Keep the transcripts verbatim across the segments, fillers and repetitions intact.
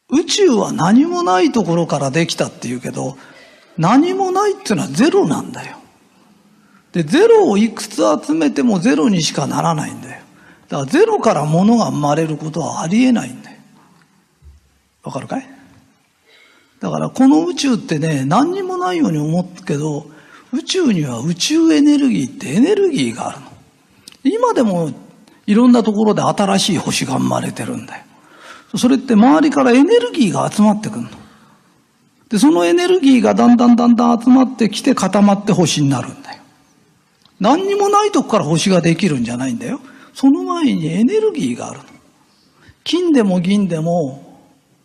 宇宙は何もないところからできたっていうけど、何もないっていうのはゼロなんだよ。で、ゼロをいくつ集めてもゼロにしかならないんだよ。だからゼロから物が生まれることはありえないんだよ。わかるかい？だからこの宇宙ってね、何にもないように思うけど、宇宙には宇宙エネルギーってエネルギーがあるの。今でもいろんなところで新しい星が生まれてるんだよ。それって周りからエネルギーが集まってくるの。で、そのエネルギーがだんだんだんだん集まってきて固まって星になるんだよ。何にもないとこから星ができるんじゃないんだよ。その前にエネルギーがあるの。金でも銀でも、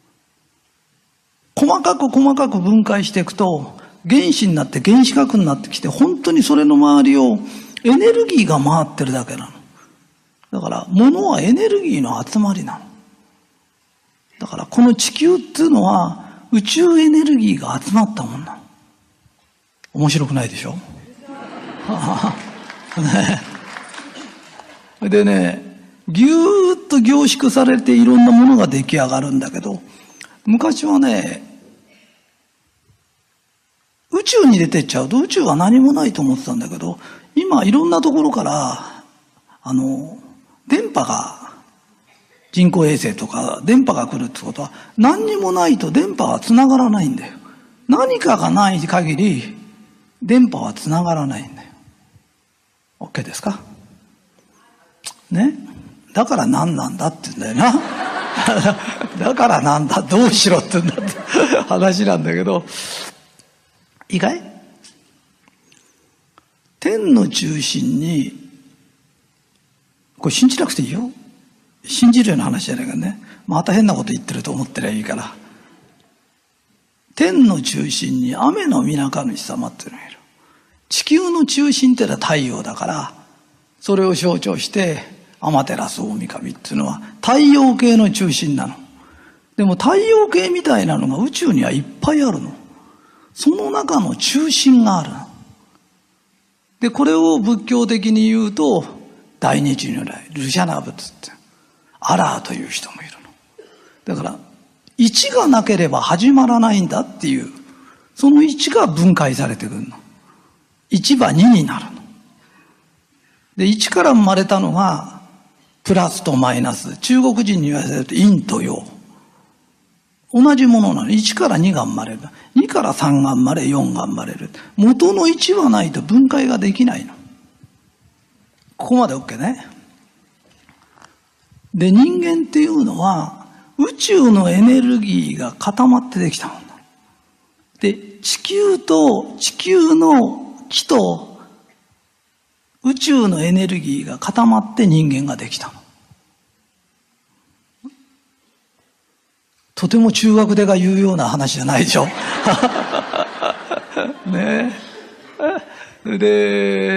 細かく細かく分解していくと、原子になって原子核になってきて、本当にそれの周りをエネルギーが回ってるだけなの。だから、物はエネルギーの集まりなの。だから、この地球っていうのは、宇宙エネルギーが集まったもんなの。面白くないでしょ？ね、でね、ぎゅーっと凝縮されていろんなものが出来上がるんだけど、昔はね、宇宙に出てっちゃうと宇宙は何もないと思ってたんだけど、今いろんなところから、あの、電波が、人工衛星とか電波が来るってことは、何にもないと電波は繋がらないんだよ。何かがない限り、電波は繋がらないんだよ。OK ですか？ね。だから何なんだって言うんだよな。だからなんだ、どうしろって言うんだって話なんだけど、いいかい？天の中心に、これ信じなくていいよ。信じるような話じゃないからね。また変なこと言ってると思ってりゃいいから。天の中心に雨のみなか主様っていうのがいる。地球の中心ってのは太陽だから、それを象徴して、天照大神っていうのは太陽系の中心なの。でも太陽系みたいなのが宇宙にはいっぱいあるの。その中の中心があるの。で、これを仏教的に言うと、大日如来、ルシャナ仏って、アラーという人もいるの。だから、一がなければ始まらないんだっていう、その一が分解されてくるの。一は二になるの。で、一から生まれたのが、プラスとマイナス。中国人に言わせると陰と陽。同じものなの。いちからにが生まれる。にからさんが生まれ、よんが生まれる。元のいちはないと分解ができないの。ここまで OK ね。で、人間っていうのは、宇宙のエネルギーが固まってできたもんだ。で、地球と、地球の木と、宇宙のエネルギーが固まって人間ができたの。とても中学でが言うような話じゃないでしょ。ねえ。で、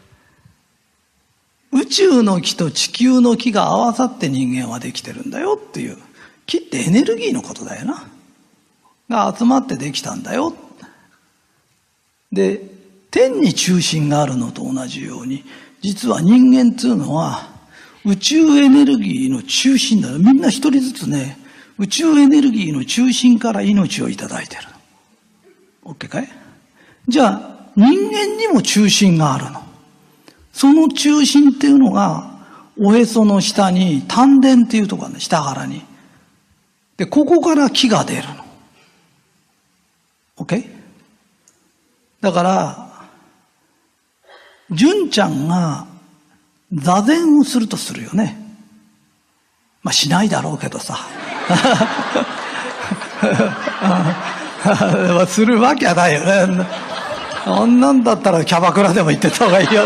宇宙の木と地球の木が合わさって人間はできてるんだよっていう。木ってエネルギーのことだよな。が集まってできたんだよ。で、天に中心があるのと同じように、実は人間っていうのは宇宙エネルギーの中心だよ。みんな一人ずつね、宇宙エネルギーの中心から命をいただいてるの。OK かい？じゃあ、人間にも中心があるの。その中心っていうのが、おへその下に丹田っていうところがね、下腹に。で、ここから気が出るの。OK？ だから、純ちゃんが座禅をするとするよね。まあしないだろうけどさ。するわけはないよね。あんなんだったらキャバクラでも行ってた方がいいよ。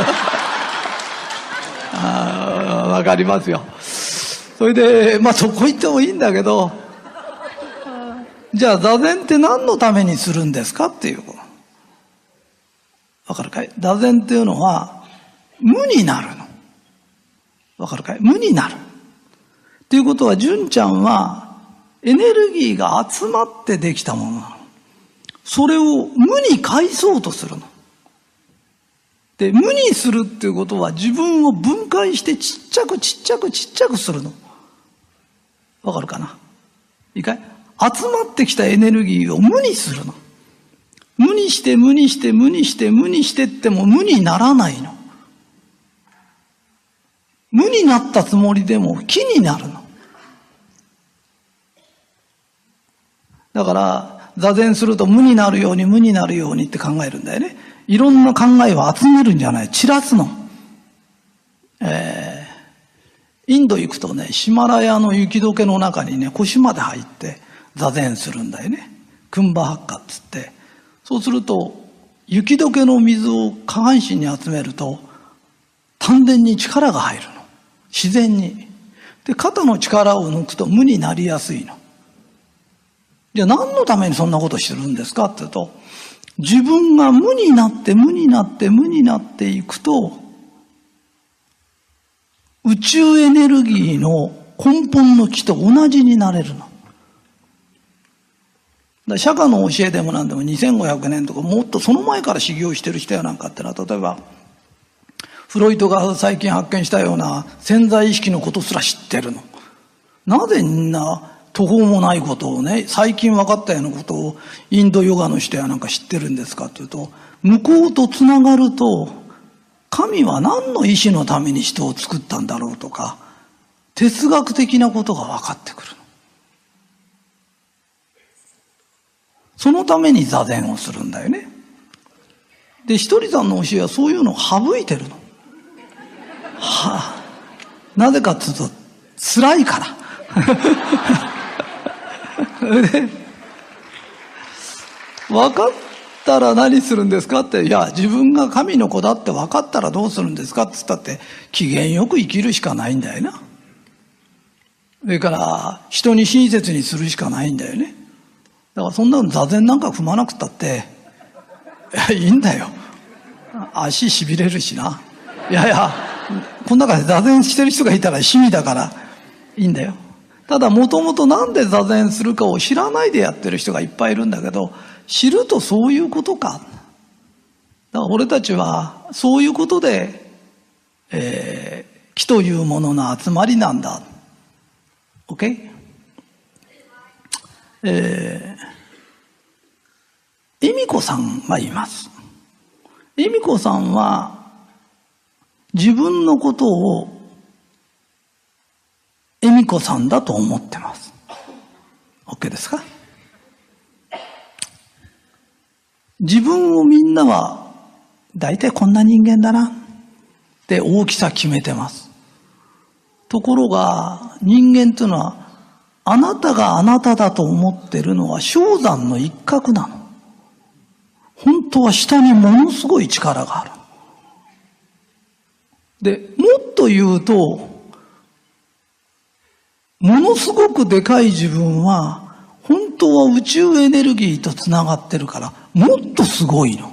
わかりますよ。それで、まあそこ行ってもいいんだけど、じゃあ座禅って何のためにするんですかっていう。わかるかい？座禅っていうのは無になるの。わかるかい？無になる。っていうことは、純ちゃんはエネルギーが集まってできたものなの。それを無に返そうとするの。で、無にするっていうことは自分を分解してちっちゃくちっちゃくちっちゃくするの。わかるかな？いいかい？ 集まってきたエネルギーを無にするの。無にして無にして無にして無にしてっても無にならないの。無になったつもりでも気になるの。だから座禅すると無になるように無になるようにって考えるんだよね。いろんな考えを集めるんじゃない、散らすの。えー、インド行くとね、ヒマラヤの雪解けの中にね、腰まで入って座禅するんだよね。クンバハッカっつって。そうすると雪解けの水を下半身に集めると丹田に力が入るの。自然に。で、肩の力を抜くと無になりやすいの。じゃあ何のためにそんなことしてるんですかって言うと、自分が無になって無になって無になっていくと、宇宙エネルギーの根本の木と同じになれるの。だから釈迦の教えでも何でもにせんごひゃくねんとかもっとその前から修行してる人やなんかってのは、例えばフロイトが最近発見したような潜在意識のことすら知ってるの。なぜみんな途方もないことをね、最近分かったようなことをインドヨガの人やなんか知ってるんですかというと、向こうとつながると神は何の意志のために人を作ったんだろうとか、哲学的なことが分かってくるの。そのために座禅をするんだよね。で、ひとりさんの教えはそういうのを省いてるの。はあ、なぜかっていうと辛いからで、分かったら何するんですかって、いや自分が神の子だって分かったらどうするんですかって言ったって、機嫌よく生きるしかないんだよな。それから人に親切にするしかないんだよね。だからそんなの座禅なんか踏まなくったっていいんだよ。足しびれるしな。いやいや、この中で座禅してる人がいたら趣味だからいいんだよ。ただもともとなんで座禅するかを知らないでやってる人がいっぱいいるんだけど、知るとそういうことか。だから俺たちはそういうことで、えー、気というものの集まりなんだ。OK？ えー、恵美子さんがいます。恵美子さんは自分のことを恵美子さんだと思ってます。 OK ですか？自分をみんなは大体こんな人間だなって大きさ決めてます。ところが人間というのは、あなたがあなただと思ってるのは氷山の一角なの。本当は下にものすごい力がある。で、もっと言うと、ものすごくでかい自分は本当は宇宙エネルギーとつながってるからもっとすごいの。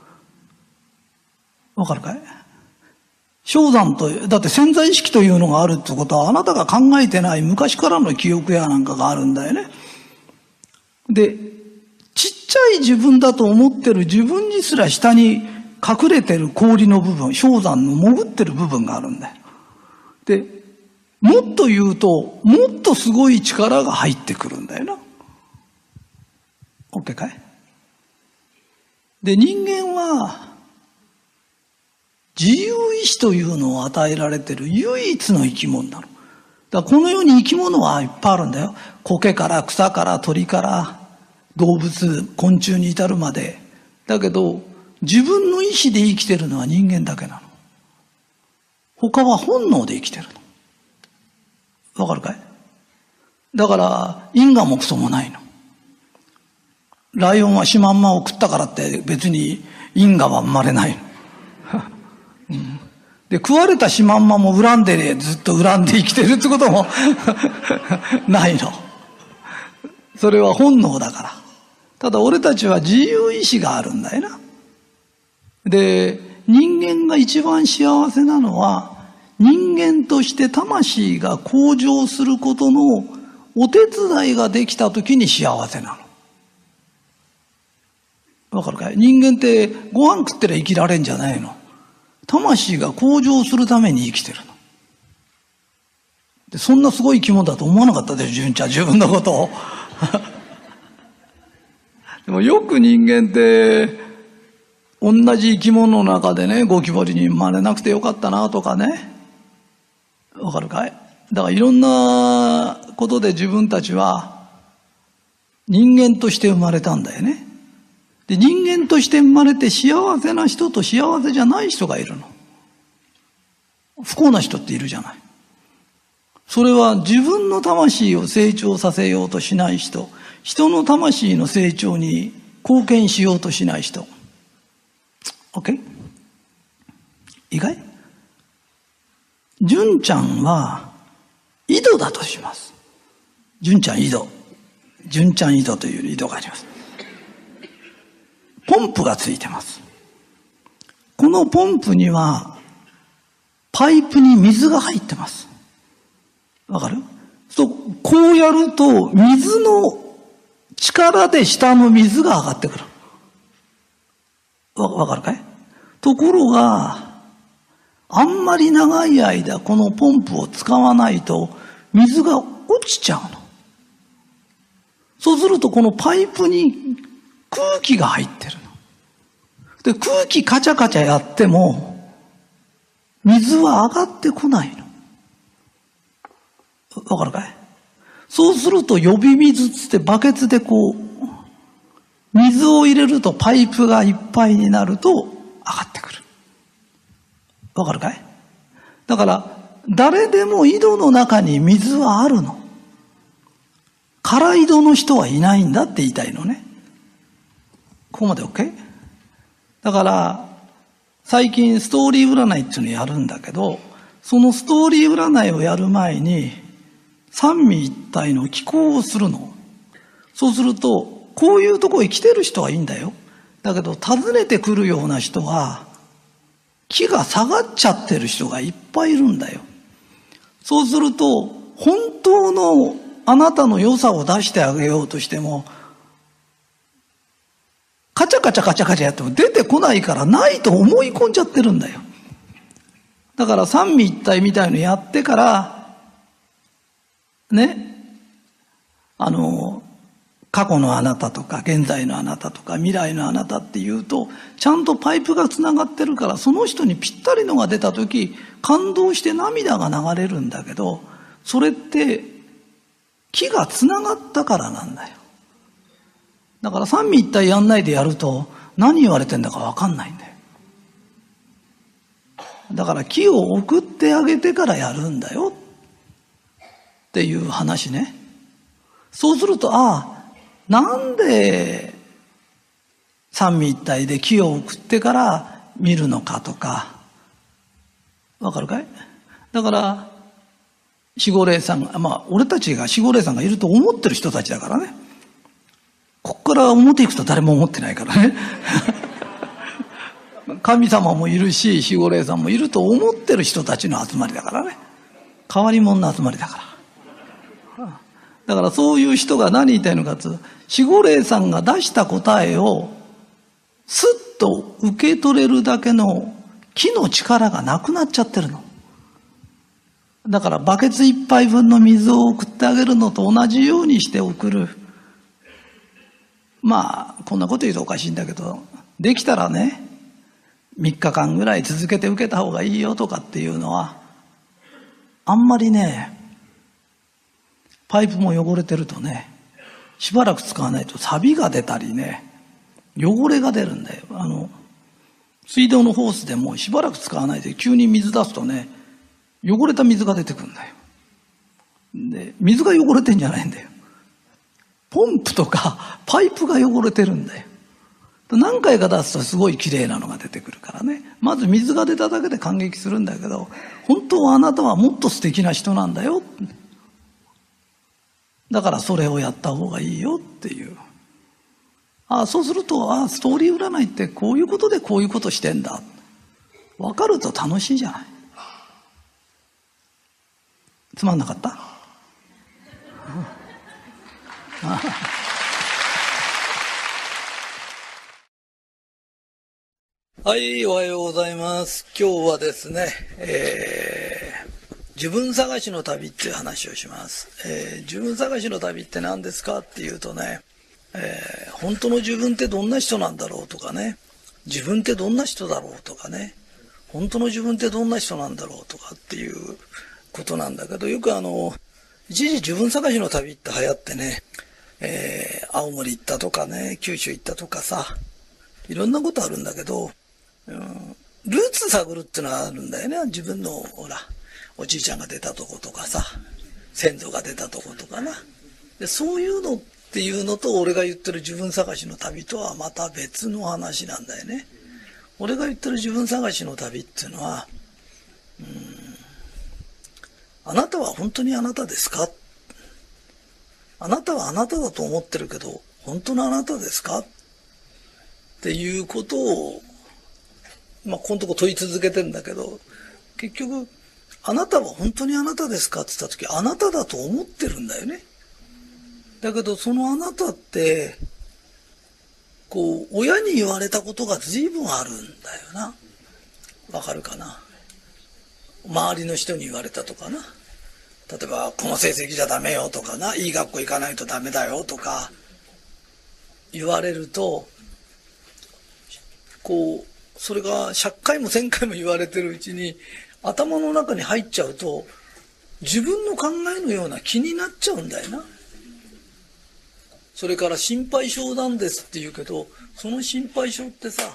わかるかい？氷山と、だって潜在意識というのがあるってことは、あなたが考えてない昔からの記憶やなんかがあるんだよね。で、ちっちゃい自分だと思ってる自分にすら下に隠れてる氷の部分、氷山の潜ってる部分があるんだよ。で、もっと言うと、もっとすごい力が入ってくるんだよな。OK かい？で、人間は、自由意志というのを与えられている唯一の生き物なの。だからこの世に生き物はいっぱいあるんだよ。苔から草から鳥から動物、昆虫に至るまで。だけど、自分の意志で生きてるのは人間だけなの。他は本能で生きてるの。わかるかい？だから、因果もクソもないの。ライオンはシマンマを食ったからって別に因果は生まれないの。うん、で、食われたシマンマも恨んでね、ずっと恨んで生きてるってこともないの。それは本能だから。ただ俺たちは自由意志があるんだよな。で、人間が一番幸せなのは、人間として魂が向上することのお手伝いができたときに幸せなの。わかるかい？人間ってご飯食ってりゃ生きられんじゃないの。魂が向上するために生きてるの。で、そんなすごい生き物だと思わなかったでしょ、純ちゃん、自分のことを。 でもよく人間って、同じ生き物の中でね、ゴキブリに生まれなくてよかったなとかね。わかるかい？だからいろんなことで自分たちは人間として生まれたんだよね。で、人間として生まれて幸せな人と幸せじゃない人がいるの。不幸な人っているじゃない。それは自分の魂を成長させようとしない人、人の魂の成長に貢献しようとしない人。OK？ 意外？純ちゃんは井戸だとします。純ちゃん井戸。純ちゃん井戸という井戸があります。ポンプがついてます。このポンプにはパイプに水が入ってます。わかる？そう、こうやると水の力で下の水が上がってくる。わ、わかるかい？ところが、あんまり長い間このポンプを使わないと水が落ちちゃうの。そうするとこのパイプに空気が入ってるの。で、空気カチャカチャやっても水は上がってこないの。わかるかい？そうすると呼び水つってバケツでこう、水を入れるとパイプがいっぱいになると上がってくる。わかるかい？だから、誰でも井戸の中に水はあるの。空井戸の人はいないんだって言いたいのね。ここまで OK？ だから、最近ストーリー占いっていうのをやるんだけど、そのストーリー占いをやる前に、三位一体の気候をするの。そうすると、こういうとこへ来てる人はいいんだよ。だけど、訪ねてくるような人は、気が下がっちゃってる人がいっぱいいるんだよ。そうすると、本当のあなたの良さを出してあげようとしても、カチャカチャカチャカチャやっても出てこないからないと思い込んじゃってるんだよ。だから三位一体みたいのやってから、ね、あの、過去のあなたとか現在のあなたとか未来のあなたっていうとちゃんとパイプがつながってるからその人にぴったりのが出た時感動して涙が流れるんだけどそれって気がつながったからなんだよ。だから三位一体やんないでやると何言われてんだか分かんないんだよ。だから気を送ってあげてからやるんだよっていう話ね。そうするとああなんで三位一体で気を送ってから見るのかとかわかるかい？だから守護霊さんがまあ俺たちが守護霊さんがいると思ってる人たちだからね。ここから表行くと誰も思ってないからね神様もいるし守護霊さんもいると思ってる人たちの集まりだからね。変わり者の集まりだから。だからそういう人が何言いたいのかというと守護霊さんが出した答えをスッと受け取れるだけの気の力がなくなっちゃってるの。だからバケツ一杯分の水を送ってあげるのと同じようにして送る。まあこんなこと言うとおかしいんだけどできたらねみっかかんぐらい続けて受けた方がいいよとかっていうのはあんまりねパイプも汚れてるとねしばらく使わないと錆が出たりね汚れが出るんだよ。あの水道のホースでもしばらく使わないで急に水出すとね汚れた水が出てくるんだよ。で水が汚れてんじゃないんだよ。ポンプとかパイプが汚れてるんだよ。何回か出すとすごい綺麗なのが出てくるからね。まず水が出ただけで感激するんだけど本当はあなたはもっと素敵な人なんだよ。だからそれをやった方がいいよっていう。ああそうするとああストーリー占いってこういうことでこういうことしてんだ。分かると楽しいじゃない。つまんなかった？はい、おはようございます。今日はですね、えー、自分探しの旅っていう話をします。えー、自分探しの旅って何ですかっていうとね、 えー、本当の自分ってどんな人なんだろうとかね、自分ってどんな人だろうとかね、本当の自分ってどんな人なんだろうとかっていうことなんだけど、よくあの、一時自分探しの旅って流行ってね、えー、青森行ったとかね、九州行ったとかさ、いろんなことあるんだけど、うん、ルーツ探るってのはあるんだよね。自分の、ほら、おじいちゃんが出たとことかさ、先祖が出たとことかな。で、そういうのっていうのと、俺が言ってる自分探しの旅とはまた別の話なんだよね。俺が言ってる自分探しの旅っていうのは、うーん、あなたは本当にあなたですか？あなたはあなただと思ってるけど、本当のあなたですか？っていうことを、まあ、このとこ問い続けてんだけど、結局、あなたは本当にあなたですかって言った時、あなただと思ってるんだよね。だけど、そのあなたって、こう、親に言われたことが随分あるんだよな。わかるかな？周りの人に言われたとかな。例えば、この成績じゃダメよとかな、いい学校行かないとダメだよとか、言われると、こう、それがひゃっかいもせんかいも言われてるうちに、頭の中に入っちゃうと、自分の考えのような気になっちゃうんだよな。それから心配性なんですって言うけど、その心配性ってさ、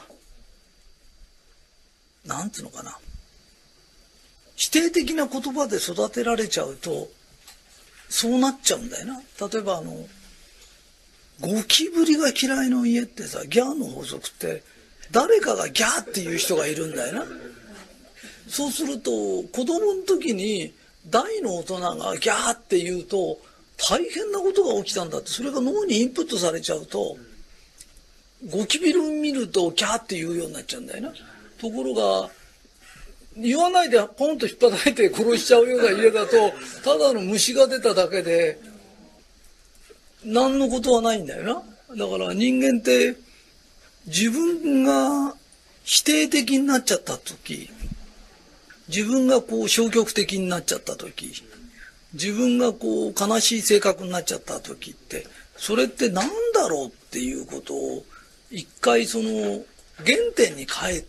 なんつうのかな。否定的な言葉で育てられちゃうと、そうなっちゃうんだよな。例えばあの、ゴキブリが嫌いの家ってさ、ギャーの法則って、誰かがギャーっていう人がいるんだよな。そうすると、子供の時に大の大人がギャーって言うと、大変なことが起きたんだって、それが脳にインプットされちゃうと、ゴキブリを見るとギャーって言うようになっちゃうんだよな。ところが、言わないでポンと引っ叩いて殺しちゃうような家だと、ただの虫が出ただけで、何のことはないんだよな。だから人間って、自分が否定的になっちゃった時、自分がこう消極的になっちゃった時、自分がこう悲しい性格になっちゃった時って、それって何だろうっていうことを一回その原点に帰って、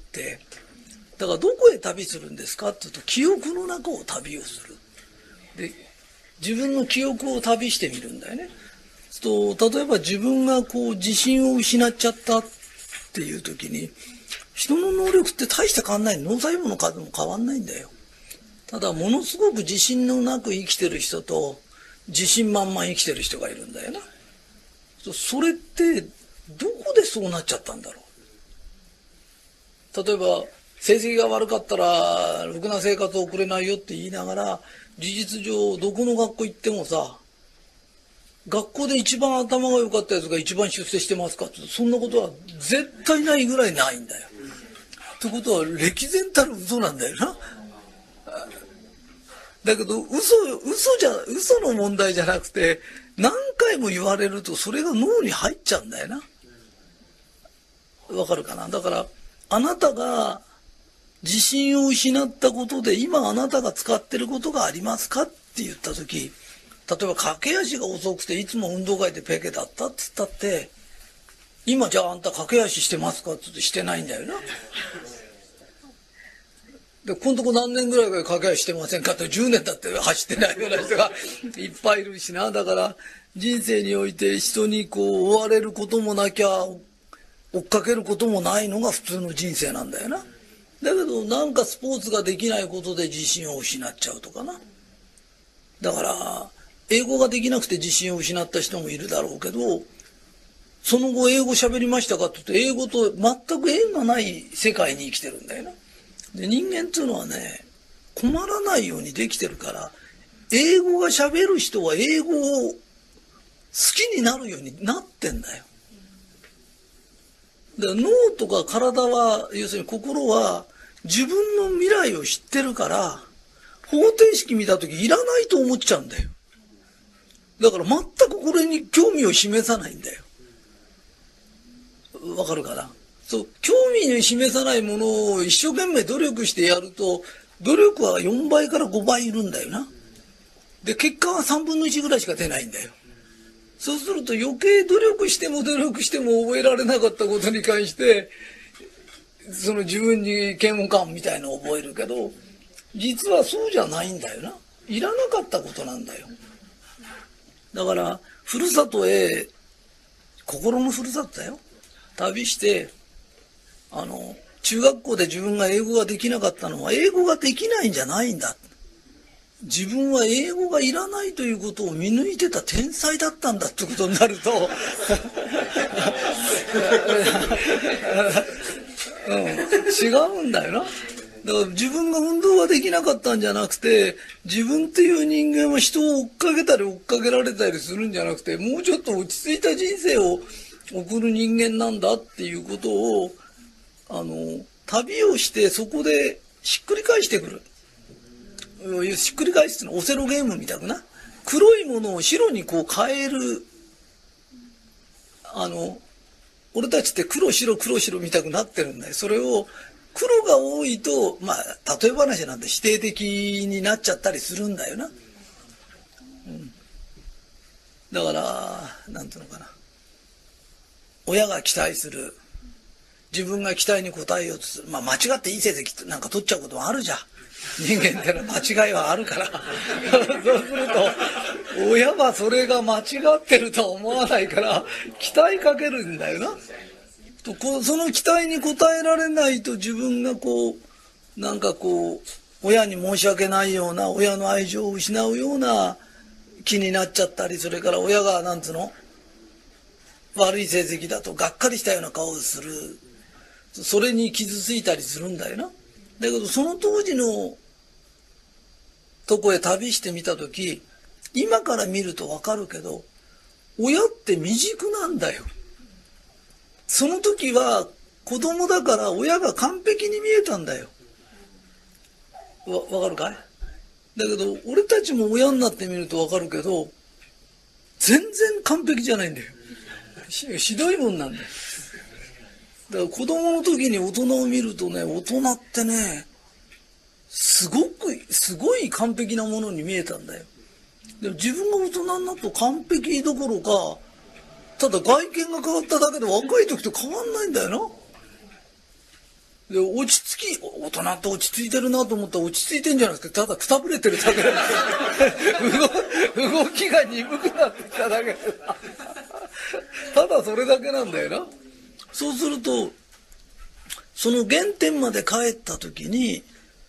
だからどこへ旅するんですかって言うと、記憶の中を旅をする。で、自分の記憶を旅してみるんだよね。と例えば自分がこう自信を失っちゃったっていう時に、人の能力って大して変わんない。脳細胞の数も変わんないんだよ。ただものすごく自信のなく生きてる人と自信満々生きてる人がいるんだよな。それってどこでそうなっちゃったんだろう。例えば成績が悪かったらろくな生活を送れないよって言いながら、事実上どこの学校行ってもさ、学校で一番頭が良かったやつが一番出世してますかって、そんなことは絶対ないぐらいないんだよ。ってことは歴然たる嘘なんだよな。だけど嘘嘘じゃ嘘の問題じゃなくて、何回も言われるとそれが脳に入っちゃうんだよな。わかるかな。だからあなたが自信を失ったことで今あなたが使ってることがありますかって言った時、例えば駆け足が遅くていつも運動会でペケだったっつったって、今じゃああんた駆け足してますかって言ってしてないんだよな。で、このとこ何年ぐらいから駆け足してませんかって、じゅうねんだって走ってないような人がいっぱいいるしな。だから人生において人にこう追われることもなきゃ追っかけることもないのが普通の人生なんだよな。だけどなんかスポーツができないことで自信を失っちゃうとかな。だから英語ができなくて自信を失った人もいるだろうけど、その後英語喋りましたかって言うと、英語と全く縁がない世界に生きてるんだよな。で、人間っていうのはね、困らないようにできてるから、英語が喋る人は英語を好きになるようになってんだよ。だから脳とか体は、要するに心は自分の未来を知ってるから、方程式見たときいらないと思っちゃうんだよ。だから全くこれに興味を示さないんだよ。わかるかな。そう、興味を示さないものを一生懸命努力してやると、努力はよんばいからごばいいるんだよな。で、結果はさんぶんのいちぐらいしか出ないんだよ。 そうすると余計努力しても努力しても覚えられなかったことに関して、その自分に嫌悪感みたいのを覚えるけど、実はそうじゃないんだよな。いらなかったことなんだよ。だから、ふるさとへ、心のふるさとだよ。旅して、あの、中学校で自分が英語ができなかったのは、英語ができないんじゃないんだ。自分は英語がいらないということを見抜いてた天才だったんだってことになると、うん、違うんだよな。だから自分が運動ができなかったんじゃなくて、自分っていう人間は人を追っかけたり追っかけられたりするんじゃなくて、もうちょっと落ち着いた人生を送る人間なんだっていうことを、あの、旅をしてそこでひっくり返してくる。ひっくり返すのオセロゲームみたくな。黒いものを白にこう変える。あの、俺たちって黒白黒白見たくなってるんだよ。それを黒が多いと、まあ、例え話なんて否定的になっちゃったりするんだよな。うん、だから、なんていうのかな。親が期待する。自分が期待に応えようとする。まあ、間違っていい成績なんか取っちゃうこともあるじゃん。人間ってのは間違いはあるから。そうすると、親はそれが間違ってるとは思わないから、期待かけるんだよな。とこうその期待に応えられないと自分がこう、なんかこう、親に申し訳ないような、親の愛情を失うような気になっちゃったり、それから親が、なんつうの悪い成績だとがっかりしたような顔をする。それに傷ついたりするんだよな。だけどその当時のとこへ旅してみたとき、今から見るとわかるけど、親って未熟なんだよ。その時は子供だから親が完璧に見えたんだよ。わ、わかるかい？だけど俺たちも親になってみるとわかるけど、全然完璧じゃないんだよ。ひ、ひどいもんなんだよ。だから子供の時に大人を見るとね、大人ってね、すごく、すごい完璧なものに見えたんだよ。でも自分が大人になると完璧どころか、ただ外見が変わっただけで若い時と変わんないんだよな。で、落ち着き、大人って落ち着いてるなと思ったら落ち着いてんじゃないですか。ただくたぶれてるだけ動, 動きが鈍くなってきただけでただそれだけなんだよな。そうすると、その原点まで帰った時に、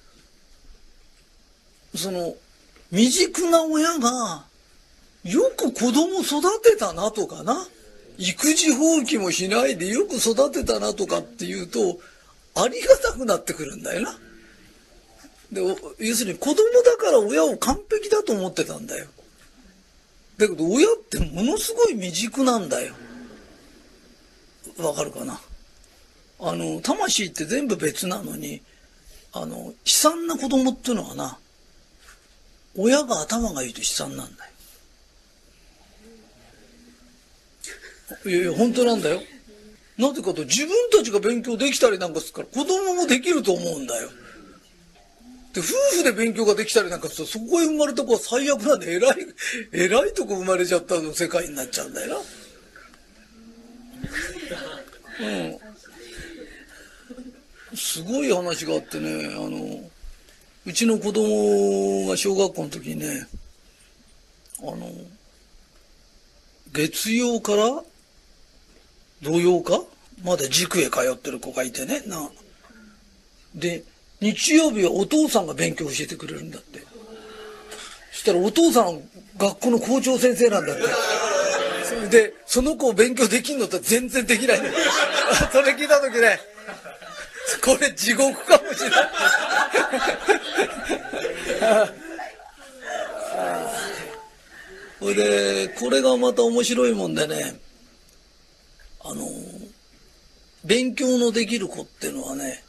その未熟な親がよく子供育てたなとかな、育児放棄もしないでよく育てたなとかっていうと、ありがたくなってくるんだよな。で、要するに子供だから親を完璧だと思ってたんだよ。だけど親ってものすごい未熟なんだよ。わかるかな。あの魂って全部別なのに、あの悲惨な子供っていうのはな、親が頭がいいと悲惨なんだよ。いやいや本当なんだよ。なぜかと、自分たちが勉強できたりなんかするから子供もできると思うんだよ。で、夫婦で勉強ができたりなんかすると、そこへ生まれた子は最悪なんで、偉い偉いとこ生まれちゃったの世界になっちゃうんだよな。うん、すごい話があってね、あのうちの子供が小学校の時にね、あの月曜から土曜かまだ塾へ通ってる子がいてねな。で、日曜日はお父さんが勉強教えてくれるんだって。そしたらお父さん学校の校長先生なんだって。で、その子を勉強できんのって全然できないね。それ聞いた時ね、これ地獄かもしれない。それで、これがまた面白いもんでね、あの、勉強のできる子っていうのはね、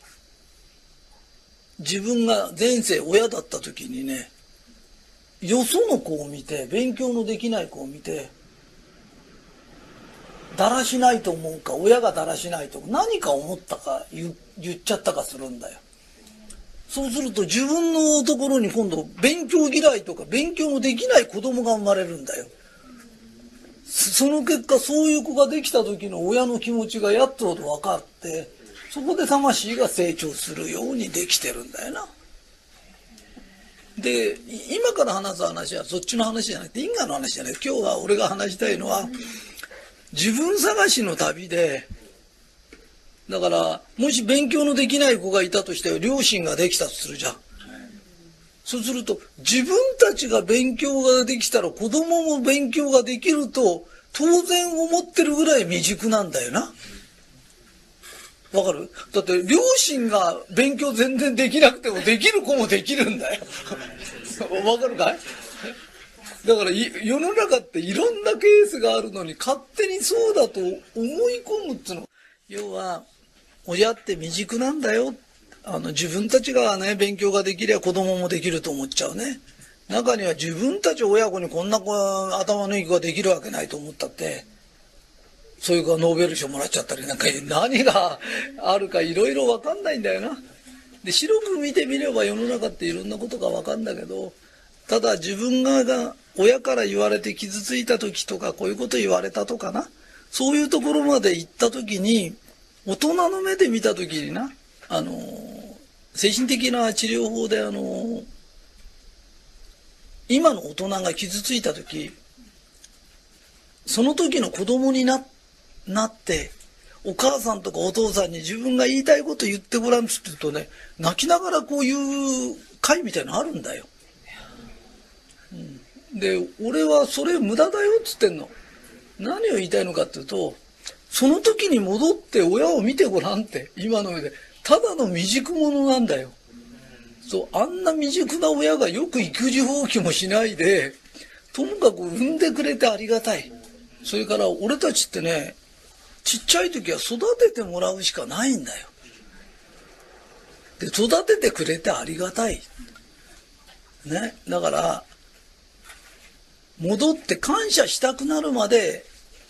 自分が前世親だった時にね、よその子を見て、勉強のできない子を見て、だらしないと思うか、親がだらしないと何か思ったか 言, 言っちゃったかするんだよ。そうすると自分のところに今度勉強嫌いとか勉強のできない子供が生まれるんだよ。 その結果、そういう子ができた時の親の気持ちがやっと分かって、そこで魂が成長するようにできてるんだよな。で、今から話す話はそっちの話じゃなくて因果の話じゃない。今日は俺が話したいのは、自分探しの旅で、だからもし勉強のできない子がいたとして両親ができたとするじゃん。そうすると自分たちが勉強ができたら子供も勉強ができると当然思ってるぐらい未熟なんだよな。わかる？だって両親が勉強全然できなくてもできる子もできるんだよ。わかるかい？だから世の中っていろんなケースがあるのに勝手にそうだと思い込むっつうの。要は親って未熟なんだよ。あの自分たちがね勉強ができりゃ子供もできると思っちゃうね。中には自分たち親子にこんな子頭のいい子ができるわけないと思ったって、そういう子がノーベル賞もらっちゃったりなんか何があるかいろいろ分かんないんだよな。で白く見てみれば世の中っていろんなことが分かんだけど、ただ自分が親から言われて傷ついた時とかこういうこと言われたとかな、そういうところまで行った時に大人の目で見た時にな、あの精神的な治療法であの今の大人が傷ついた時、その時の子供に な, なってお母さんとかお父さんに自分が言いたいこと言ってごらんっつって言うとね、泣きながらこういう会みたいなのあるんだよ。うん、で俺はそれ無駄だよっつってんの。何を言いたいのかっていうと、その時に戻って親を見てごらんって、今の上でただの未熟者なんだよ。そう、あんな未熟な親がよく育児放棄もしないでともかく産んでくれてありがたい。それから俺たちってね、ちっちゃい時は育ててもらうしかないんだよ。で育ててくれてありがたいね。だから戻って感謝したくなるまで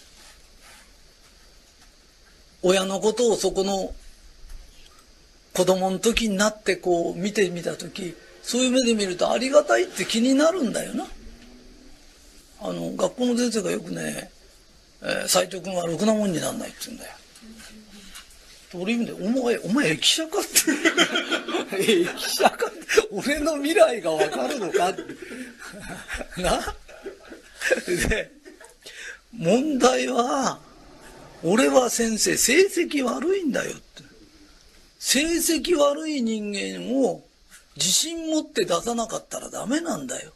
親のことをそこの子供の時になってこう見てみた時、そういう目で見るとありがたいって気になるんだよな。あの学校の先生がよくね、えー、斉藤君はろくなもんになんないって言うんだよ。俺言うんだよ、お前お前駅舎かって駅舎かって俺の未来が分かるのかってな。で問題は俺は先生成績悪いんだよって。成績悪い人間を自信持って出さなかったらダメなんだよ。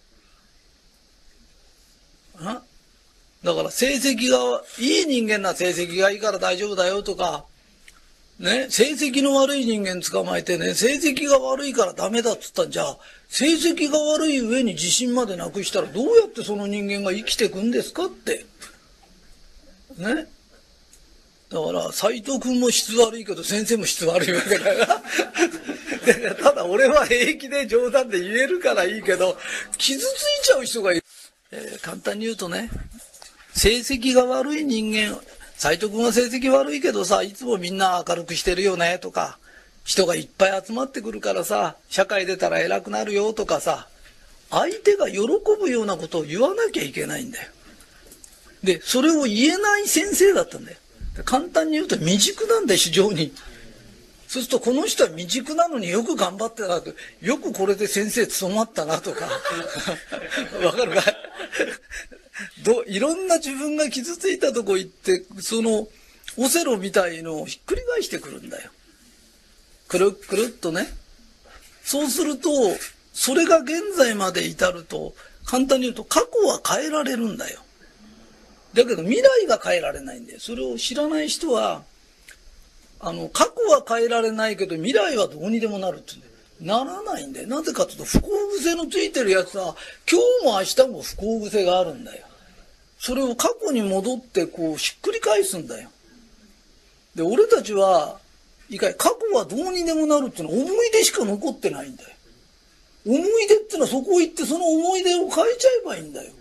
あ？だから成績がいい人間な成績がいいから大丈夫だよとかね、成績の悪い人間捕まえてね、成績が悪いからダメだっつったんじゃ、成績が悪い上に自信までなくしたらどうやってその人間が生きていくんですかってね。だから斉藤君も質悪いけど先生も質悪いわけだからただ俺は平気で冗談で言えるからいいけど、傷ついちゃう人がいる、えー、簡単に言うとね、成績が悪い人間、斉藤君は成績悪いけどさ、いつもみんな明るくしてるよねとか、人がいっぱい集まってくるからさ社会出たら偉くなるよとかさ、相手が喜ぶようなことを言わなきゃいけないんだよ。でそれを言えない先生だったんだよ。簡単に言うと未熟なんだよ、非常に。そうするとこの人は未熟なのによく頑張ってたと、よくこれで先生務まったなとかわかるかいどいろんな自分が傷ついたとこ行ってそのオセロみたいのをひっくり返してくるんだよ。くるっくるっとね。そうするとそれが現在まで至ると、簡単に言うと過去は変えられるんだよ。だけど未来が変えられないんだよ。それを知らない人はあの過去は変えられないけど未来はどうにでもなるって言うんだよ。ならないんだよ。なぜかというと不幸癖のついてるやつは今日も明日も不幸癖があるんだよ。それを過去に戻ってこうひっくり返すんだよ。で俺たちはいいかい、過去はどうにでもなるっていうのは思い出しか残ってないんだよ。思い出っていうのはそこ行ってその思い出を変えちゃえばいいんだよ。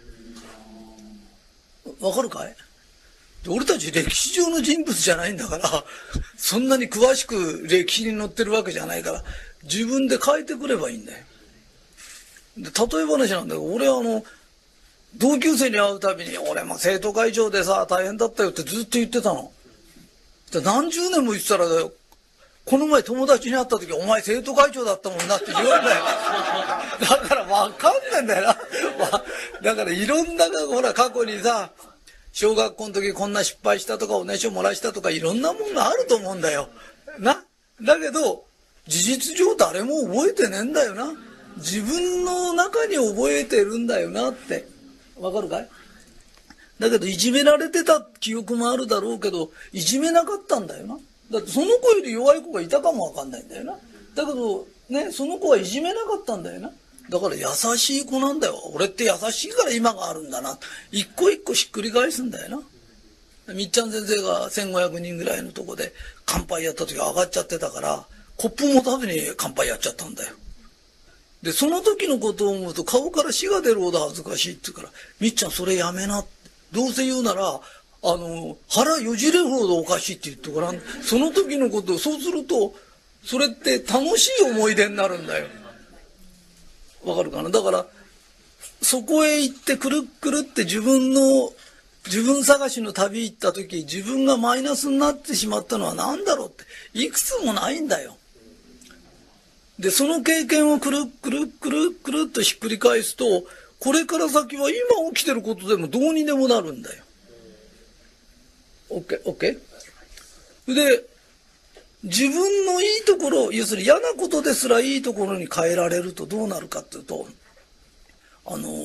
わかるかい？で俺たち歴史上の人物じゃないんだからそんなに詳しく歴史に載ってるわけじゃないから自分で変えてくればいいんだよ。で例え話なんだけど、俺はあの同級生に会うたびに、俺も生徒会長でさ、大変だったよってずっと言ってたの。何十年も言ってたらだよ、この前友達に会った時、お前生徒会長だったもんなって言うんだよ。だからわかんねえんだよな。だからいろんな、ほら過去にさ、小学校の時こんな失敗したとかおねしょ漏らしたとかいろんなもんがあると思うんだよ。な。だけど、事実上誰も覚えてねえんだよな。自分の中に覚えてるんだよなって。わかるかい？だけどいじめられてた記憶もあるだろうけど、いじめなかったんだよな。だってその子より弱い子がいたかもわかんないんだよな。だけど、ね、その子はいじめなかったんだよな。だから優しい子なんだよ。俺って優しいから今があるんだな。一個一個ひっくり返すんだよな。みっちゃん先生がせんごひゃくにんぐらいのとこで乾杯やった時上がっちゃってたから、コップも食べに乾杯やっちゃったんだよ。で、その時のことを思うと顔から血が出るほど恥ずかしいって言うから、みっちゃんそれやめなって。どうせ言うなら、あの、腹よじれるほどおかしいって言ってごらん。その時のことを、そうすると、それって楽しい思い出になるんだよ。わかるかな？だから、そこへ行ってくるくるって自分の、自分探しの旅行った時、自分がマイナスになってしまったのは何だろうって、いくつもないんだよ。で、その経験をくるくるくるくるっとひっくり返すと、これから先は今起きてることでもどうにでもなるんだよ。オッケー、オッケー。で、自分のいいところ、要するに嫌なことですらいいところに変えられるとどうなるかっていうと、あの、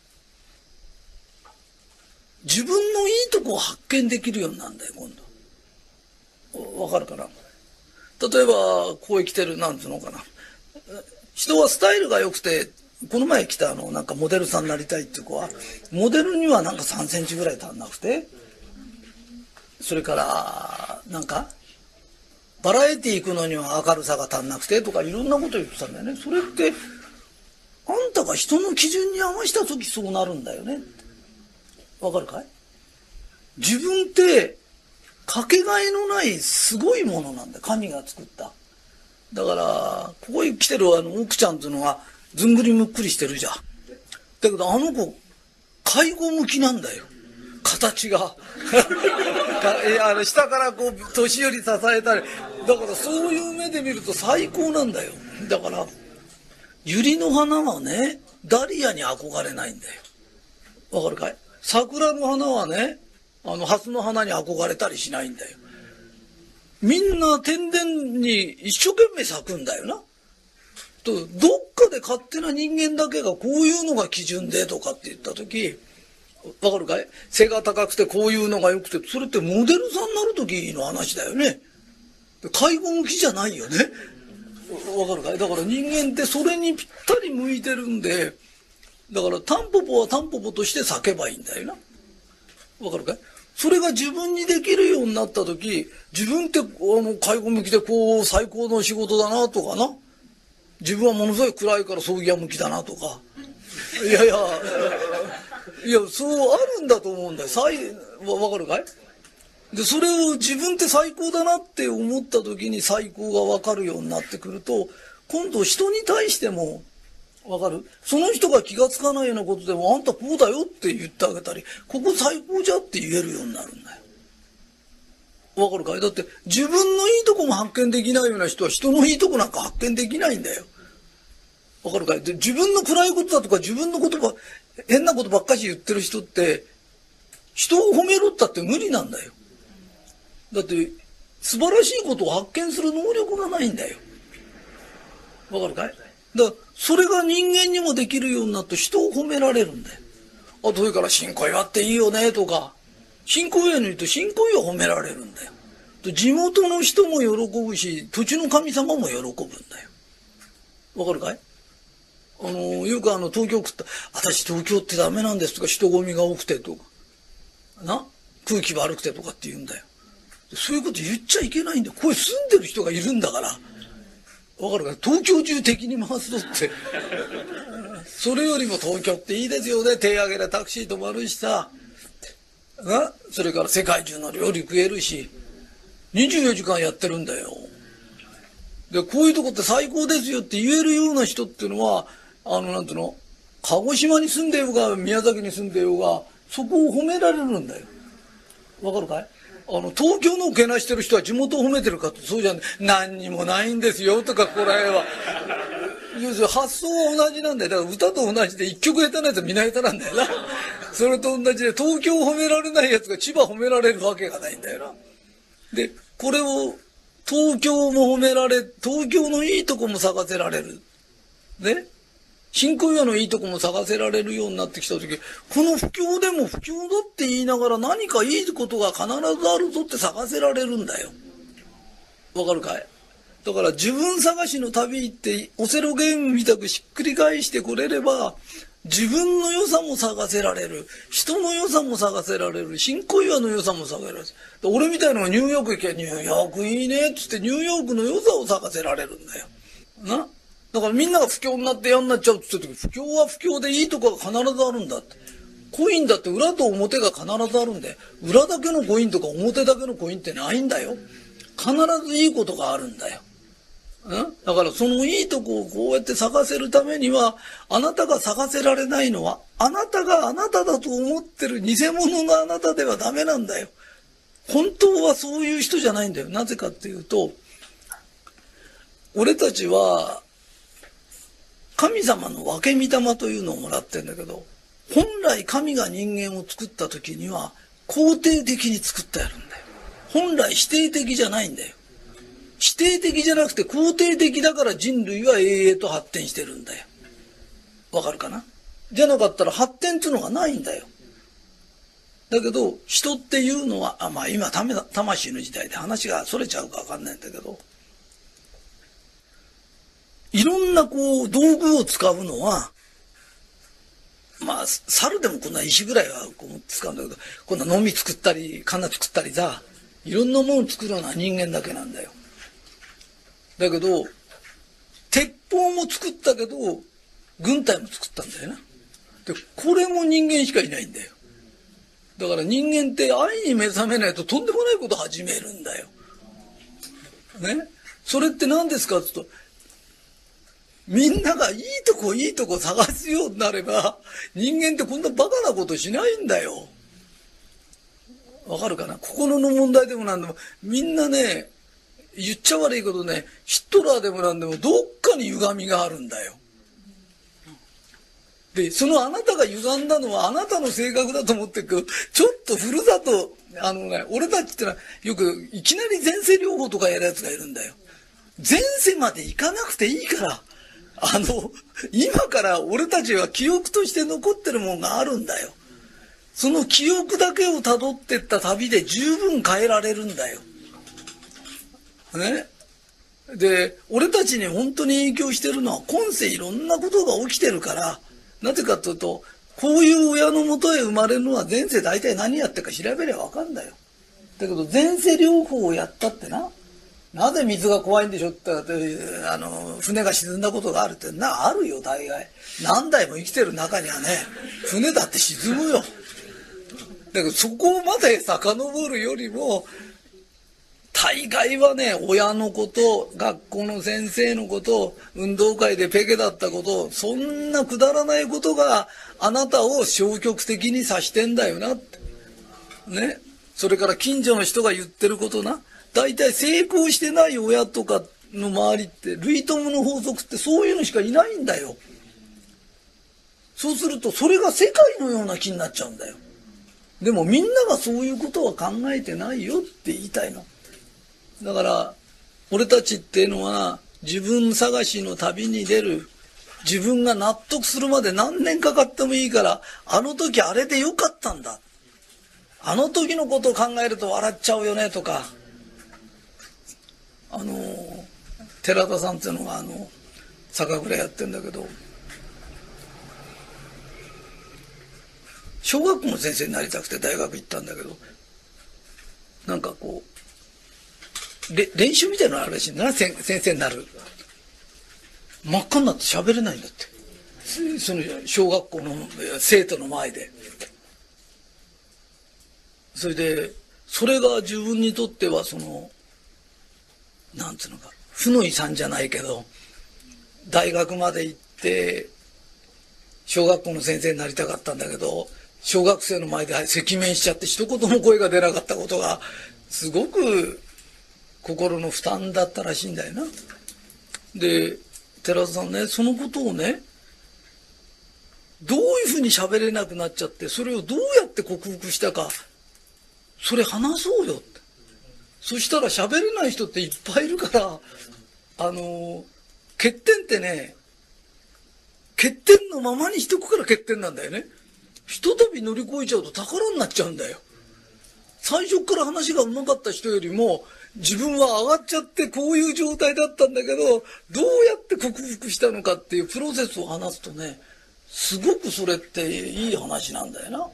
自分のいいとこを発見できるようになるんだよ、今度。わかるかな？例えば、ここへ来てる、なんつうのかな。人はスタイルが良くて、この前来たあの、なんかモデルさんになりたいっていう子は、モデルにはなんかさんセンチぐらい足んなくて、それから、なんか、バラエティ行くのには明るさが足んなくてとかいろんなこと言ってたんだよね。それって、あんたが人の基準に合わせた時そうなるんだよね。わかるかい？自分って、かけがえのないすごいものなんだよ。神が作った。だから、ここへ来てるあの奥ちゃんっていうのは、ずんぐりむっくりしてるじゃん。だけどあの子、介護向きなんだよ。形が。あの下からこう、年寄り支えたり。だからそういう目で見ると最高なんだよ。だから、百合の花はね、ダリアに憧れないんだよ。わかるかい？桜の花はね、あの、蓮の花に憧れたりしないんだよ。みんな天然に一生懸命咲くんだよな。と、どっかで勝手な人間だけがこういうのが基準でとかって言ったとき、わかるかい？背が高くてこういうのが良くて、それってモデルさんになるときの話だよね。介護向きじゃないよね。わかるかい？だから人間ってそれにぴったり向いてるんで、だからタンポポはタンポポとして咲けばいいんだよな。わかるかい？それが自分にできるようになったとき、自分ってあの介護向きでこう最高の仕事だなとかな。自分はものすごい暗いから葬儀屋向きだなとか。いやいや、いや、そうあるんだと思うんだよ。わ、わかるかい？で、それを自分って最高だなって思った時に最高がわかるようになってくると、今度人に対しても、わかる？その人が気がつかないようなことでも、あんたこうだよって言ってあげたり、ここ最高じゃって言えるようになるんだよ。わかるかい？だって自分のいいとこも発見できないような人は人のいいとこなんか発見できないんだよ。わかるかい？で、自分の暗いことだとか自分の言葉、変なことばっかり言ってる人って、人を褒めろったって無理なんだよ。だって素晴らしいことを発見する能力がないんだよ。わかるかい？だからそれが人間にもできるようになって人を褒められるんだよ。あ、それから信仰祝っていいよねとか、信仰祝いの言うと信仰祝いを褒められるんだよ。地元の人も喜ぶし、土地の神様も喜ぶんだよ。わかるかい？あの、よくあの、東京食った、私東京ってダメなんですとか、人混みが多くてとか、な、空気悪くてとかって言うんだよ。そういうこと言っちゃいけないんだよ。ここへ住んでる人がいるんだから。わかるかい？東京中敵に回すぞって。それよりも東京っていいですよね。手挙げでタクシー止まるしさ。な、それから世界中の料理食えるし、にじゅうよじかんやってるんだよ。で、こういうとこって最高ですよって言えるような人っていうのは、あの、なんていうの、 鹿児島に住んでようが宮崎に住んでようがそこを褒められるんだよ。わかるかい？あの東京のをけなしてる人は地元を褒めてるかってそうじゃん。何にもないんですよとかここら辺は。要するに発想は同じなんだよ。だから歌と同じで一曲下手なやつはみんな下手なんだよな。それと同じで東京を褒められないやつが千葉褒められるわけがないんだよな。でこれを東京も褒められ、東京のいいとこも探せられる。ね、新小岩のいいとこも探せられるようになってきた時、この不況でも不況だって言いながら何かいいことが必ずあるぞって探せられるんだよ。わかるかい？だから自分探しの旅行ってオセロゲームみたくひっくり返してこれれば、自分の良さも探せられる。人の良さも探せられる。新小岩の良さも探せられる。俺みたいなのがニューヨーク行けばニューヨークいいねっつってニューヨークの良さを探せられるんだよ。な？だからみんなが不況になって嫌になっちゃうって言ってる時、不況は不況でいいとこが必ずあるんだって。コインだって裏と表が必ずあるんで、裏だけのコインとか表だけのコインってないんだよ。必ずいいことがあるんだよ。だからそのいいとこをこうやって探せるためには、あなたが探せられないのは、あなたがあなただと思ってる偽物のあなたではダメなんだよ。本当はそういう人じゃないんだよ。なぜかっていうと、俺たちは神様の分け御霊というのをもらってんだけど、本来神が人間を作った時には肯定的に作ってあるんだよ。本来否定的じゃないんだよ。否定的じゃなくて肯定的だから人類は永遠と発展してるんだよ。わかるかな？じゃなかったら発展っていうのがないんだよ。だけど人っていうのは、あ、まあ今魂の時代で話がそれちゃうかわかんないんだけど、いろんなこう道具を使うのは、まあ猿でもこんな石ぐらいはこう使うんだけど、こんなのみ作ったり金作ったりさ、いろんなものを作るのは人間だけなんだよ。だけど鉄砲も作ったけど軍隊も作ったんだよな。でこれも人間しかいないんだよ。だから人間って愛に目覚めないととんでもないことを始めるんだよ。ね、それって何ですかって言うと、みんながいいとこいいとこ探すようになれば人間ってこんなバカなことしないんだよ。わかるかな？心の問題でもなんでもみんなね、言っちゃ悪いけどね、ヒットラーでもなんでもどっかに歪みがあるんだよ。でそのあなたが歪んだのはあなたの性格だと思ってるけど、ちょっとふるさと、あのね、俺たちってのはよくいきなり前世療法とかやるやつがいるんだよ。前世まで行かなくていいから、あの今から俺たちは記憶として残ってるもんがあるんだよ。その記憶だけをたどってった旅で十分変えられるんだよ。ね。で俺たちに本当に影響してるのは今世いろんなことが起きてるから。なぜかというと、こういう親のもとへ生まれるのは前世大体何やってるか調べれば分かんだよ。だけど前世療法をやったってな、なぜ水が怖いんでしょってあの船が沈んだことがあるってな、あるよ大概。何代も生きてる中にはね、船だって沈むよ。だけどそこまで遡るよりも大概はね、親のこと、学校の先生のこと、運動会でペケだったこと、そんなくだらないことがあなたを消極的にさしてんだよなって。ね。それから近所の人が言ってることな。大体成功してない親とかの周りって、類友の法則ってそういうのしかいないんだよ。そうするとそれが世界のような気になっちゃうんだよ。でもみんながそういうことは考えてないよって言いたいの。だから俺たちっていうのは自分探しの旅に出る。自分が納得するまで何年かかってもいいから、あの時あれでよかったんだ、あの時のことを考えると笑っちゃうよねとか、あの寺田さんっていうのがあの酒蔵やってんだけど、小学校の先生になりたくて大学行ったんだけど、なんかこう練習みたいなのあるらしいんだな、先生になる。真っ赤になって喋れないんだって、その小学校の生徒の前で。それでそれが自分にとってはそのなんつうのか、負の遺産じゃないけど、大学まで行って小学校の先生になりたかったんだけど、小学生の前で赤面しちゃって一言も声が出なかったことが、すごく心の負担だったらしいんだよな。で、寺田さんね、そのことをね、どういうふうに喋れなくなっちゃって、それをどうやって克服したか、それ話そうよって。そしたら喋れない人っていっぱいいるから、あの、欠点ってね、欠点のままにしとくから欠点なんだよね。ひとたび乗り越えちゃうと宝になっちゃうんだよ。最初から話が上手かった人よりも、自分は上がっちゃってこういう状態だったんだけど、どうやって克服したのかっていうプロセスを話すとね、すごくそれっていい話なんだよな。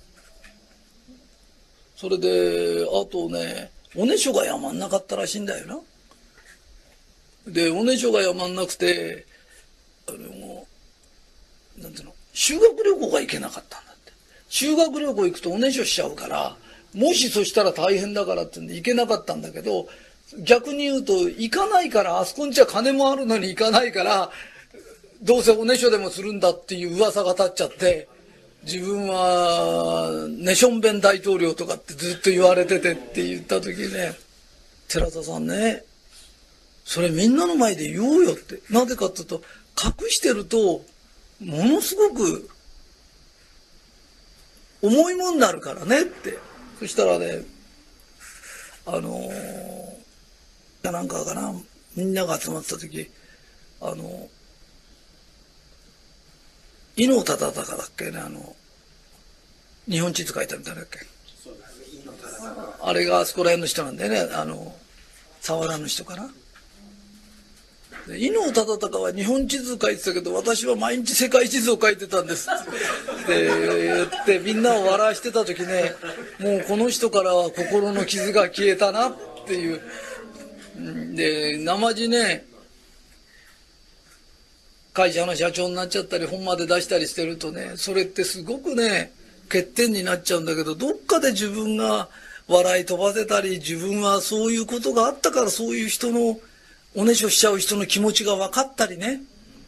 それで、あとね、おねしょがやまんなかったらしいんだよな。で、おねしょがやまんなくて、あの、なんていうの、修学旅行が行けなかったんだって。修学旅行行くとおねしょしちゃうから、もしそしたら大変だからってんで行けなかったんだけど、逆に言うと行かないから、あそこんちは金もあるのに行かないから、どうせおねしょでもするんだっていう噂が立っちゃって、自分はネションベン大統領とかってずっと言われててって言った時ね、寺田さんね、それみんなの前で言おうよって。なぜかっていうと、隠してるとものすごく重いもんになるからねって。そしたらね、あのー、なんかかな、みんなが集まった時、あの伊能忠敬だっけね、あの日本地図書いたみたいだっけ、あれがあそこら辺の人なんでね、あの佐原の人かな。伊能忠敬は日本地図書いてたけど、私は毎日世界地図を書いてたんですって言ってみんなを笑わしてた時ね、もうこの人からは心の傷が消えたなっていう。で、なまじね、会社の社長になっちゃったり本まで出したりしてるとね、それってすごくね欠点になっちゃうんだけど、どっかで自分が笑い飛ばせたり、自分はそういうことがあったからそういう人のおねしょしちゃう人の気持ちが分かったりね、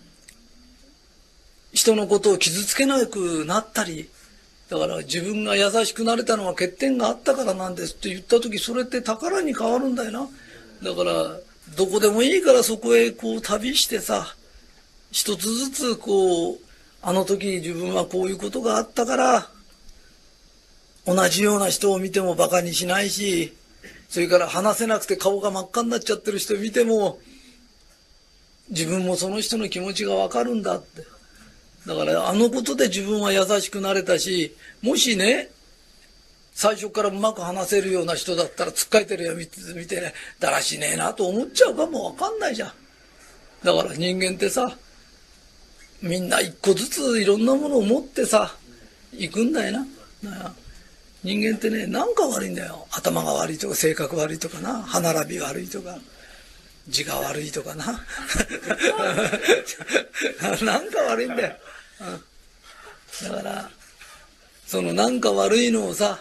人のことを傷つけなくなったり、だから自分が優しくなれたのは欠点があったからなんですって言った時、それって宝に変わるんだよな。だからどこでもいいからそこへこう旅してさ、一つずつこう、あの時自分はこういうことがあったから同じような人を見てもバカにしないし、それから話せなくて顔が真っ赤になっちゃってる人を見ても自分もその人の気持ちが分かるんだって。だからあのことで自分は優しくなれたし、もしね最初からうまく話せるような人だったら、つっかえてるよ見てね、だらしねえなと思っちゃうかも分かんないじゃん。だから人間ってさ、みんな一個ずついろんなものを持ってさ行くんだよな。人間ってね、なんか悪いんだよ。頭が悪いとか性格悪いとかな、歯並び悪いとか字が悪いとかななんか悪いんだよ。だからそのなんか悪いのをさ、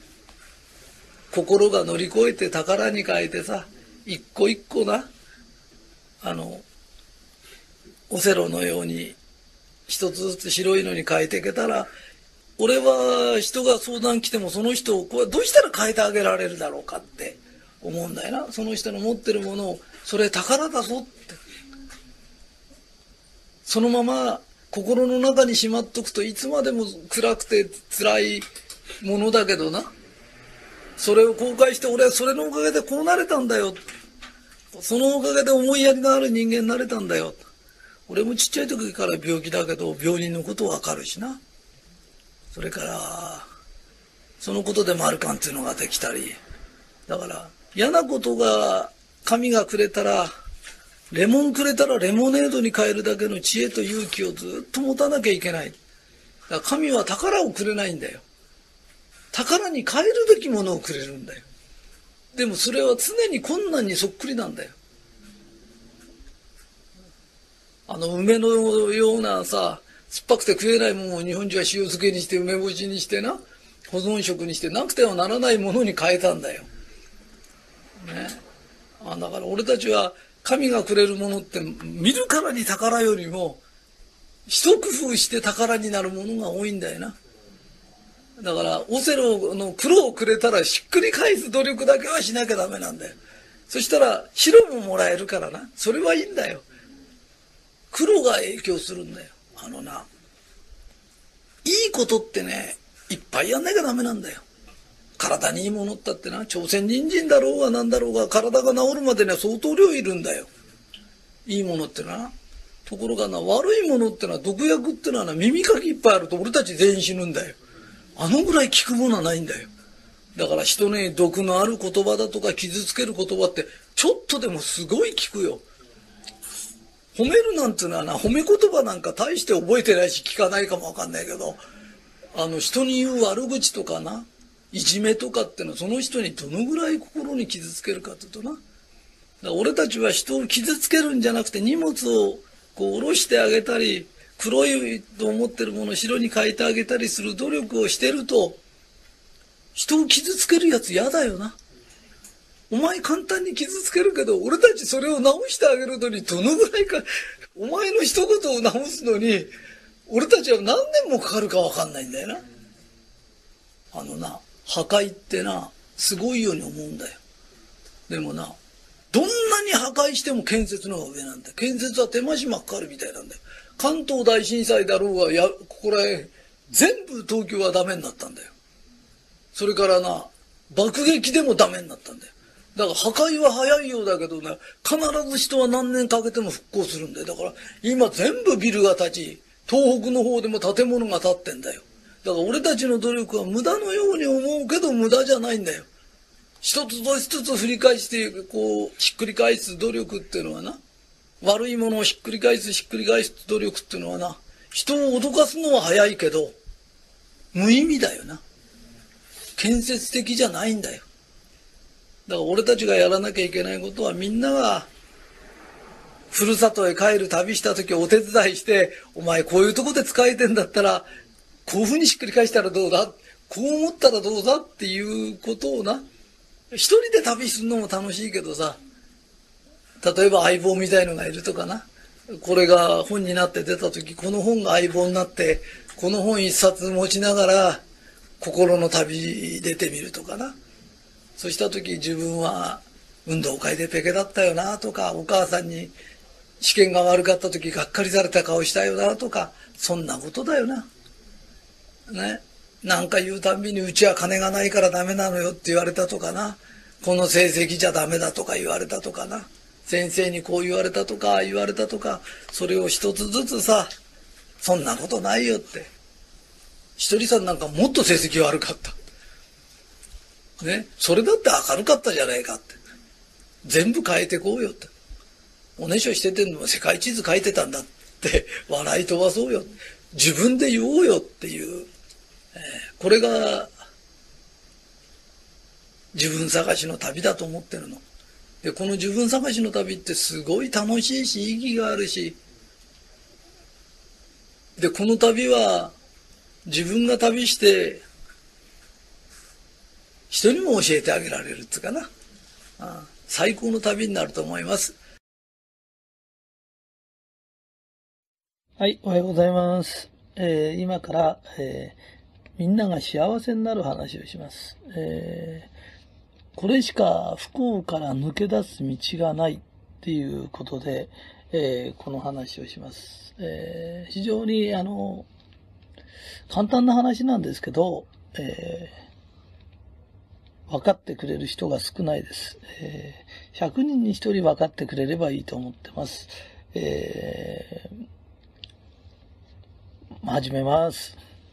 心が乗り越えて宝に変えてさ、一個一個な、あのオセロのように一つずつ白いのに変えていけたら、俺は人が相談来てもその人をこうどうしたら変えてあげられるだろうかって思うんだよな。その人の持ってるものを、それ宝だぞって、そのまま心の中にしまっとくといつまでも暗くて辛いものだけどな、それを後悔して、俺はそれのおかげでこうなれたんだよ、そのおかげで思いやりのある人間になれたんだよ。俺もちっちゃい時から病気だけど病人のことわかるしな。それからそのことで丸感っていうのができたり、だから嫌なことが神がくれたら、レモンくれたらレモネードに変えるだけの知恵と勇気をずっと持たなきゃいけない。だから神は宝をくれないんだよ。宝に変えるべきものをくれるんだよ。でもそれは常に困難にそっくりなんだよ。あの梅のようなさ、酸っぱくて食えないものを日本人は塩漬けにして梅干しにしてな、保存食にしてなくてはならないものに変えたんだよ。ね。あ、だから俺たちは神がくれるものって見るからに宝よりも一工夫して宝になるものが多いんだよな。だからオセロの黒をくれたらひっくり返す努力だけはしなきゃダメなんだよ。そしたら白ももらえるからな。それはいいんだよ。黒が影響するんだよ。あのな、いいことってね、いっぱいやんなきゃダメなんだよ。体にいいものったってな、朝鮮人参だろうがなんだろうが、体が治るまでには相当量いるんだよ。いいものってな。ところがな、悪いものってのは、毒薬ってのはな、耳かきいっぱいあると俺たち全員死ぬんだよ。あのぐらい効くものはないんだよ。だから人に毒のある言葉だとか傷つける言葉ってちょっとでもすごい効くよ。褒めるなんてのはな、褒め言葉なんか大して覚えてないし聞かないかもわかんないけど、あの人に言う悪口とかな、いじめとかってのはその人にどのぐらい心に傷つけるかっていうとな。だから俺たちは人を傷つけるんじゃなくて荷物をこう下ろしてあげたり、黒いと思ってるものを白に変えてあげたりする努力をしてると、人を傷つけるやつ嫌だよな。お前簡単に傷つけるけど、俺たちそれを直してあげるのにどのぐらいか、お前の一言を直すのに、俺たちは何年もかかるか分かんないんだよな。あのな、破壊ってな、すごいように思うんだよ。でもな、どんなに破壊しても建設の方が上なんだよ。建設は手間暇かかるみたいなんだよ。関東大震災だろうが、や、ここらへん、全部東京はダメになったんだよ。それからな、爆撃でもダメになったんだよ。だから破壊は早いようだけどね、必ず人は何年かけても復興するんだよ。だから今全部ビルが建ち、東北の方でも建物が建ってんだよ。だから俺たちの努力は無駄のように思うけど無駄じゃないんだよ。一つ一つ振り返してこうひっくり返す努力っていうのはな、悪いものをひっくり返すひっくり返す努力っていうのはな、人を脅かすのは早いけど無意味だよな。建設的じゃないんだよ。だから俺たちがやらなきゃいけないことは、みんながふるさとへ帰る旅した時お手伝いして、お前こういうとこで使えてんだったらこういうふうにひっくり返したらどうだ、こう思ったらどうだっていうことをな、一人で旅するのも楽しいけどさ、例えば相棒みたいのがいるとかな、これが本になって出た時、この本が相棒になってこの本一冊持ちながら心の旅出てみるとかな。そうした時、自分は運動会でペケだったよなとか、お母さんに試験が悪かった時がっかりされた顔したよなとか、そんなことだよな。ね。なんか言うたんびに、うちは金がないからダメなのよって言われたとかな。この成績じゃダメだとか言われたとかな。先生にこう言われたとか言われたとか、それを一つずつさ、そんなことないよって。ひとりさんなんかもっと成績悪かった。ね、それだって明るかったじゃないかって。全部変えてこうよって。おねしょしててんのは世界地図書いてたんだって笑い飛ばそうよ。自分で言おうよっていう、えー、これが自分探しの旅だと思ってるの。で、この自分探しの旅ってすごい楽しいし、意義があるし、で、この旅は自分が旅して人にも教えてあげられるっていうかな、ああ、最高の旅になると思います。 はい、おはようございます。えー、今から、えー、みんなが幸せになる話をします。えー、これしか不幸から抜け出す道がないっていうことで、えー、この話をします。えー、非常にあの簡単な話なんですけど、えー分かってくれる人が少ないです。えー、ひゃくにんにひとり分かってくれればいいと思ってます。えー、始めます。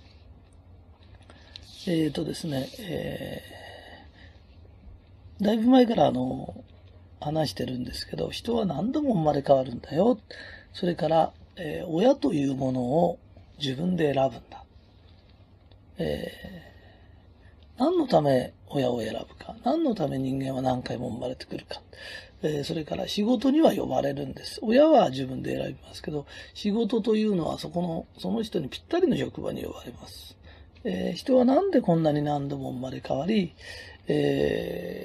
えーとですね、えー、だいぶ前からあの、話してるんですけど、人は何度も生まれ変わるんだよ。それから、えー、親というものを自分で選ぶんだ。えー何のため親を選ぶか、何のため人間は何回も生まれてくるか、えー、それから仕事には呼ばれるんです。親は自分で選びますけど、仕事というのはそこのその人にぴったりの職場に呼ばれます。えー、人はなんでこんなに何度も生まれ変わり、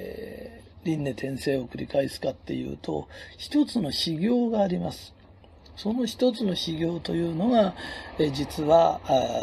えー、輪廻転生を繰り返すかっていうと、一つの修行があります。 その一つの修行というのが、え実は、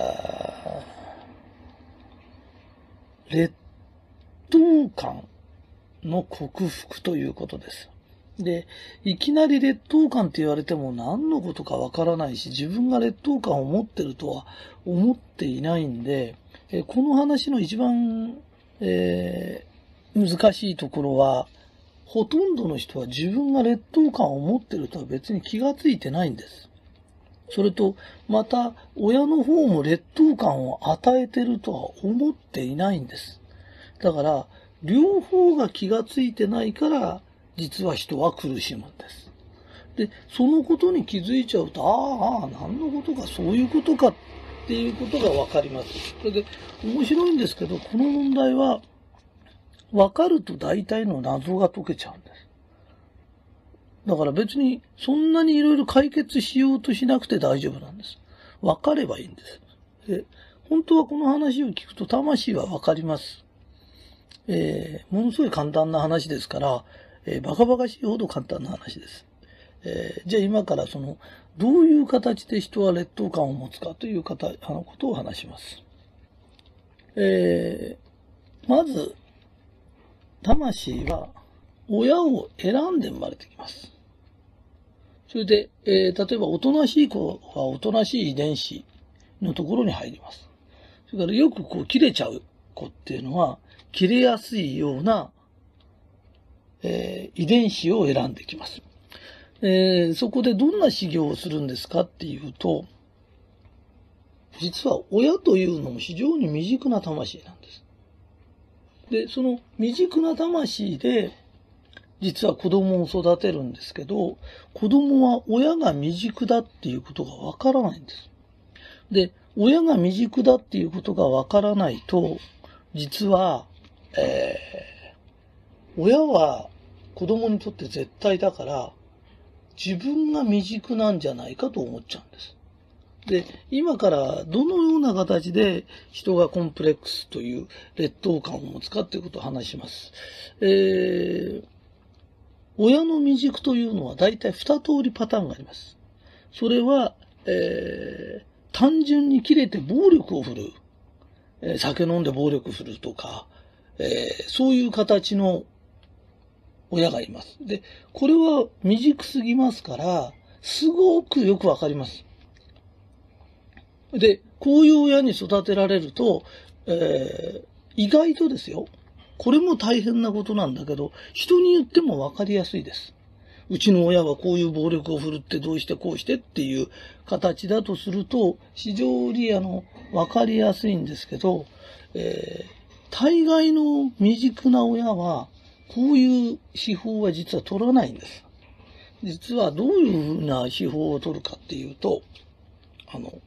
劣等感の克服ということです。で、いきなり劣等感って言われても何のことかわからないし、自分が劣等感を持ってるとは思っていないんで、えこの話の一番、えー、難しいところは、ほとんどの人は自分が劣等感を持ってるとは別に気がついてないんです。それと、また、親の方も劣等感を与えてるとは思っていないんです。だから、両方が気がついてないから、実は人は苦しむんです。で、そのことに気づいちゃうと、ああ、何のことか、そういうことかっていうことがわかります。それで、面白いんですけど、この問題は、わかると大体の謎が解けちゃうんです。だから別にそんなにいろいろ解決しようとしなくて大丈夫なんです。わかればいいんです。で、本当はこの話を聞くと魂はわかります。えー、ものすごい簡単な話ですから、えー、バカバカしいほど簡単な話です。えー、じゃあ今からその、どういう形で人は劣等感を持つかという方、あのことを話します。えー、まず、魂は親を選んで生まれてきます。それで、えー、例えばおとなしい子はおとなしい遺伝子のところに入ります。それからよくこう切れちゃう子っていうのは、切れやすいような、えー、遺伝子を選んできます。えー、そこでどんな修行をするんですかっていうと、実は親というのも非常に未熟な魂なんです。で、その未熟な魂で、実は子供を育てるんですけど、子供は親が未熟だっていうことがわからないんです。で、親が未熟だっていうことがわからないと、実は、えー、親は子供にとって絶対だから、自分が未熟なんじゃないかと思っちゃうんです。で、今からどのような形で人がコンプレックスという劣等感を持つかということを話します。えー、親の未熟というのは大体二通りパターンがあります。それは、えー、単純に切れて暴力を振るう、えー、酒飲んで暴力振るうとか、えー、そういう形の親がいます。で、これは未熟すぎますから、すごくよくわかります。で、こういう親に育てられると、えー、意外とですよ。これも大変なことなんだけど、人に言っても分かりやすいです。うちの親はこういう暴力を振るってどうしてこうしてっていう形だとすると、非常にあの、分かりやすいんですけど、えー、大概の未熟な親は、こういう手法は実は取らないんです。実はどういうふうな手法を取るかっていうと、あの、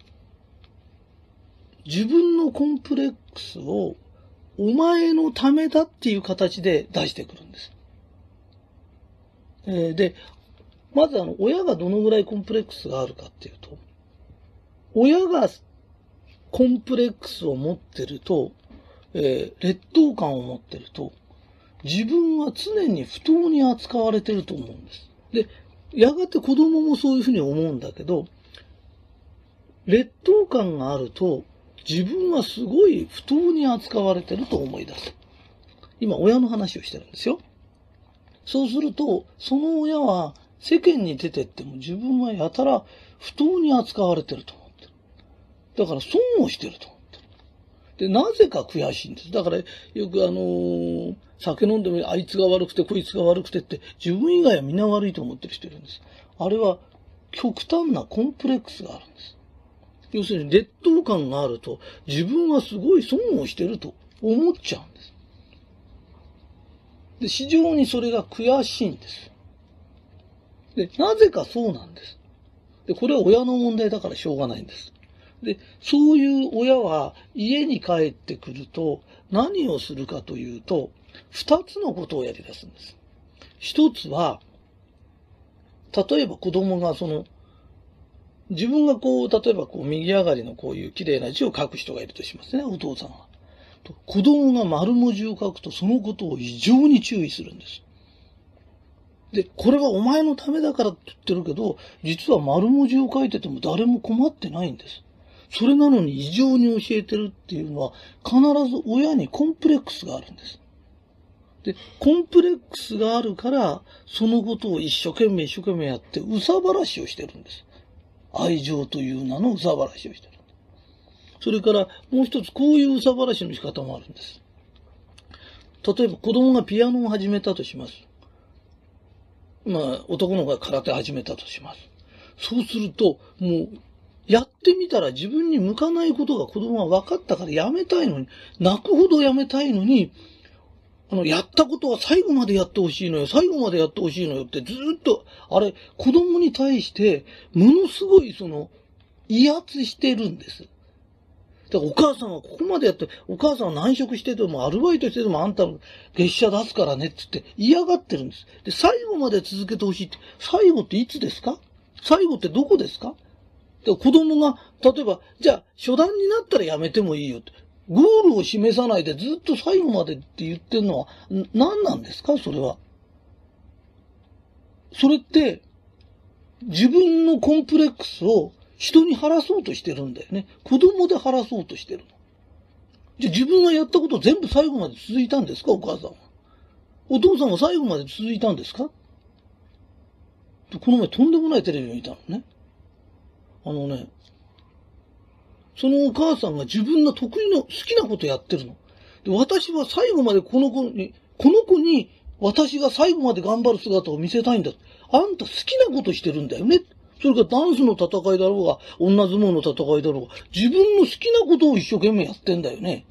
自分のコンプレックスをお前のためだっていう形で出してくるんです。えー、で、まずあの、親がどのぐらいコンプレックスがあるかっていうと、親がコンプレックスを持ってると、えー、劣等感を持ってると、自分は常に不当に扱われてると思うんです。で、やがて子供もそういうふうに思うんだけど、劣等感があると、自分はすごい不当に扱われてると思い出す。今、親の話をしてるんですよ。そうすると、その親は世間に出てっても自分はやたら不当に扱われてると思ってる。だから損をしてると思ってる。で、なぜか悔しいんです。だから、よくあのー、酒飲んでもあいつが悪くてこいつが悪くてって自分以外は皆悪いと思ってる人いるんです。あれは極端なコンプレックスがあるんです。要するに劣等感があると自分はすごい損をしてると思っちゃうんです。で、非常にそれが悔しいんです。で、なぜかそうなんです。で、これは親の問題だからしょうがないんです。で、そういう親は家に帰ってくると何をするかというと、二つのことをやり出すんです。一つは、例えば子供がその、自分がこう、例えばこう、右上がりのこういう綺麗な字を書く人がいるとしますね、お父さんは。子供が丸文字を書くと、そのことを異常に注意するんです。 で、これはお前のためだからって言ってるけど、実は丸文字を書いてても誰も困ってないんです。それなのに異常に教えてるっていうのは、必ず親にコンプレックスがあるんです。で、コンプレックスがあるから、そのことを一生懸命一生懸命やって、憂さ晴らしをしてるんです。愛情という名の憂さ晴らしをしてる。それから、もう一つ、こういう憂さ晴らしの仕方もあるんです。例えば、子供がピアノを始めたとします。まあ、男の子が空手始めたとします。そうすると、もう、やってみたら自分に向かないことが子供は分かったからやめたいのに、泣くほどやめたいのに、あの、やったことは最後までやってほしいのよ、最後までやってほしいのよってずっと、あれ、子供に対して、ものすごいその、威圧してるんです。だからお母さんはここまでやって、お母さんは何食しててもアルバイトしててもあんたの月謝出すからねって言って嫌がってるんです。で、最後まで続けてほしいって、最後っていつですか？最後ってどこですか？で子供が、例えば、じゃあ初段になったらやめてもいいよって。ゴールを示さないでずっと最後までって言ってるのは何なんですか？それは。それって、自分のコンプレックスを人に晴らそうとしてるんだよね。子供で晴らそうとしてるの。じゃあ自分がやったこと全部最後まで続いたんですか？お母さんは。お父さんは最後まで続いたんですか？この前とんでもないテレビを見たのね。あのね、そのお母さんが自分の得意の好きなことやってるの。で、私は最後までこの子に、この子に私が最後まで頑張る姿を見せたいんだ。あんた好きなことしてるんだよね。それからダンスの戦いだろうが、女相撲の戦いだろうが、自分の好きなことを一生懸命やってんだよね。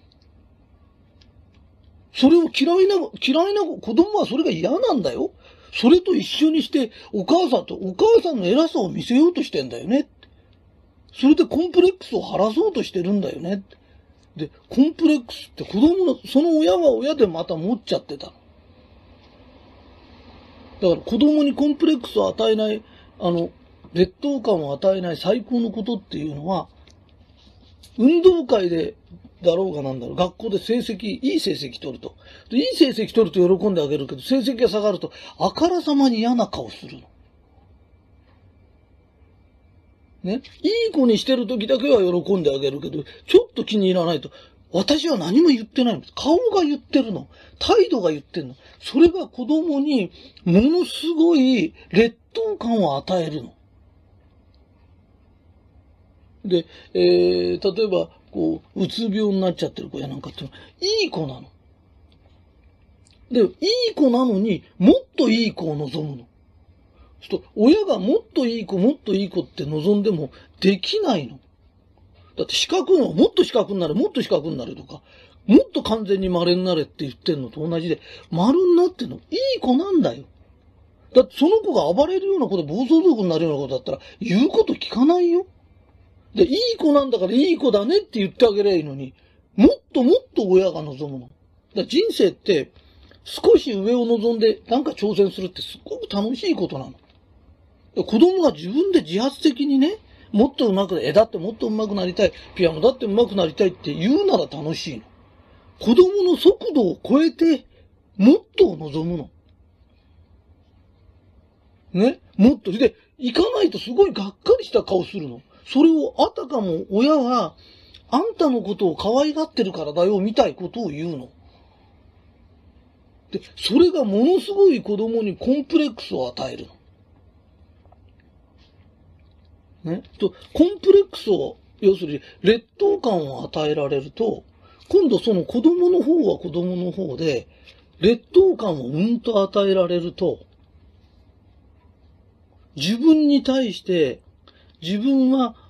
それを嫌いな、嫌いな子供はそれが嫌なんだよ。それと一緒にして、お母さんとお母さんの偉さを見せようとしてんだよね。それでコンプレックスを晴らそうとしてるんだよね。で、コンプレックスって子供の、その親は親でまた持っちゃってたの。だから子供にコンプレックスを与えない、あの、劣等感を与えない最高のことっていうのは、運動会でだろうがなんだろう、学校で成績、いい成績取ると。いい成績取ると喜んであげるけど、成績が下がると、あからさまに嫌な顔するの。ね。いい子にしてる時だけは喜んであげるけど、ちょっと気に入らないと、私は何も言ってないんです。顔が言ってるの。態度が言ってるの。それが子供にものすごい劣等感を与えるの。で、えー、例えば、こう、うつ病になっちゃってる子やなんかっていうのは、いい子なの。で、いい子なのにもっといい子を望むの。そうすると、親がもっといい子、もっといい子って望んでもできないの。だって四角の、もっと四角になれ、もっと四角になれとか、もっと完全に丸になれって言ってんのと同じで、丸になってんの、いい子なんだよ。だってその子が暴れるような子で暴走族になるような子だったら、言うこと聞かないよ。で、いい子なんだからいい子だねって言ってあげればいいのに、もっともっと親が望むの。だから人生って、少し上を望んでなんか挑戦するってすごく楽しいことなの。子供が自分で自発的にね、もっと上手くなり、え、だってもっと上手くなりたい、ピアノだって上手くなりたいって言うなら楽しいの。子供の速度を超えて、もっとを望むの。ね、もっと。で、行かないとすごいがっかりした顔するの。それをあたかも親は、あんたのことを可愛がってるからだよ、みたいことを言うの。で、それがものすごい子供にコンプレックスを与えるの。ね。と、コンプレックスを、要するに劣等感を与えられると、今度その子供の方は子供の方で、劣等感をうんと与えられると、自分に対して、自分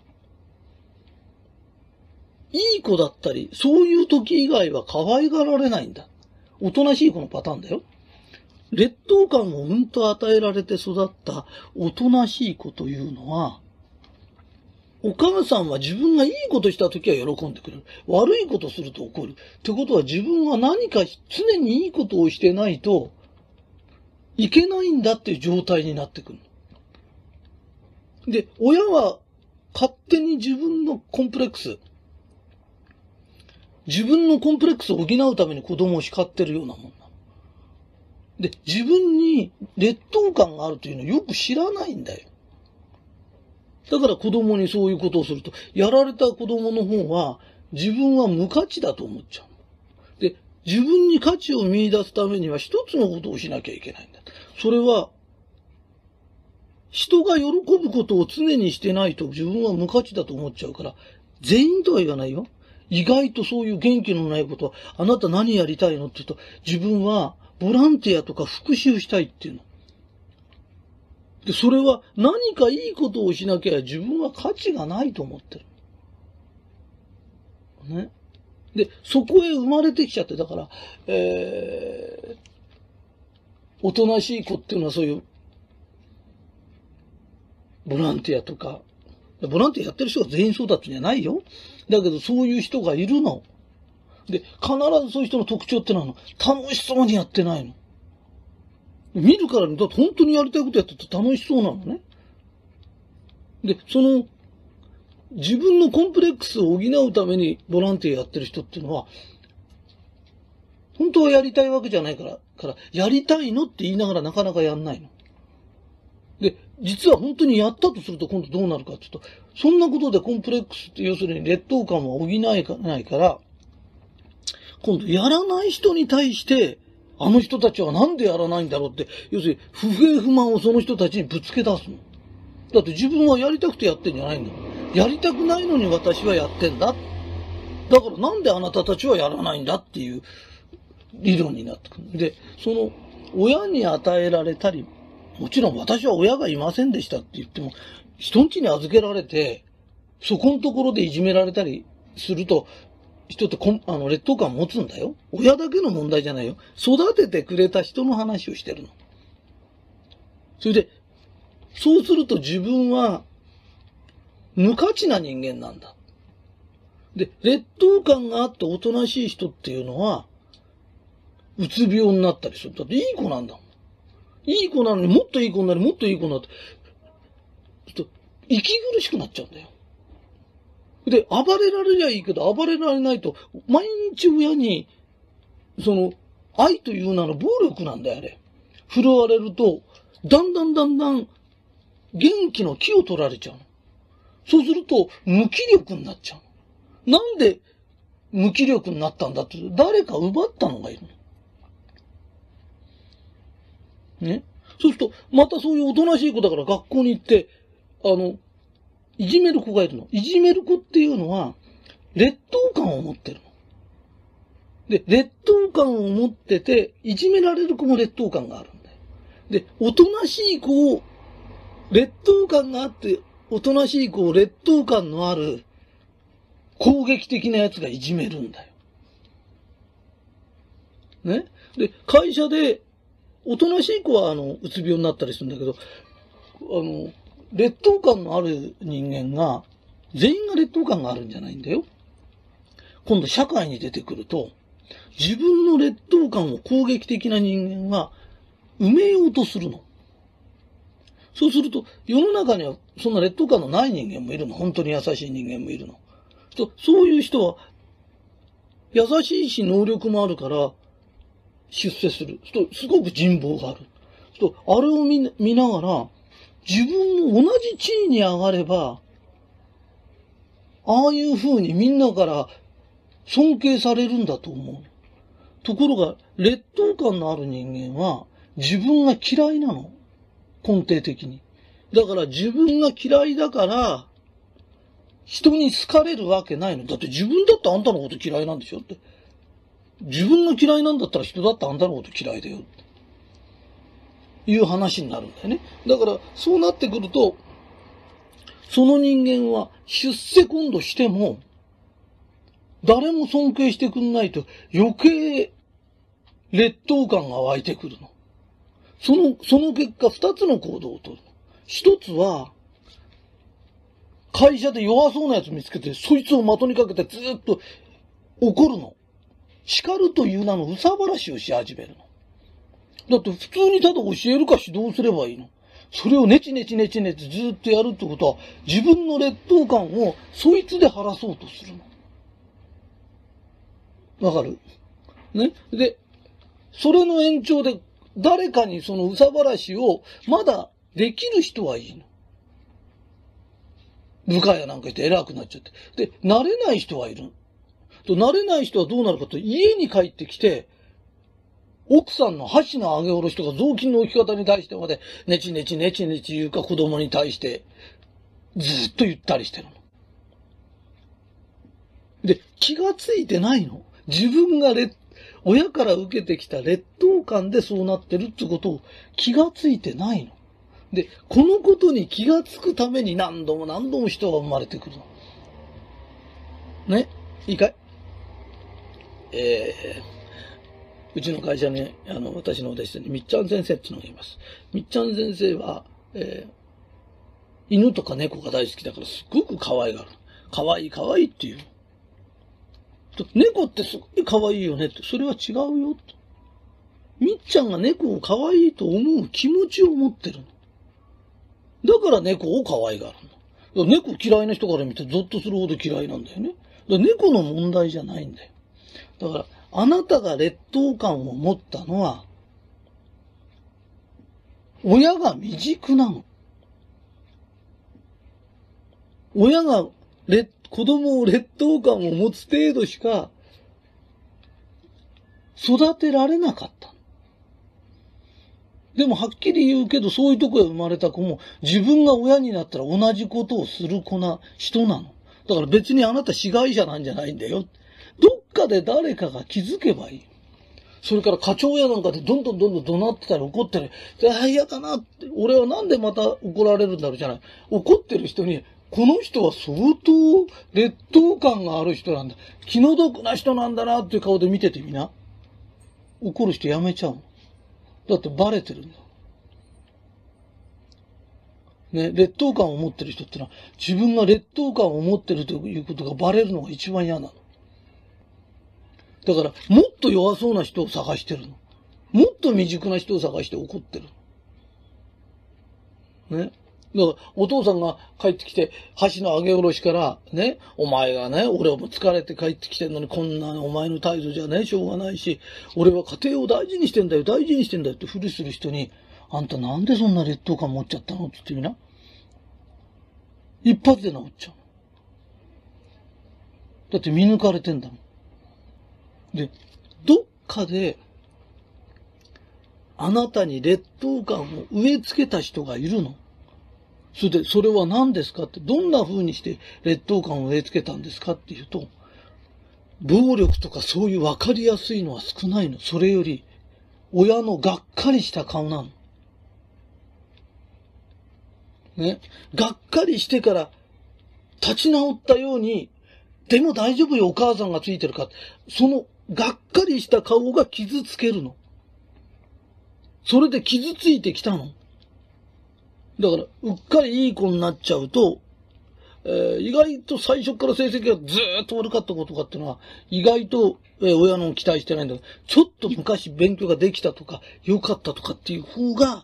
はいい子だったり、そういう時以外は可愛がられないんだ。おとなしい子のパターンだよ。劣等感をうんと与えられて育ったおとなしい子というのは、お母さんは自分がいいことした時は喜んでくれる。悪いことすると怒る。ってことは自分は何か常にいいことをしてないといけないんだっていう状態になってくる。で、親は勝手に自分のコンプレックス、自分のコンプレックスを補うために子供を叱ってるようなもんなの。 で、自分に劣等感があるというのをよく知らないんだよ。だから子供にそういうことをすると、やられた子供の方は自分は無価値だと思っちゃう。で、自分に価値を見出すためには一つのことをしなきゃいけないんだ。それは、人が喜ぶことを常にしてないと自分は無価値だと思っちゃうから、全員とは言わないよ。意外とそういう元気のないことは、あなた何やりたいのって言うと、自分はボランティアとか復讐したいっていうの。で、それは何かいいことをしなきゃ自分は価値がないと思ってる。ね。で、そこへ生まれてきちゃって、だから、えー、おとなしい子っていうのはそういう、ボランティアとか、ボランティアやってる人が全員そうだってんじゃないよ。だけどそういう人がいるの。で、必ずそういう人の特徴ってのは楽しそうにやってないの。見るからに、だって本当にやりたいことやってて楽しそうなのね。で、その、自分のコンプレックスを補うためにボランティアやってる人っていうのは、本当はやりたいわけじゃないから、から、やりたいのって言いながらなかなかやんないの。で、実は本当にやったとすると今度どうなるかっていうと、そんなことでコンプレックスって要するに劣等感は補えないから、今度やらない人に対して、あの人たちはなんでやらないんだろうって、要するに不平不満をその人たちにぶつけ出すの。だって自分はやりたくてやってんじゃないんだ。やりたくないのに私はやってんだ。だからなんであなたたちはやらないんだっていう理論になってくる。で、その親に与えられたり、もちろん私は親がいませんでしたって言っても、人ん家に預けられて、そこのところでいじめられたりすると、人ってこんあの劣等感持つんだよ。親だけの問題じゃないよ。育ててくれた人の話をしてるの。それで、そうすると自分は無価値な人間なんだ。で、劣等感があっておとなしい人っていうのは、うつ病になったりする。だっていい子なんだもん。いい子なのにもっといい子になり、もっといい子になって、ちょっと息苦しくなっちゃうんだよ。で、暴れられりゃいいけど、暴れられないと、毎日親に、その、愛という名の暴力なんだよ、あれ。振るわれると、だんだんだんだん、元気の気を取られちゃうの。そうすると、無気力になっちゃうの。なんで無気力になったんだって、誰か奪ったのがいるの。ね。そうすると、またそういうおとなしい子だから学校に行って、あの、いじめる子がいるの。いじめる子っていうのは、劣等感を持ってるの。で、劣等感を持ってて、いじめられる子も劣等感があるんだよ。で、おとなしい子を、劣等感があって、おとなしい子を劣等感のある、攻撃的なやつがいじめるんだよ。ね。で、会社で、おとなしい子は、あの、うつ病になったりするんだけど、あの、劣等感のある人間が、全員が劣等感があるんじゃないんだよ。今度社会に出てくると、自分の劣等感を攻撃的な人間が埋めようとするの。そうすると、世の中にはそんな劣等感のない人間もいるの。本当に優しい人間もいるの。そういう人は、優しいし能力もあるから、出世する。すごく人望がある。あれを見、見ながら、自分も同じ地位に上がれば、ああいう風にみんなから尊敬されるんだと思う。ところが、劣等感のある人間は、自分が嫌いなの。根底的に。だから自分が嫌いだから、人に好かれるわけないの。だって自分だってあんたのこと嫌いなんでしょって。自分が嫌いなんだったら人だってあんたのこと嫌いだよ。っていう話になるんだよね。だから、そうなってくると、その人間は出世今度しても、誰も尊敬してくんないと余計劣等感が湧いてくるの。その、その結果二つの行動をとる。一つは、会社で弱そうなやつ見つけて、そいつを的にかけてずっと怒るの。叱るという名の憂さ晴らしをし始めるの。だって普通にただ教えるか指導すればいいの。それをネチネチネチネチずっとやるってことは、自分の劣等感をそいつで晴らそうとするの。わかる？ね。で、それの延長で誰かにその憂さ晴らしをまだできる人はいいの。部下やなんかして偉くなっちゃって。で、慣れない人はいる。と慣れない人はどうなるかと、家に帰ってきて、奥さんの箸の上げ下ろしとか雑巾の置き方に対してまで、ネチネチネチネチ言うか子供に対して、ずっと言ったりしてるの。で、気がついてないの。自分が劣、親から受けてきた劣等感でそうなってるってことを気がついてないの。で、このことに気がつくために何度も何度も人が生まれてくるの。ね、いいかい？えー、うちの会社に、あの、私のお弟子にみっちゃん先生っていうのがいます。みっちゃん先生は、えー、犬とか猫が大好きだからすっごく可愛がる。可愛い可愛いっていう。猫ってすごい可愛いよねって。それは違うよって。みっちゃんが猫を可愛いと思う気持ちを持ってるの。だから猫を可愛がるの。猫嫌いな人から見てゾッとするほど嫌いなんだよね。だから猫の問題じゃないんだよ。だから、あなたが劣等感を持ったのは、親が未熟なの。親が劣、子供を劣等感を持つ程度しか育てられなかった。でもはっきり言うけど、そういうとこへ生まれた子も自分が親になったら同じことをする子な人なの。だから別にあなた被害者なんじゃないんだよ。どっかで誰かが気づけばいい。それから課長やなんかでどんどんどんどん怒鳴ってたり怒ってる。ああ、嫌だなって。俺はなんでまた怒られるんだろうじゃない。怒ってる人に、この人は相当劣等感がある人なんだ。気の毒な人なんだなっていう顔で見ててみな。怒る人やめちゃうの。だってバレてるんだ。ね、劣等感を持ってる人ってのは、自分が劣等感を持ってるということがバレるのが一番嫌なの。だから、もっと弱そうな人を探してるの。もっと未熟な人を探して怒ってる。ね。だから、お父さんが帰ってきて、箸の上げ下ろしから、ね、お前がね、俺はもう疲れて帰ってきてんのに、こんなお前の態度じゃね、しょうがないし、俺は家庭を大事にしてんだよ、大事にしてんだよってふりする人に、あんたなんでそんな劣等感持っちゃったのって言ってみな。一発で治っちゃう。だって見抜かれてんだもん。で、どっかで、あなたに劣等感を植え付けた人がいるの。それで、それは何ですかって、どんな風にして劣等感を植え付けたんですかっていうと、暴力とかそういう分かりやすいのは少ないの。それより、親のがっかりした顔なの。ね。がっかりしてから立ち直ったように、でも大丈夫よお母さんがついてるか。そのがっかりした顔が傷つけるの。それで傷ついてきたの。だから、うっかりいい子になっちゃうと、えー、意外と最初から成績がずーっと悪かった子とかっていうのは、意外と、えー、親の期待してないんだけど、ちょっと昔勉強ができたとか、良かったとかっていう方が、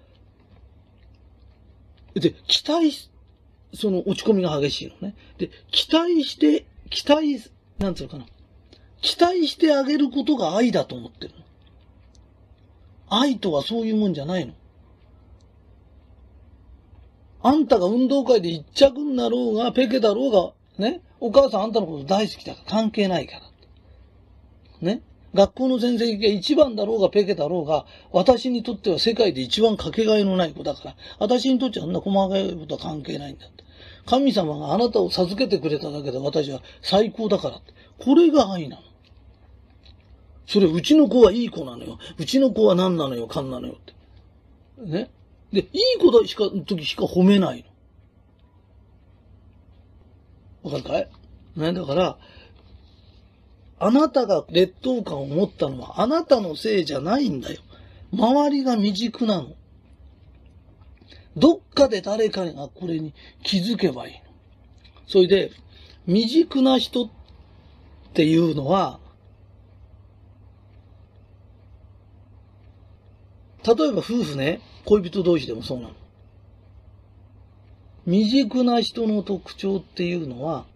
で、期待、その落ち込みが激しいのね。で、期待して、期待、なんつうのかな。期待してあげることが愛だと思ってるの。愛とはそういうもんじゃないの。あんたが運動会で一着になろうが、ペケだろうが、ね。お母さんあんたのこと大好きだから関係ないから。ね。学校の成績が一番だろうが、ペケだろうが、私にとっては世界で一番かけがえのない子だから、私にとってはあんな細かいことは関係ないんだって。神様があなたを授けてくれただけで私は最高だからって。これが愛なの。それ、うちの子はいい子なのよ。うちの子は何なのよ、勘なのよって。ね。で、いい子だしか、時しか褒めないの。わかるかい？ね。だから、あなたが劣等感を持ったのはあなたのせいじゃないんだよ。周りが未熟なの。どっかで誰かがこれに気づけばいいの。それで、未熟な人っていうのは、例えば夫婦ね、恋人同士でもそうなの。未熟な人の特徴っていうのは、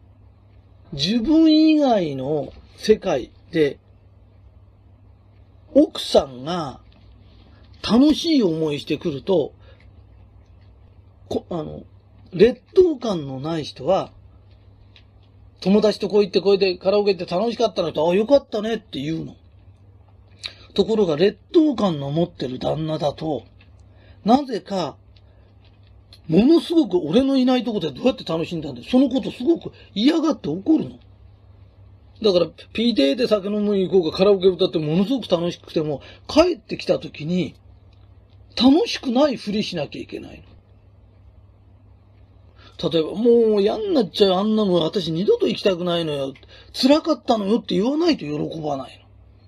自分以外の世界で奥さんが楽しい思いしてくると、こあの、劣等感のない人は、友達とこう行ってこうでカラオケ行って楽しかったのと、ああ、よかったねって言うの。ところが劣等感の持ってる旦那だと、なぜか、ものすごく俺のいないとこでどうやって楽しんだんだよ。そのことすごく嫌がって怒るの。だから、ピーティー で酒飲みに行こうかカラオケ歌ってものすごく楽しくても、帰ってきた時に、楽しくないふりしなきゃいけないの。例えば、もう嫌になっちゃう、あんなの私二度と行きたくないのよ。辛かったのよって言わないと喜ばない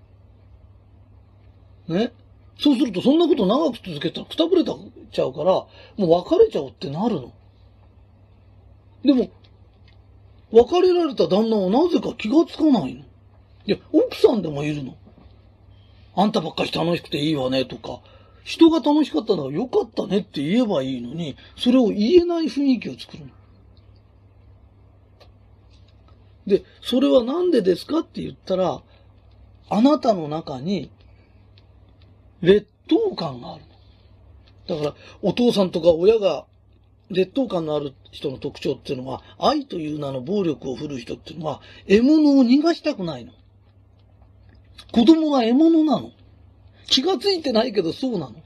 の。ね。そうすると、そんなこと長く続けたらくたぶれちゃうから、もう別れちゃおうってなるの。でも、別れられた旦那はなぜか気がつかないの。いや、奥さんでもいるの。あんたばっかし楽しくていいわねとか、人が楽しかったのはよかったねって言えばいいのに、それを言えない雰囲気を作るの。で、それはなんでですかって言ったら、あなたの中に劣等感があるの。だから、お父さんとか親が劣等感のある人の特徴っていうのは、愛という名の暴力を振るう人っていうのは、獲物を逃がしたくないの。子供が獲物なの。気がついてないけどそうなの。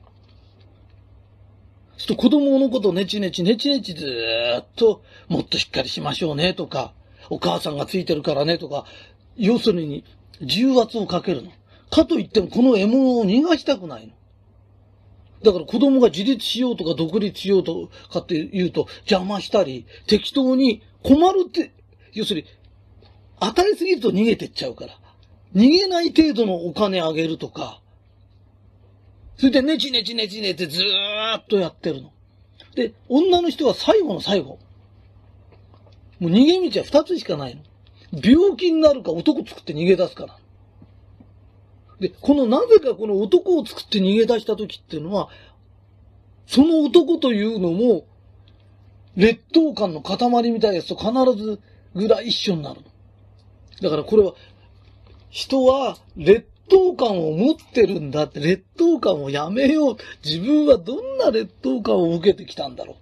そうすると子供のことネチネチネチネチずーっと、もっとしっかりしましょうねとか、お母さんがついてるからねとか、要するに重圧をかけるの。かといってもこの獲物を逃がしたくないの。だから子供が自立しようとか独立しようとかって言うと邪魔したり、適当に困るって、要するに、与えすぎると逃げてっちゃうから。逃げない程度のお金あげるとか、それでネチネチネチネチずーっとやってるの。で、女の人は最後の最後。もう逃げ道は二つしかないの。病気になるか男作って逃げ出すから。で、このなぜかこの男を作って逃げ出した時っていうのは、その男というのも、劣等感の塊みたいなやつと必ずぐらい一緒になるの。だからこれは、人は劣等感を持ってるんだって、劣等感をやめよう。自分はどんな劣等感を受けてきたんだろ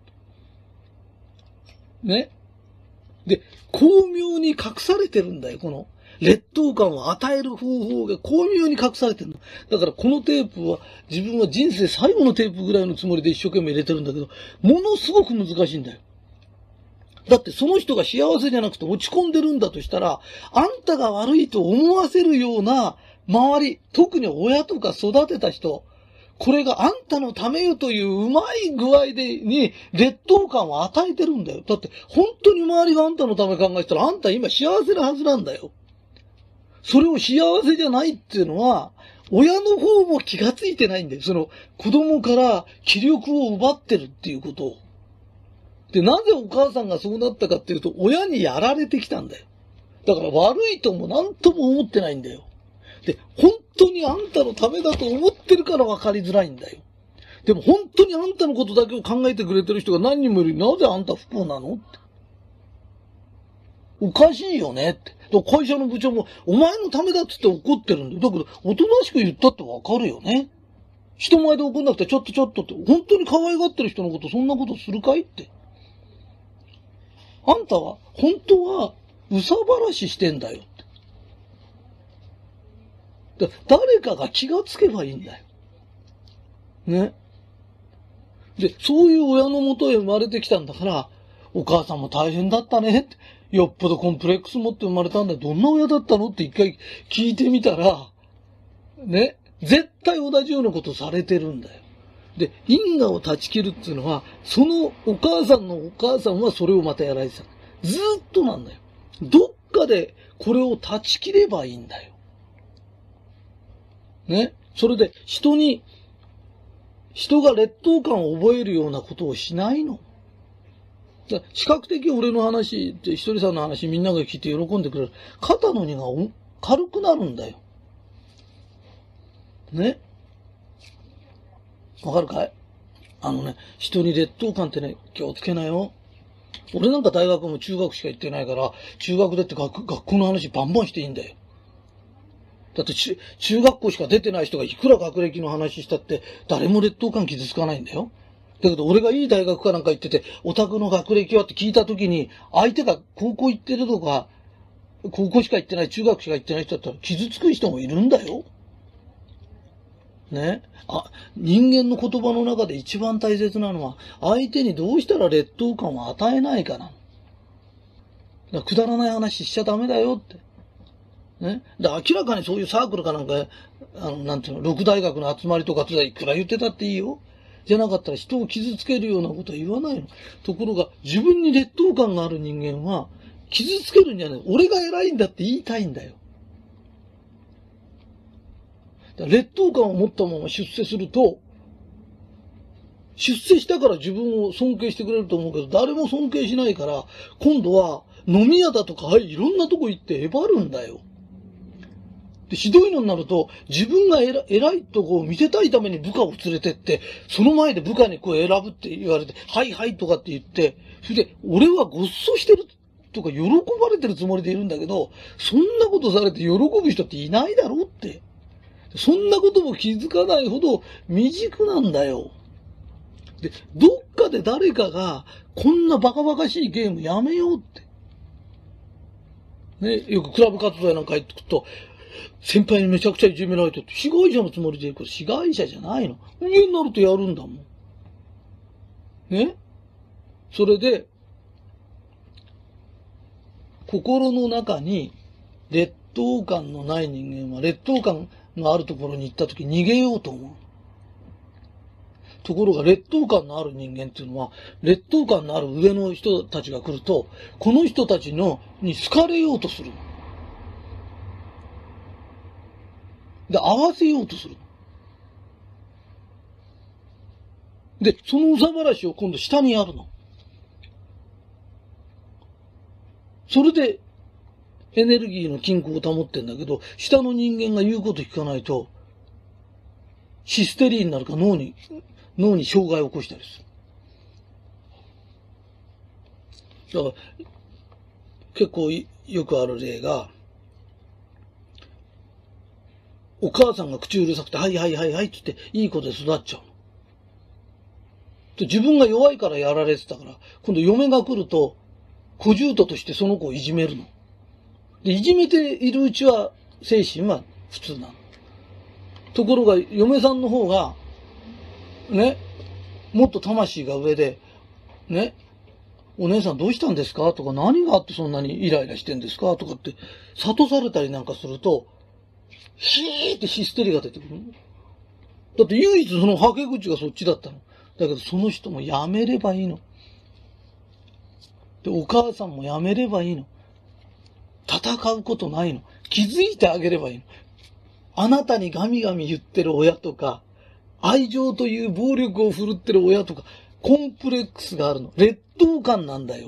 う。ね。で、巧妙に隠されてるんだよ、この。劣等感を与える方法が巧妙に隠されてるの。だからこのテープは自分は人生最後のテープぐらいのつもりで一生懸命入れてるんだけど、ものすごく難しいんだよ。だってその人が幸せじゃなくて落ち込んでるんだとしたら、あんたが悪いと思わせるような周り、特に親とか育てた人、これがあんたのためよといううまい具合でに劣等感を与えてるんだよ。だって本当に周りがあんたのため考えてたらあんた今幸せなはずなんだよ。それを幸せじゃないっていうのは、親の方も気がついてないんだよ。その子供から気力を奪ってるっていうことを。で、なぜお母さんがそうなったかっていうと、親にやられてきたんだよ。だから悪いとも何とも思ってないんだよ。で、本当にあんたのためだと思ってるから分かりづらいんだよ。でも本当にあんたのことだけを考えてくれてる人が何人もいる。なぜあんた不幸なのって。おかしいよねって。会社の部長も、お前のためだっつって怒ってるんだよ。だけど、おとなしく言ったってわかるよね。人前で怒んなくて、ちょっとちょっとって、本当に可愛がってる人のこと、そんなことするかいって。あんたは、本当は、うさばらししてんだよって。だ誰かが気がつけばいいんだよ。ね。で、そういう親のもとへ生まれてきたんだから、お母さんも大変だったねって。よっぽどコンプレックス持って生まれたんだよ。どんな親だったのって一回聞いてみたら、ね、絶対同じようなことされてるんだよ。で、因果を断ち切るっていうのは、そのお母さんのお母さんはそれをまたやられてた。ずーっとなんだよ。どっかでこれを断ち切ればいいんだよ。ね。それで人に、人が劣等感を覚えるようなことをしないの。視覚的俺の話ってひとりさんの話みんなが聞いて喜んでくれる。肩の荷が軽くなるんだよ。ね。わかるかい？あのね、人に劣等感ってね、気をつけなよ。俺なんか大学も中学しか行ってないから、中学でって学、学校の話バンバンしていいんだよ。 だって中学校しか出てない人がいくら学歴の話したって誰も劣等感傷つかないんだよ。だけど俺がいい大学かなんか行ってて、オタクの学歴はって聞いたときに、相手が高校行ってるとか、高校しか行ってない、中学しか行ってない人だったら傷つく人もいるんだよ。ね。あ、人間の言葉の中で一番大切なのは、相手にどうしたら劣等感を与えないかな。だからくだらない話しちゃダメだよって。ね。で、明らかにそういうサークルかなんか、あの、なんていうの、六大学の集まりとかっていくら言ってたっていいよ。じゃなかったら人を傷つけるようなことは言わないの。ところが、自分に劣等感がある人間は、傷つけるんじゃない。俺が偉いんだって言いたいんだよ。だから劣等感を持ったまま出世すると、出世したから自分を尊敬してくれると思うけど、誰も尊敬しないから、今度は飲み屋だとか、はい、いろんなとこ行ってえばるんだよ。で、ひどいのになると、自分が偉偉いとこを見せたいために部下を連れてって、その前で部下にこう選ぶって言われて、はいはいとかって言って、それで、俺はごっそしてるとか喜ばれてるつもりでいるんだけど、そんなことされて喜ぶ人っていないだろうって。そんなことも気づかないほど未熟なんだよ。で、どっかで誰かが、こんなバカバカしいゲームやめようって。ね、よくクラブ活動やなんか行ってくと、先輩にめちゃくちゃいじめられてる。被害者のつもりでいるけど、被害者じゃないの。上になるとやるんだもん。ね。それで、心の中に劣等感のない人間は、劣等感のあるところに行ったとき逃げようと思う。ところが劣等感のある人間っていうのは、劣等感のある上の人たちが来ると、この人たちのに好かれようとする。で、合わせようとする。で、その憂さ晴らしを今度下にやるの。それで、エネルギーの均衡を保ってんだけど、下の人間が言うこと聞かないと、ヒステリーになるか脳に、脳に障害を起こしたりする。だから、結構よくある例が、お母さんが口うるさくて、はいはいはいはいって言って、いい子で育っちゃうの。で、自分が弱いからやられてたから、今度嫁が来ると、小獣人としてその子をいじめるの。で、いじめているうちは、精神は普通なの。ところが、嫁さんの方が、ね、もっと魂が上で、ね、お姉さんどうしたんですかとか、何があってそんなにイライラしてんですかとかって、諭されたりなんかすると、ヒーってヒステリーが出てくる。だって唯一そのはけ口がそっちだったの。だけどその人もやめればいいの。で、お母さんもやめればいいの。戦うことないの。気づいてあげればいいの。あなたにガミガミ言ってる親とか、愛情という暴力を振るってる親とか、コンプレックスがあるの。劣等感なんだよ。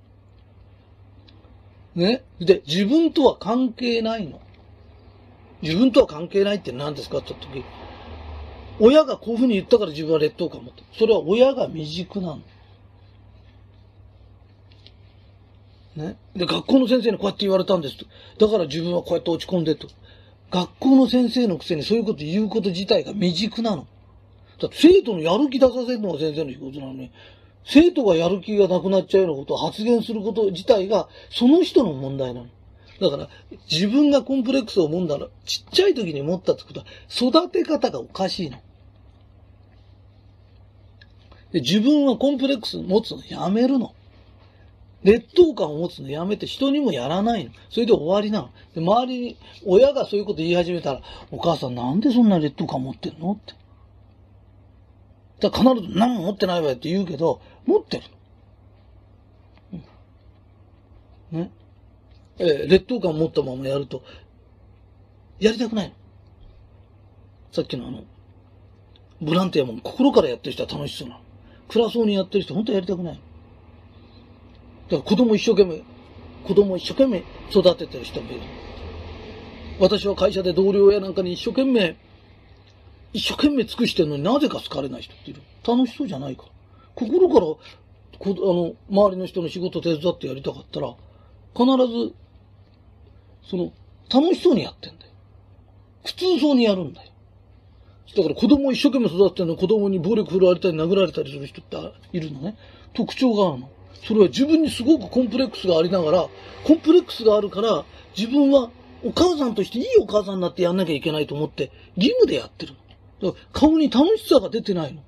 ね。で、自分とは関係ないの。自分とは関係ないって何ですかって言った時、親がこういうふうに言ったから自分は劣等感を持ってる。それは親が未熟なの。ね。で、学校の先生にこうやって言われたんですと。だから自分はこうやって落ち込んでと。学校の先生のくせにそういうこと言うこと自体が未熟なの。だって生徒のやる気出させるのが先生の仕事なのに、生徒がやる気がなくなっちゃうようなことを発言すること自体がその人の問題なの。だから、自分がコンプレックスを持んだら、ちっちゃい時に持ったってことは、育て方がおかしいの。で、自分はコンプレックス持つのやめるの。劣等感を持つのやめて人にもやらないの。それで終わりなの。で、周りに、親がそういうこと言い始めたら、お母さんなんでそんな劣等感持ってんのって。だから必ず何も持ってないわよって言うけど、持ってるの。うん、ね。えー、劣等感を持ったままやると、やりたくないの。さっきのあの、ボランティアも心からやってる人は楽しそうなの。暗そうにやってる人本当はやりたくないの。だから子供一生懸命、子供一生懸命育ててる人もいる。私は会社で同僚やなんかに一生懸命、一生懸命尽くしてるのになぜか好かれない人っている。楽しそうじゃないから。心から、こあの、周りの人の仕事手伝ってやりたかったら、必ず、その、楽しそうにやってんだよ。 苦痛そうにやるんだよ。だから子供を一生懸命育ててるの子供に暴力振るわれたり殴られたりする人っているのね。特徴があるの。それは自分にすごくコンプレックスがありながら、コンプレックスがあるから、自分はお母さんとしていいお母さんになってやんなきゃいけないと思って、義務でやってるの。だから顔に楽しさが出てないの。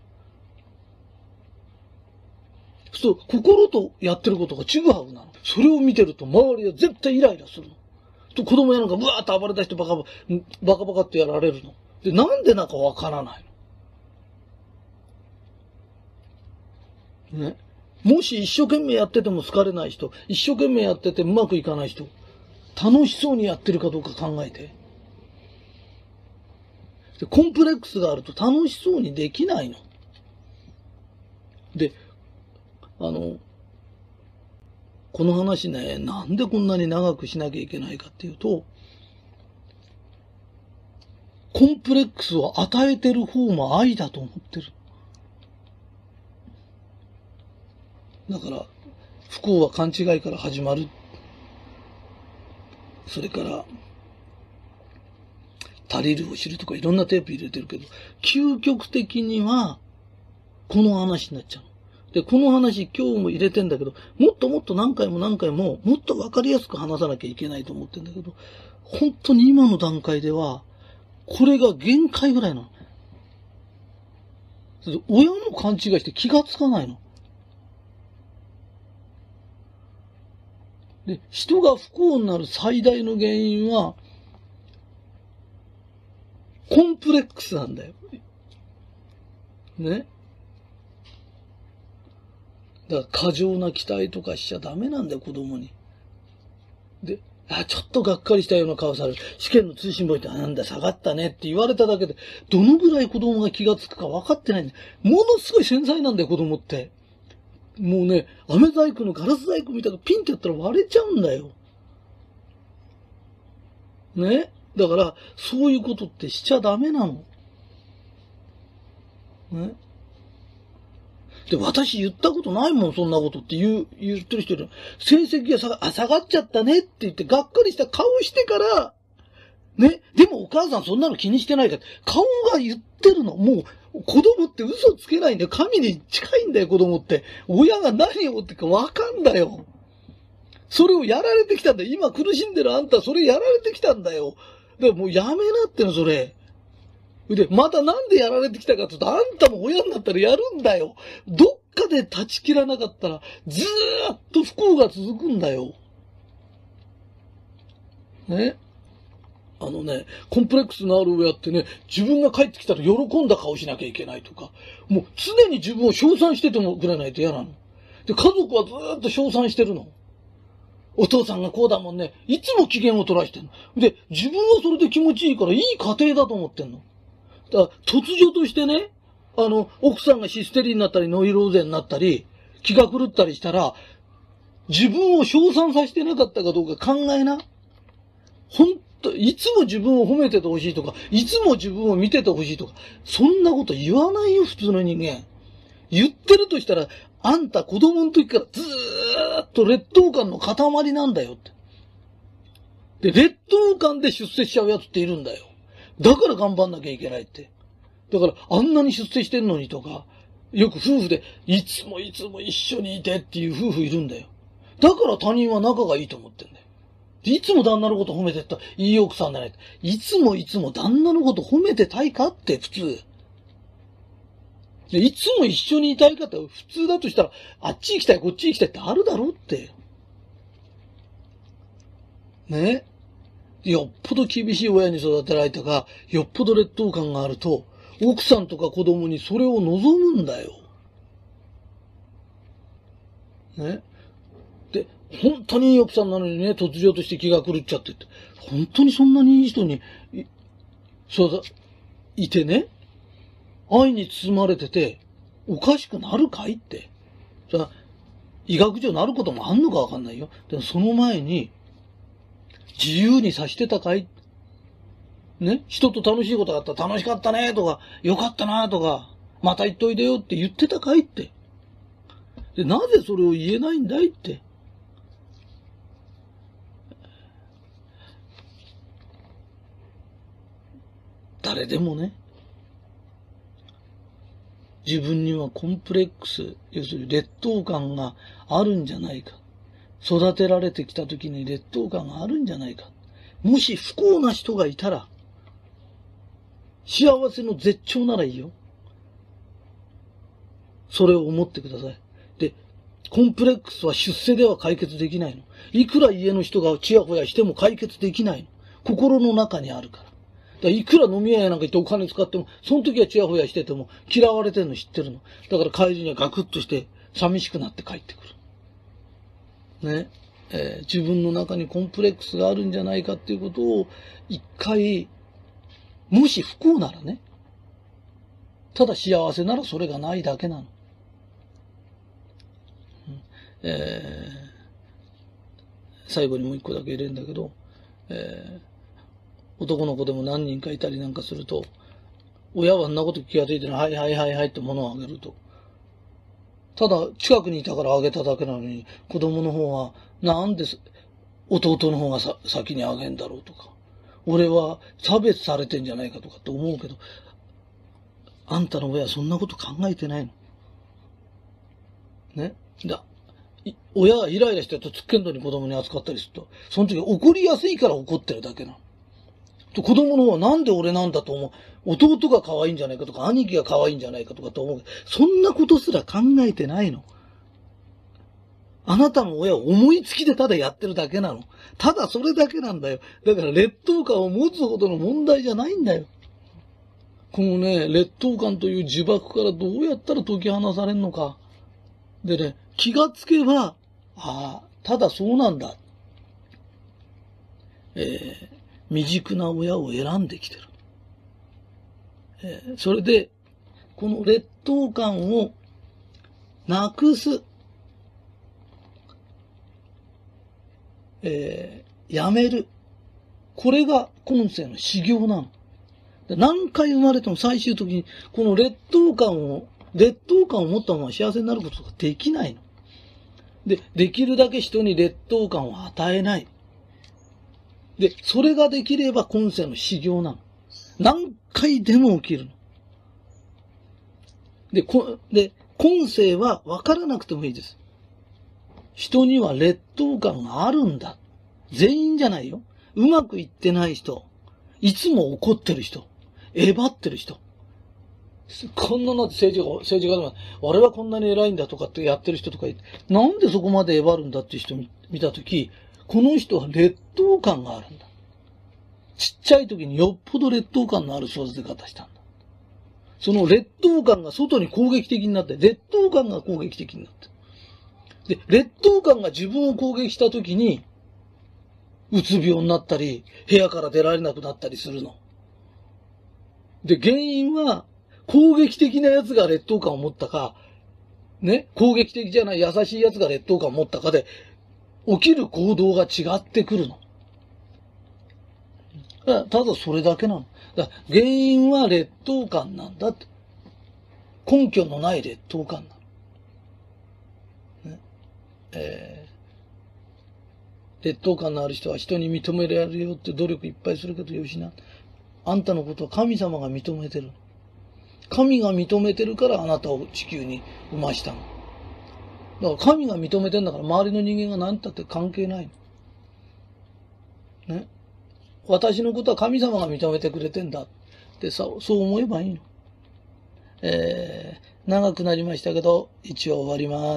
そう、心とやってることがちぐはぐなの。それを見てると周りは絶対イライラするの。と子供やなんかブワーッと暴れた人バカバカ、バカバカってやられるの。で、なんでなんかわからないの。ね。もし一生懸命やってても好かれない人、一生懸命やっててうまくいかない人、楽しそうにやってるかどうか考えて。で、コンプレックスがあると楽しそうにできないの。で、あの、この話ね、なんでこんなに長くしなきゃいけないかっていうと、コンプレックスを与えてる方も愛だと思ってる。だから、不幸は勘違いから始まる。それから、足りるを知るとかいろんなテープ入れてるけど、究極的には、この話になっちゃう。で、この話今日も入れてんだけど、もっともっと何回も何回も、もっとわかりやすく話さなきゃいけないと思ってんだけど、本当に今の段階では、これが限界ぐらいなの。親も勘違いして気がつかないの。で、人が不幸になる最大の原因は、コンプレックスなんだよ。ね。だから過剰な期待とかしちゃダメなんだよ、子供に。で、あ、ちょっとがっかりしたような顔される。試験の通信簿ってなんだ、下がったねって言われただけで、どのぐらい子供が気がつくか分かってないんだよ。ものすごい繊細なんだよ、子供って。もうね、飴細工のガラス細工みたいなピンってやったら割れちゃうんだよ。ね。だから、そういうことってしちゃダメなの。ね。で、私言ったことないもん、そんなことって言う、言ってる人いる。成績が下が、あ、下がっちゃったねって言って、がっかりした顔してから、ね。でもお母さんそんなの気にしてないから、顔が言ってるの。もう、子供って嘘つけないんだよ。神に近いんだよ、子供って。親が何を思ってるかわかんだよ。それをやられてきたんだよ。今苦しんでるあんた、それやられてきたんだよ。だからもうやめなっての、それ。で、またなんでやられてきたかって言うと、あんたも親になったらやるんだよ。どっかで断ち切らなかったら、ずーっと不幸が続くんだよ。ね。あのね、コンプレックスのある親ってね、自分が帰ってきたら喜んだ顔しなきゃいけないとか、もう常に自分を称賛しててもくれないと嫌なの。で、家族はずーっと称賛してるの。お父さんがこうだもんね。いつも機嫌を取らしてんの。で、自分はそれで気持ちいいからいい家庭だと思ってんの。だから突如としてね、あの、奥さんがヒステリーになったり、ノイローゼになったり、気が狂ったりしたら、自分を称賛させてなかったかどうか考えな。ほんと、いつも自分を褒めててほしいとか、いつも自分を見ててほしいとか、そんなこと言わないよ、普通の人間。言ってるとしたら、あんた子供の時からずーっと劣等感の塊なんだよって。で、劣等感で出世しちゃうやつっているんだよ。だから頑張んなきゃいけないって。だから、あんなに出世してんのにとか、よく夫婦で、いつもいつも一緒にいてっていう夫婦いるんだよ。だから他人は仲がいいと思ってんだよ。いつも旦那のこと褒めてったら、いい奥さんじゃない。いつもいつも旦那のこと褒めてたいかって普通。で、いつも一緒にいたいかって普通だとしたら、あっち行きたい、こっち行きたいってあるだろうって。ね。よっぽど厳しい親に育てられたか、よっぽど劣等感があると、奥さんとか子供にそれを望むんだよ。ね。で、本当にいい奥さんなのにね、突如として気が狂っちゃってって。本当にそんなにいい人に、い、そうだ、いてね、愛に包まれてて、おかしくなるかいって。さ、医学上なることもあんのかわかんないよ。でもその前に、自由にさしてたかい？ね、人と楽しいことがあったら楽しかったねとか、よかったなとか、また言っといでよって言ってたかいって。で、なぜそれを言えないんだいって。 誰でもね、自分にはコンプレックス、要するに劣等感があるんじゃないか。育てられてきた時に劣等感があるんじゃないか。もし不幸な人がいたら、幸せの絶頂ならいいよ。それを思ってください。で、コンプレックスは出世では解決できないの。いくら家の人がチヤホヤしても解決できないの。心の中にあるから。だからいくら飲み屋やなんか行ってお金使っても、その時はチヤホヤしてても嫌われてるの知ってるの。だから帰りにはガクッとして寂しくなって帰ってくる。ね。えー、自分の中にコンプレックスがあるんじゃないかっていうことを一回、もし不幸ならね、ただ幸せならそれがないだけなの。えー、最後にもう一個だけ入れるんだけど、えー、男の子でも何人かいたりなんかすると、親はあんなこと気がついてるの、はいはいはいはいって物をあげると。ただ近くにいたからあげただけなのに、子供の方はなんで弟の方がさ先にあげんだろうとか、俺は差別されてんじゃないかとかって思うけど、あんたの親はそんなこと考えてないの。ね。だ親がイライラしてるとつっけんどに子供に扱ったりすると、その時怒りやすいから怒ってるだけなの。子供の方はなんで俺なんだと思う。弟が可愛いんじゃないかとか、兄貴が可愛いんじゃないかとかと思うけど、そんなことすら考えてないの。あなたの親は思いつきでただやってるだけなの。ただそれだけなんだよ。だから劣等感を持つほどの問題じゃないんだよ。このね、劣等感という呪縛からどうやったら解き放されるのか。でね、気がつけば、ああ、ただそうなんだ。えー、未熟な親を選んできてる。えー、それで、この劣等感をなくす。えー、やめる。これが今世の修行なの。何回生まれても最終的にこの劣等感を、劣等感を持ったまま幸せになることができないの。で、できるだけ人に劣等感を与えない。で、それができれば今世の修行なの。何回でも起きるの。で、こで今世は分からなくてもいいです。人には劣等感があるんだ。全員じゃないよ。うまくいってない人、いつも怒ってる人、えばってる人。こんなの政治家、政治家でも、俺はこんなに偉いんだとかってやってる人とかいて、なんでそこまでえばるんだっていう人見たとき、この人は劣等感があるんだ。ちっちゃい時によっぽど劣等感のある育て方したんだ。その劣等感が外に攻撃的になって、劣等感が攻撃的になって。で、劣等感が自分を攻撃した時に、うつ病になったり、部屋から出られなくなったりするの。で、原因は、攻撃的な奴が劣等感を持ったか、ね、攻撃的じゃない優しい奴が劣等感を持ったかで、起きる行動が違ってくるの。ただそれだけなの。だから原因は劣等感なんだって。根拠のない劣等感なの。ねえー、劣等感のある人は人に認められるよって努力いっぱいするけどよしな。あんたのことは神様が認めてる。神が認めてるからあなたを地球に生ましたの。だから神が認めてんだから周りの人間が何たって関係ないの。ね。私のことは神様が認めてくれてんだってさ、そう思えばいいの。えー、長くなりましたけど、一応終わります。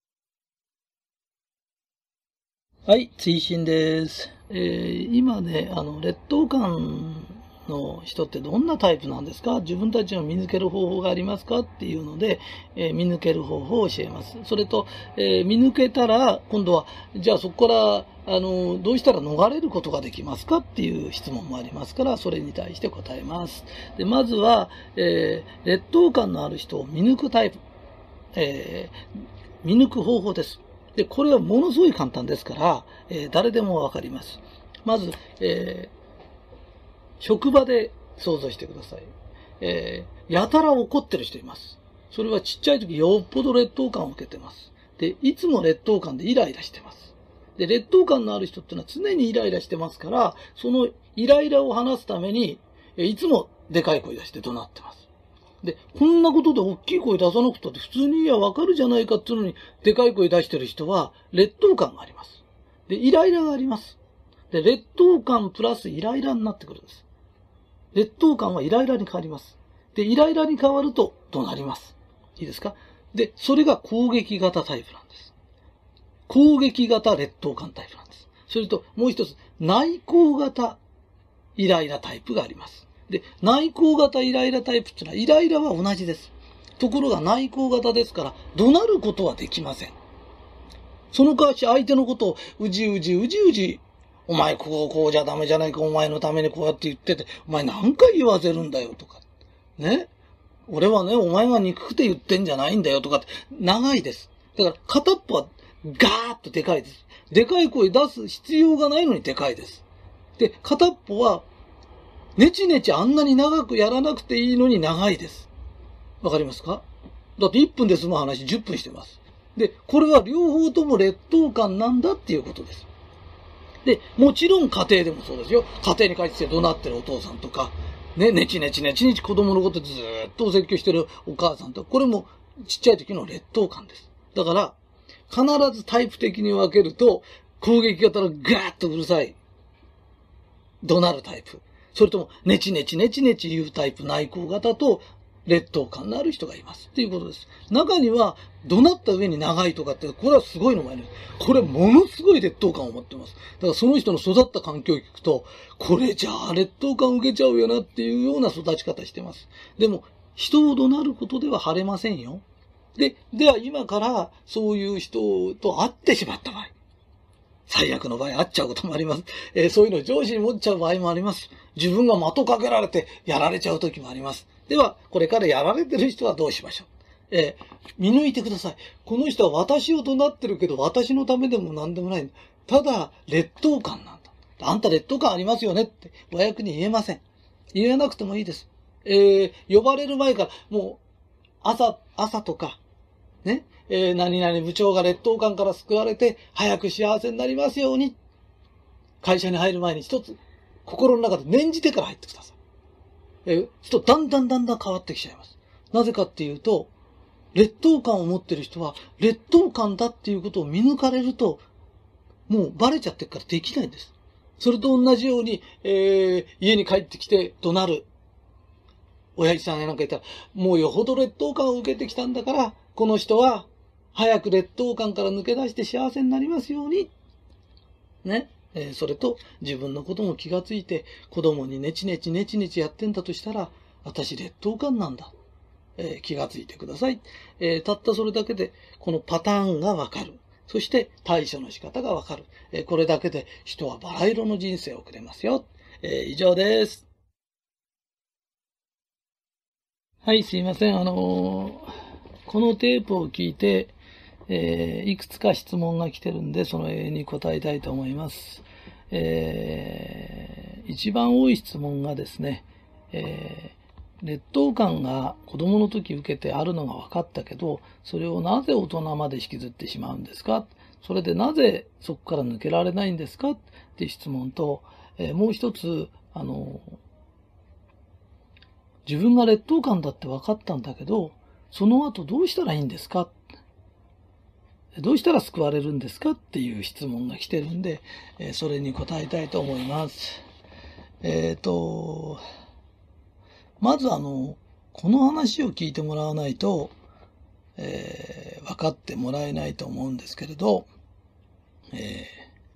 はい、追伸です。えー、今ね、あの、劣等感の人ってどんなタイプなんですか？自分たちを見抜ける方法がありますかっていうので、えー、見抜ける方法を教えます。それと、えー、見抜けたら、今度は、じゃあそこから、あの、どうしたら逃れることができますかっていう質問もありますから、それに対して答えます。で、まずは、えー、劣等感のある人を見抜くタイプ、えー、見抜く方法です。で、これはものすごい簡単ですから、えー、誰でもわかります。まず、えー職場で想像してください。えー、やたら怒ってる人います。それはちっちゃい時よっぽど劣等感を受けてます。で、いつも劣等感でイライラしてます。で、劣等感のある人ってのは常にイライラしてますから、そのイライラを話すために、いつもでかい声出して怒鳴ってます。で、こんなことで大きい声出さなくたって普通にいやわかるじゃないかっていうのに、でかい声出してる人は劣等感があります。で、イライラがあります。で、劣等感プラスイライラになってくるんです。劣等感はイライラに変わります。で、イライラに変わると怒鳴ります。いいですか？で、それが攻撃型タイプなんです。攻撃型劣等感タイプなんです。それともう一つ、内向型イライラタイプがあります。で、内向型イライラタイプっていうのは、イライラは同じです。ところが内向型ですから、怒鳴ることはできません。その代わし相手のことをうじうじうじうじ、お前こうこうじゃダメじゃないか、お前のためにこうやって言ってて、お前何回言わせるんだよとか。ね。俺はね、お前が憎くて言ってんじゃないんだよとかって、長いです。だから片っぽはガーッとでかいです。でかい声出す必要がないのにでかいです。で、片っぽは、ねちねちあんなに長くやらなくていいのに長いです。わかりますか？だっていっぷんで済む話じゅっぷんしてます。で、これは両方とも劣等感なんだっていうことです。で、もちろん家庭でもそうですよ。家庭に帰って怒鳴ってるお父さんとか、ね、ねちねちねちねち子供のことずーっとお説教してるお母さんとか、これもちっちゃい時の劣等感です。だから、必ずタイプ的に分けると、攻撃型のガーッとうるさい、怒鳴るタイプ。それとも、ねちねちねちねち言うタイプ、内向型と、劣等感のある人がいます。っていうことです。中には、怒鳴った上に長いとかって、これはすごいのもある。これ、ものすごい劣等感を持ってます。だからその人の育った環境を聞くと、これじゃあ劣等感受けちゃうよなっていうような育ち方してます。でも、人を怒鳴ることでは晴れませんよ。で、では今からそういう人と会ってしまった場合、最悪の場合会っちゃうこともあります。えー、そういうのを上司に持っちゃう場合もあります。自分が的かけられてやられちゃう時もあります。では、これからやられてる人はどうしましょう。えー、見抜いてください。この人は私を怒鳴ってるけど、私のためでも何でもない。ただ、劣等感なんだ。あんた劣等感ありますよねって、お役に言えません。言えなくてもいいです。えー、呼ばれる前から、もう、朝、朝とか、ね、えー、何々部長が劣等感から救われて、早く幸せになりますように。会社に入る前に一つ、心の中で念じてから入ってください。えー、人、だんだんだんだん変わってきちゃいます。なぜかっていうと、劣等感を持ってる人は、劣等感だっていうことを見抜かれると、もうバレちゃってるからできないんです。それと同じように、えー、家に帰ってきて怒鳴る。親父さんやなんかいたら、もうよほど劣等感を受けてきたんだから、この人は、早く劣等感から抜け出して幸せになりますように。ね。えー、それと、自分のことも気がついて、子供にネチネチネチネチやってんだとしたら、私劣等感なんだ。えー、気がついてください。えー、たったそれだけで、このパターンがわかる。そして対処の仕方がわかる。えー、これだけで人はバラ色の人生を送れますよ。えー、以上です。はい、すいません。あのー、このテープを聞いて、えー、いくつか質問が来てるんで、その絵に答えたいと思います。えー、一番多い質問がですね、えー、劣等感が子供の時受けてあるのが分かったけど、それをなぜ大人まで引きずってしまうんですか？それでなぜそこから抜けられないんですか？っていう質問と、えー、もう一つ、あの、自分が劣等感だって分かったんだけど、その後どうしたらいいんですか？どうしたら救われるんですかっていう質問が来てるんで、それに答えたいと思います。えっと、まずあの、この話を聞いてもらわないと、えー、分かってもらえないと思うんですけれど、えー、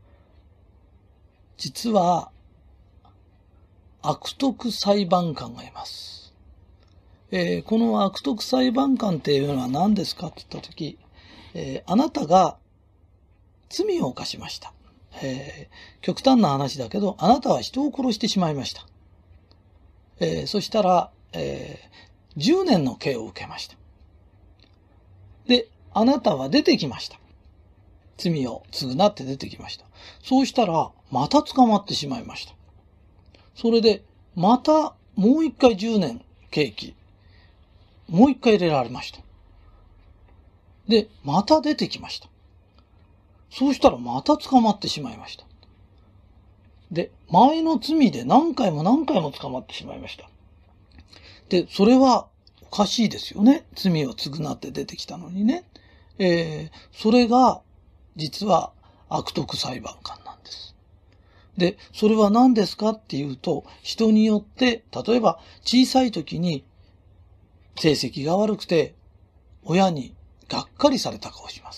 実は悪徳裁判官がいます。えー、この悪徳裁判官っていうのは何ですかって言ったとき、えー、あなたが罪を犯しました、えー。極端な話だけど、あなたは人を殺してしまいました。えー、そしたら、えー、じゅうねんの刑を受けました。で、あなたは出てきました。罪を償って出てきました。そうしたら、また捕まってしまいました。それで、またもう一回じゅうねん刑期、もう一回入れられました。で、また出てきました。そうしたらまた捕まってしまいました。で、前の罪で何回も何回も捕まってしまいました。 で、それはおかしいですよね。罪を償って出てきたのにね。えー、それが実は悪徳裁判官なんです。で、それは何ですかっていうと、人によって、例えば小さい時に成績が悪くて親にがっかりされた顔します。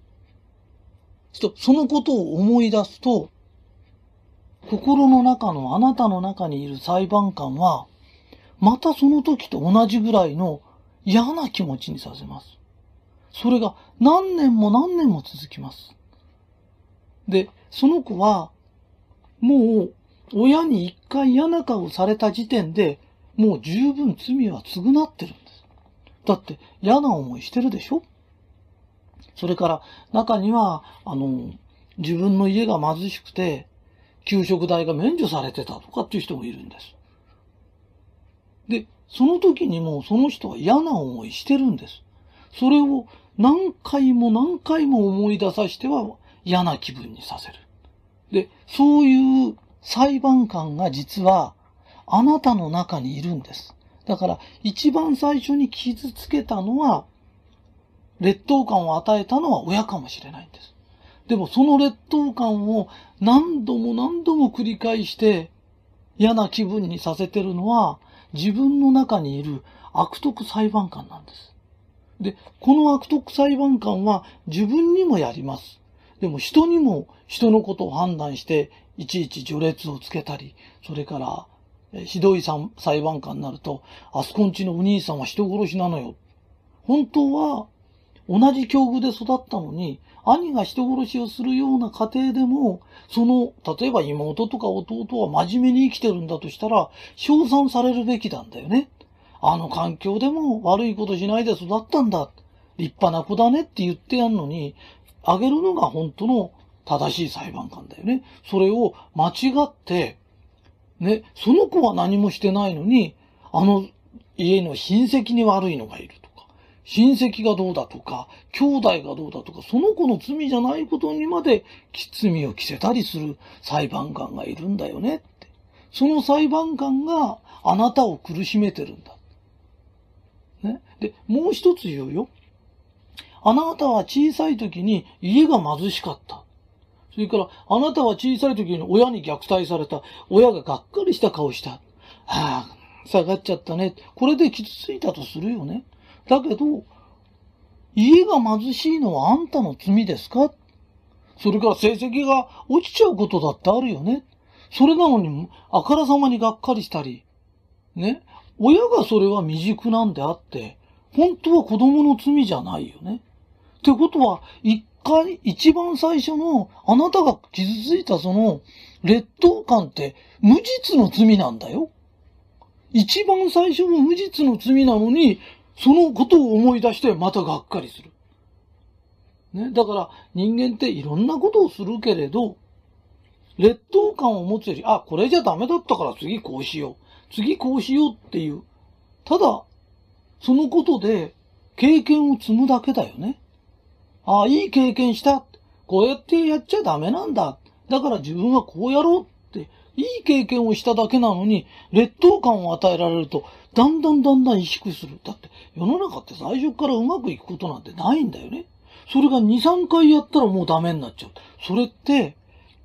そのことを思い出すと、心の中のあなたの中にいる裁判官は、またその時と同じぐらいの嫌な気持ちにさせます。それが何年も何年も続きます。で、その子は、もう親に一回嫌な顔された時点で、もう十分罪は償ってるんです。だって嫌な思いしてるでしょ？それから中には、あの、自分の家が貧しくて、給食代が免除されてたとかっていう人もいるんです。で、その時にもその人は嫌な思いしてるんです。それを何回も何回も思い出させては嫌な気分にさせる。で、そういう裁判官が実はあなたの中にいるんです。だから一番最初に傷つけたのは、劣等感を与えたのは親かもしれないんです。でもその劣等感を何度も何度も繰り返して嫌な気分にさせてるのは自分の中にいる悪徳裁判官なんです。で、この悪徳裁判官は自分にもやります。でも人にも人のことを判断していちいち序列をつけたり、それからひどい裁判官になると、あそこんちのお兄さんは人殺しなのよ。本当は同じ境遇で育ったのに、兄が人殺しをするような家庭でも、その、例えば妹とか弟は真面目に生きてるんだとしたら、称賛されるべきなんだよね。あの環境でも悪いことしないで育ったんだ。立派な子だねって言ってやんのに、あげるのが本当の正しい裁判官だよね。それを間違って、ね、その子は何もしてないのに、あの家の親戚に悪いのがいるとか、親戚がどうだとか、兄弟がどうだとか、その子の罪じゃないことにまで罪を着せたりする裁判官がいるんだよねって。その裁判官があなたを苦しめてるんだ。ね。で、もう一つ言うよ。あなたは小さい時に家が貧しかった。それから、あなたは小さい時に親に虐待された。親ががっかりした顔した。はあ、下がっちゃったね。これで傷ついたとするよね。だけど、家が貧しいのはあんたの罪ですか？それから成績が落ちちゃうことだってあるよね。それなのに、あからさまにがっかりしたり。ね。親がそれは未熟なんであって、本当は子供の罪じゃないよね。ってことは、一回、一番最初の、あなたが傷ついたその、劣等感って無実の罪なんだよ。一番最初の無実の罪なのに、そのことを思い出してまたがっかりする。ね。だから人間っていろんなことをするけれど、劣等感を持つより、あ、これじゃダメだったから次こうしよう。次こうしようっていう。ただ、そのことで経験を積むだけだよね。ああ、いい経験した。こうやってやっちゃダメなんだ。だから自分はこうやろうって、いい経験をしただけなのに、劣等感を与えられると、だんだんだんだん萎縮する。だって、世の中って最初からうまくいくことなんてないんだよね。それがに、さんかいやったらもうダメになっちゃう。それって、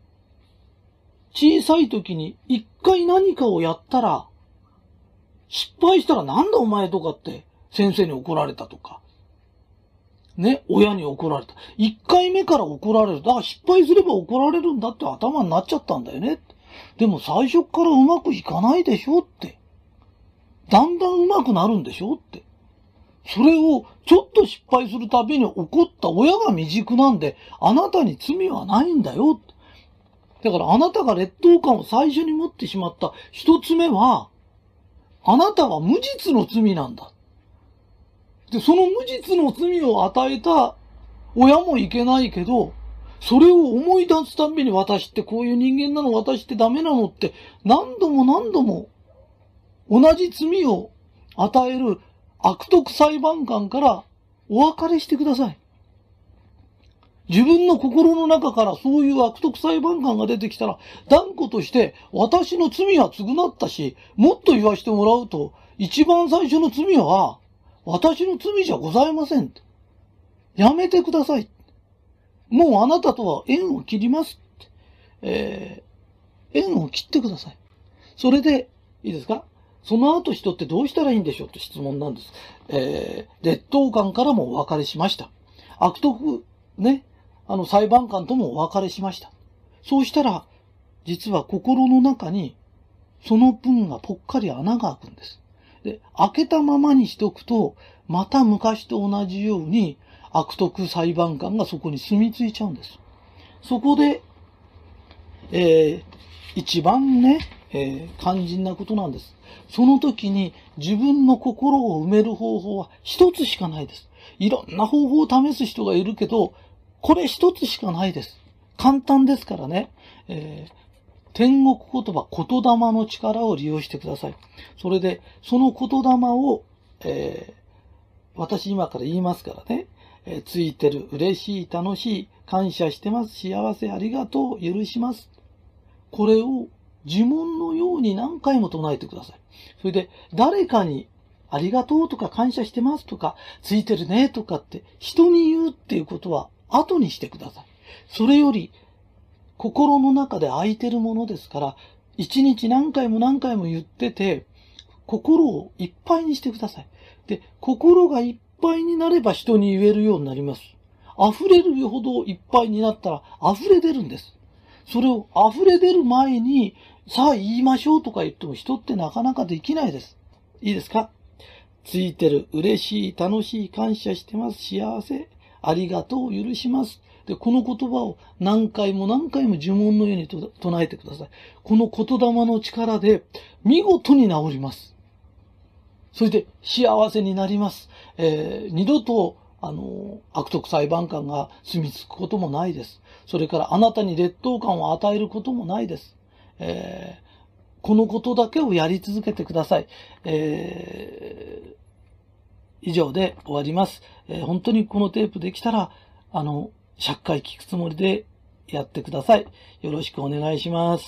小さい時にいっかい何かをやったら、失敗したらなんだお前とかって先生に怒られたとか、ね、親に怒られた。いっかいめから怒られる。だから失敗すれば怒られるんだって頭になっちゃったんだよね。でも最初からうまくいかないでしょって。だんだんうまくなるんでしょって。それをちょっと失敗するたびに怒った親が未熟なんで、あなたに罪はないんだよ。だからあなたが劣等感を最初に持ってしまった一つ目は、あなたは無実の罪なんだ。で、その無実の罪を与えた親もいけないけど、それを思い出すたびに私ってこういう人間なの、私ってダメなのって何度も何度も同じ罪を与える悪徳裁判官からお別れしてください。自分の心の中からそういう悪徳裁判官が出てきたら断固として私の罪は償ったし、もっと言わしてもらうと一番最初の罪は、私の罪じゃございません。やめてください。もうあなたとは縁を切ります。えー、縁を切ってください。それで、いいですか？その後人ってどうしたらいいんでしょうと質問なんです。えー、劣等感からもお別れしました。悪徳、ね、あの裁判官ともお別れしました。そうしたら、実は心の中に、その分がぽっかり穴が開くんです。で、開けたままにしておくと、また昔と同じように、悪徳裁判官がそこに住み着いちゃうんです。そこで、えー、一番ね、えー、肝心なことなんです。その時に自分の心を埋める方法は一つしかないです。いろんな方法を試す人がいるけど、これ一つしかないです。簡単ですからね。えー、天国言葉、言霊の力を利用してください。それで、その言霊を、えー、私今から言いますからね。えー、ついてる、嬉しい、楽しい、感謝してます、幸せ、ありがとう、許します。これを呪文のように何回も唱えてください。それで、誰かにありがとうとか感謝してますとか、ついてるねとかって人に言うっていうことは後にしてください。それより、心の中で空いてるものですから、一日何回も何回も言ってて、心をいっぱいにしてください。で、心がいっぱいになれば人に言えるようになります。溢れるほどいっぱいになったら溢れ出るんです。それを溢れ出る前に、さあ言いましょうとか言っても人ってなかなかできないです。いいですか？ついてる、嬉しい、楽しい、感謝してます、幸せ、ありがとう、許します。で、この言葉を何回も何回も呪文のようにと唱えてください。この言霊の力で見事に治ります。それで幸せになります。えー、二度と、あの、悪徳裁判官が住み着くこともないです。それからあなたに劣等感を与えることもないです。えー、このことだけをやり続けてください。えー、以上で終わります。えー、本当にこのテープできたら、あの、ひゃっかい聞くつもりでやってください。よろしくお願いします。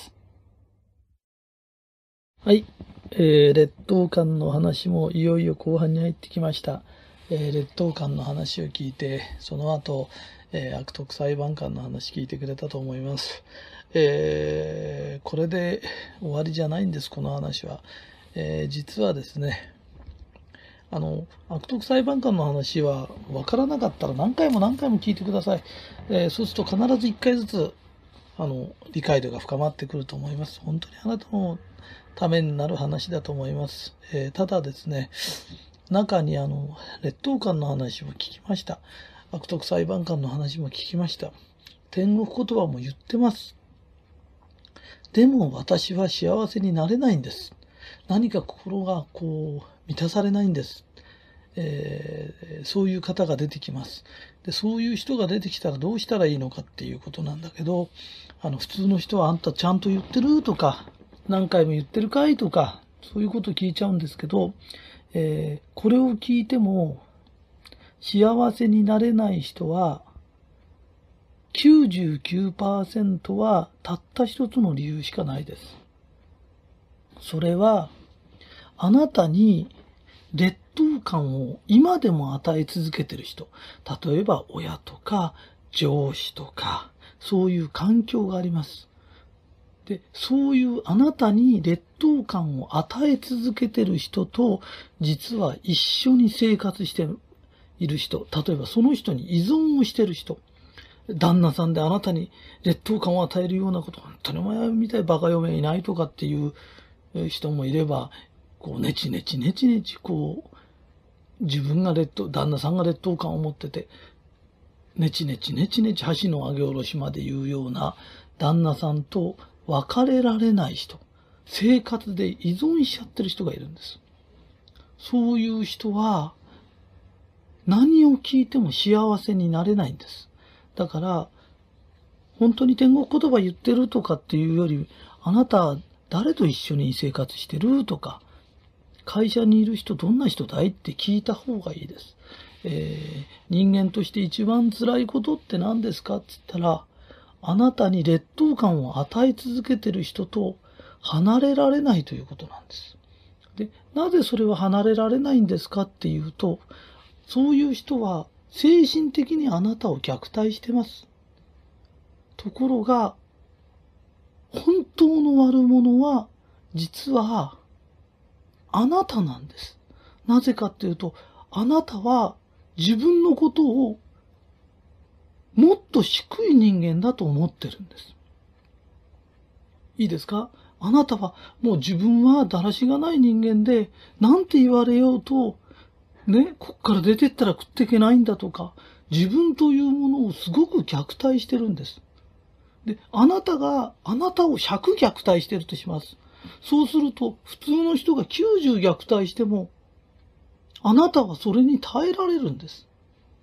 はい。えー、劣等感の話もいよいよ後半に入ってきました。えー、劣等感の話を聞いて、その後、えー、悪徳裁判官の話聞いてくれたと思います。えー、これで終わりじゃないんです、この話は。えー、実はですね、あの、悪徳裁判官の話は分からなかったら何回も何回も聞いてください。えー、そうすると必ずいっかいずつ、あの、理解度が深まってくると思います。本当にあなたのためになる話だと思います。えー、ただですね、中にあの、劣等感の話も聞きました。悪徳裁判官の話も聞きました。天国言葉も言ってます。でも私は幸せになれないんです。何か心がこう満たされないんです。えー、そういう方が出てきます。で、そういう人が出てきたらどうしたらいいのかっていうことなんだけど、あの普通の人はあんたちゃんと言ってるとか、何回も言ってるかいとか、そういうこと聞いちゃうんですけど、えー、これを聞いても幸せになれない人は きゅうじゅうきゅうパーセント はたった一つの理由しかないです。それはあなたに劣等感を今でも与え続けている人、例えば親とか上司とかそういう環境があります。で、そういうあなたに劣等感を与え続けている人と実は一緒に生活している人、例えばその人に依存をしている人、旦那さんであなたに劣等感を与えるようなこと、本当にお前みたいバカ嫁いないとかっていう人もいれば、こうネチネチネチネチこう自分が劣等、旦那さんが劣等感を持ってて、ネチネチネチネチ箸の上げ下ろしまで言うような旦那さんと別れられない人、生活で依存しちゃってる人がいるんです。そういう人は何を聞いても幸せになれないんです。だから本当に天国言葉言ってるとかっていうより、あなた誰と一緒に生活してるとか、会社にいる人どんな人だいって聞いた方がいいです。えー、人間として一番辛いことって何ですかって言ったら、あなたに劣等感を与え続けてる人と離れられないということなんです。 で、なぜそれは離れられないんですかっていうと、そういう人は精神的にあなたを虐待してます。ところが、本当の悪者は、実は、あなたなんです。なぜかっていうと、あなたは自分のことをもっと低い人間だと思ってるんです。いいですか？あなたはもう自分はだらしがない人間で、なんて言われようと、ね、こっから出てったら食っていけないんだとか、自分というものをすごく虐待してるんです。で、あなたが、あなたをひゃく虐待してるとします。そうすると、普通の人がきゅうじゅう虐待しても、あなたはそれに耐えられるんです。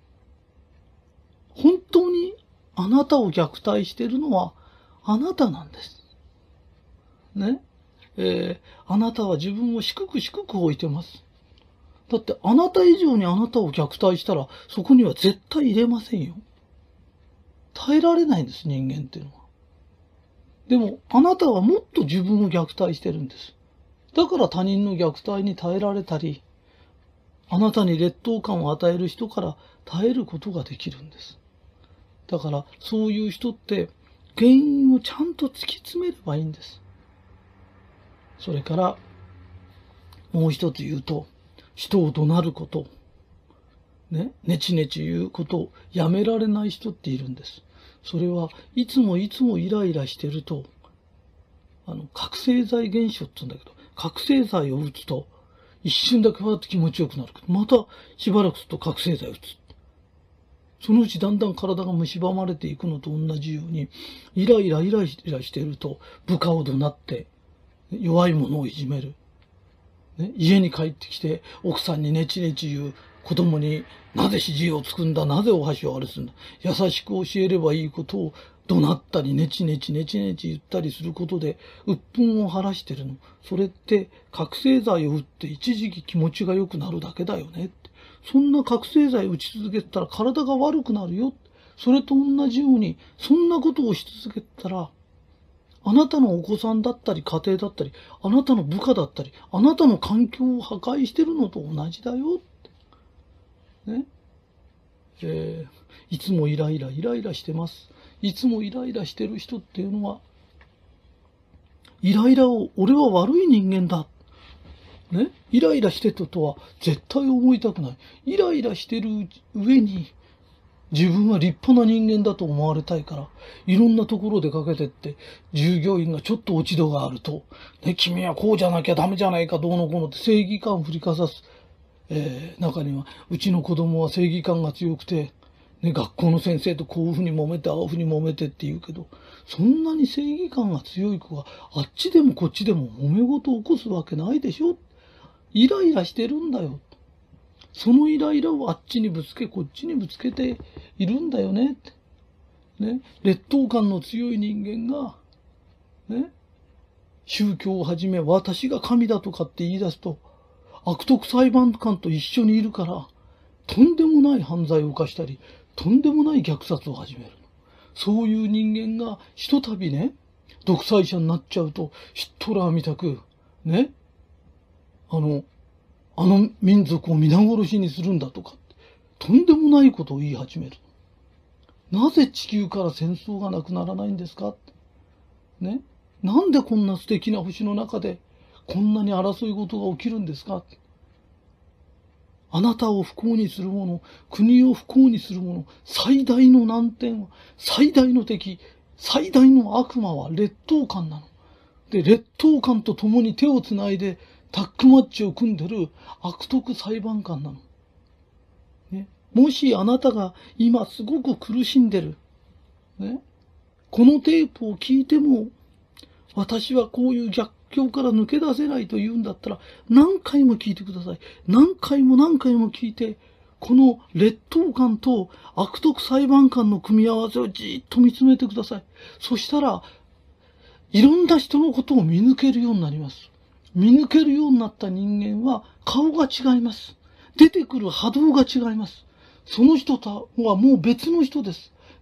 本当にあなたを虐待しているのはあなたなんです。ね。えー、あなたは自分を低く低く置いてます。だってあなた以上にあなたを虐待したらそこには絶対入れませんよ。耐えられないんです、人間っていうのは。でもあなたはもっと自分を虐待してるんです。だから他人の虐待に耐えられたり、あなたに劣等感を与える人から耐えることができるんです。だからそういう人って原因をちゃんと突き詰めればいいんです。それからもう一つ言うと、人を怒鳴ること、ね、ねちねち言うことをやめられない人っているんです。それはいつもいつもイライラしてると、あの覚醒剤現象って言うんだけど、覚醒剤を打つと一瞬だけわーって気持ちよくなるけど、またしばらくすると覚醒剤を打つ。そのうちだんだん体が蝕まれていくのと同じように、イライライライラしていると部下を怒鳴って弱い者をいじめる。ね、家に帰ってきて奥さんにネチネチ言う、子供になぜ肘をつくんだ、なぜお箸をあれするんだ、優しく教えればいいことを怒鳴ったりネチネチネチネチ言ったりすることで鬱憤を晴らしてるの。それって覚醒剤を打って一時期気持ちが良くなるだけだよね。そんな覚醒剤を打ち続けたら体が悪くなるよ。それと同じように、そんなことをし続けたら、あなたのお子さんだったり家庭だったり、あなたの部下だったり、あなたの環境を破壊してるのと同じだよ。ね。えー、いつもイライライライラしてます。いつもイライラしてる人っていうのは、イライラを、俺は悪い人間だ。ね、イライラしてたとは絶対思いたくない。イライラしてる上に自分は立派な人間だと思われたいから、いろんなところでかけてって、従業員がちょっと落ち度があると、ね、君はこうじゃなきゃダメじゃないか、どうのこうのって正義感を振りかざす。えー、中には、うちの子供は正義感が強くて、ね、学校の先生とこういうふうに揉めて、ああいうふうに揉めてって言うけど、そんなに正義感が強い子があっちでもこっちでも揉め事を起こすわけないでしょ。イライラしてるんだよ。そのイライラをあっちにぶつけ、こっちにぶつけているんだよね。ね、劣等感の強い人間が、ね、宗教をはじめ私が神だとかって言い出すと、悪徳裁判官と一緒にいるから、とんでもない犯罪を犯したり、とんでもない虐殺を始めるの。そういう人間がひとたびね、独裁者になっちゃうと、ヒットラーみたく、ね、あの、あの民族を皆殺しにするんだとか、とんでもないことを言い始める。なぜ地球から戦争がなくならないんですか？ね。なんでこんな素敵な星の中でこんなに争い事が起きるんですか？あなたを不幸にする者、国を不幸にする者、最大の難点は、最大の敵、最大の悪魔は劣等感なの。で、劣等感と共に手をつないでタッグマッチを組んでる悪徳裁判官なの。ね、もしあなたが今すごく苦しんでる。ね、このテープを聞いても、私はこういう逆境から抜け出せないと言うんだったら、何回も聞いてください。何回も何回も聞いて、この劣等感と悪徳裁判官の組み合わせをじっと見つめてください。そしたら、いろんな人のことを見抜けるようになります。見抜けるようになった人間は顔が違います。出てくる波動が違います。その人とはもう別の人です。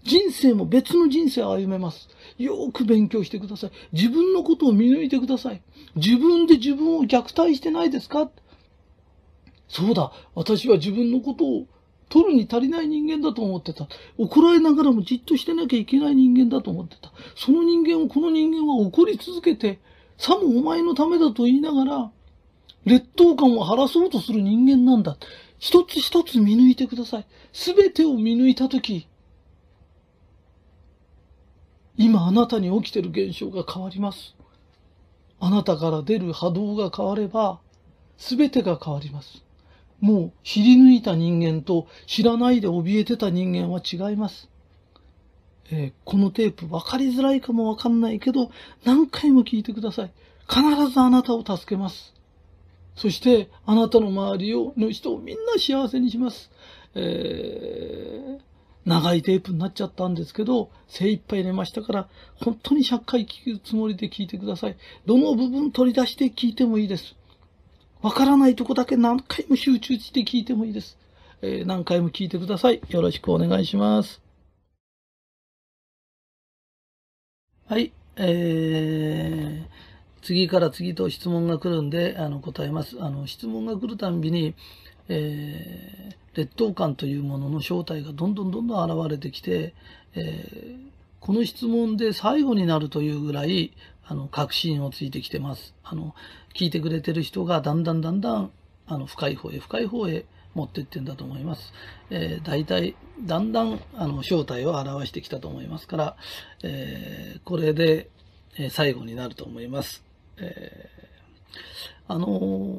人生も別の人生を歩めます。よく勉強してください。自分のことを見抜いてください。自分で自分を虐待してないですか？そうだ、私は自分のことを取るに足りない人間だと思ってた。怒られながらもじっとしてなきゃいけない人間だと思ってた。その人間をこの人間は怒り続けて、さもお前のためだと言いながら、劣等感を晴らそうとする人間なんだ。一つ一つ見抜いてください。すべてを見抜いたとき、今あなたに起きている現象が変わります。あなたから出る波動が変われば、すべてが変わります。もう知り抜いた人間と知らないで怯えてた人間は違います。えー、このテープ分かりづらいかも分かんないけど、何回も聞いてください。必ずあなたを助けます。そしてあなたの周りをの人をみんな幸せにします。えー、長いテープになっちゃったんですけど、精一杯寝ましたから、本当にひゃっかい聞くつもりで聞いてください。どの部分取り出して聞いてもいいです。わからないとこだけ何回も集中して聞いてもいいです。えー、何回も聞いてください。よろしくお願いします。はい。えー、次から次と質問が来るんで、あの、答えます。あの、質問が来るたんびに、えー、劣等感というものの正体がどんどんどんどん現れてきて、えー、この質問で最後になるというぐらい、あの、確信をついてきてます。あの、聞いてくれてる人がだんだんだんだん、あの、深い方へ深い方へ持っていってんだと思います。えー、大体、だんだん、あの、正体を表してきたと思いますから、えー、これで、えー、最後になると思います。えー、あのー、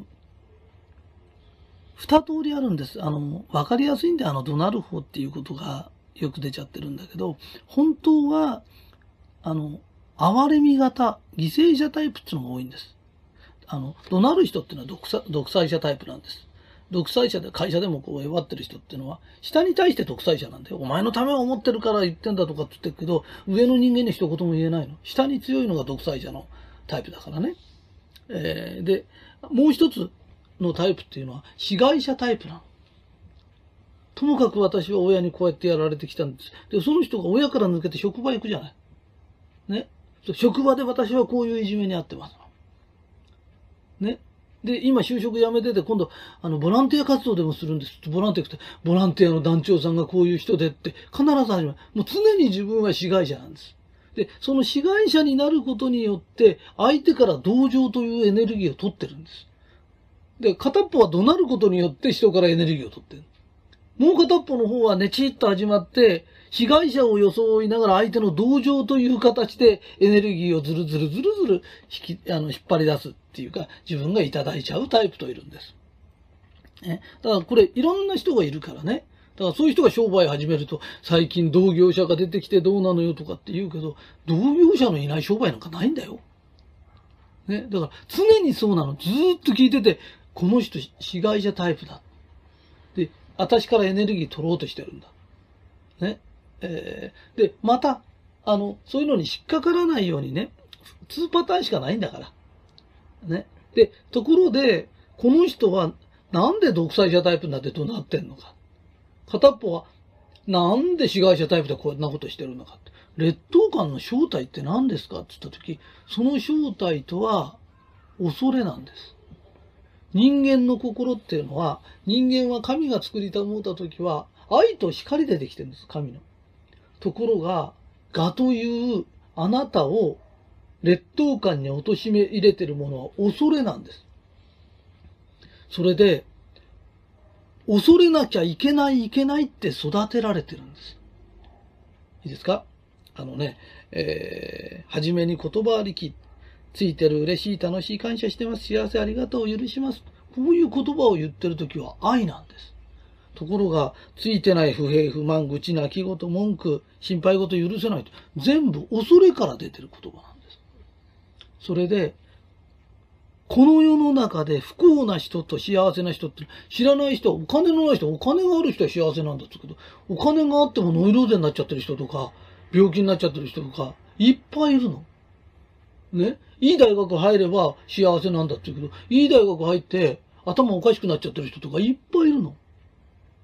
二通りあるんです。あの、わかりやすいんで、あの、怒鳴る方っていうことがよく出ちゃってるんだけど、本当は、あの、哀れみ型、犠牲者タイプっていうのが多いんです。あの、怒鳴る人っていうのは独裁、独裁者タイプなんです。独裁者で会社でもこう弱ってる人っていうのは、下に対して独裁者なんだよ。お前のためを思ってるから言ってんだとかって言ってるけど、上の人間に一言も言えないの。下に強いのが独裁者のタイプだからね。えー、で、もう一つのタイプっていうのは、被害者タイプなの。ともかく私は親にこうやってやられてきたんです。で、その人が親から抜けて職場行くじゃない。ね。職場で私はこういういじめに遭ってます。ね。で、今就職辞めてて、今度、あの、ボランティア活動でもするんです。ボランティアって、ボランティアの団長さんがこういう人でって、必ず始まる。もう常に自分は被害者なんです。で、その被害者になることによって、相手から同情というエネルギーを取ってるんです。で、片っぽは怒鳴ることによって人からエネルギーを取ってる。もう片っぽの方はねちっと始まって、被害者を装いながら相手の同情という形でエネルギーをずるずるずるずる引き、あの、引っ張り出すっていうか、自分がいただいちゃうタイプといるんです。ね。だからこれいろんな人がいるからね。だからそういう人が商売始めると、最近同業者が出てきてどうなのよとかって言うけど、同業者のいない商売なんかないんだよ。ね。だから常にそうなの。ずーっと聞いてて、この人被害者タイプだ。で、私からエネルギー取ろうとしてるんだ。ね。えー、で、また、あの、そういうのに引っかからないようにね、にパターンしかないんだから。ね。で、ところで、この人はなんで独裁者タイプになって怒鳴ってんのか。片っぽは、なんで被害者タイプでこんなことしてるのかって。劣等感の正体って何ですかって言ったとき、その正体とは、恐れなんです。人間の心っていうのは、人間は神が作りたもうたときは、愛と光でできてるんです、神の。ところが、我というあなたを劣等感に貶め入れてるものは恐れなんです。それで、恐れなきゃいけないいけないって育てられてるんです。いいですか？あのね、えー、はじめに言葉ありき、ついてる嬉しい楽しい感謝してます幸せありがとう許します。こういう言葉を言ってるときは愛なんです。ところが、ついてない不平不満愚痴泣き言文句心配事許せないと全部恐れから出てる言葉なんです。それで、この世の中で不幸な人と幸せな人って知らない人はお金のない人はお金がある人は幸せなんだって言うけど、お金があってもノイローゼになっちゃってる人とか病気になっちゃってる人とかいっぱいいるの。ね。いい大学入れば幸せなんだって言うけど、いい大学入って頭おかしくなっちゃってる人とかいっぱいいるの。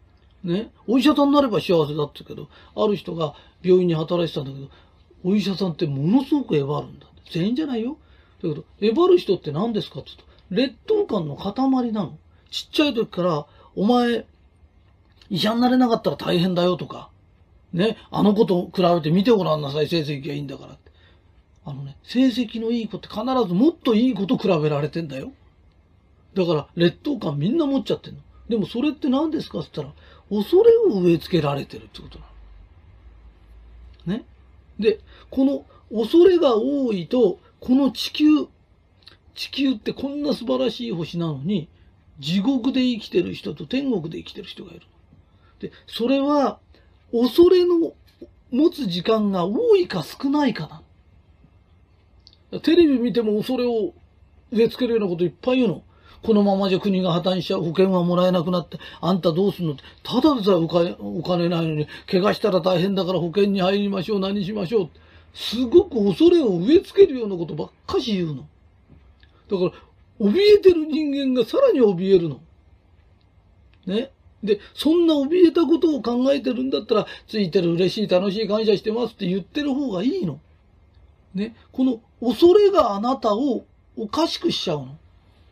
ね。お医者さんになれば幸せだって言うけど、ある人が病院に働いてたんだけど、お医者さんってものすごくえばるんだ。全員じゃないよ。だけど、えばる人って何ですかって言うと、劣等感の塊なの。ちっちゃい時から、お前、医者になれなかったら大変だよとか、ね、あの子と比べて見てごらんなさい、成績がいいんだからって。あのね、成績のいい子って必ずもっといい子と比べられてんだよ。だから、劣等感みんな持っちゃってんの。でもそれって何ですかって言ったら、恐れを植え付けられてるってことなの。ね。で、この恐れが多いと、この地球、地球ってこんな素晴らしい星なのに、地獄で生きてる人と天国で生きてる人がいる。で、それは、恐れの持つ時間が多いか少ないかな。テレビ見ても恐れを植え付けるようなこといっぱい言うの。このままじゃ国が破綻しちゃう、保険はもらえなくなって、あんたどうすんのって、ただでさえお金、お金ないのに、怪我したら大変だから保険に入りましょう、何しましょう。すごく恐れを植え付けるようなことばっかし言うの。だから、怯えてる人間がさらに怯えるの。ね。で、そんな怯えたことを考えてるんだったら、ついてる、嬉しい、楽しい、感謝してますって言ってる方がいいの。ね。この恐れがあなたをおかしくしちゃうの。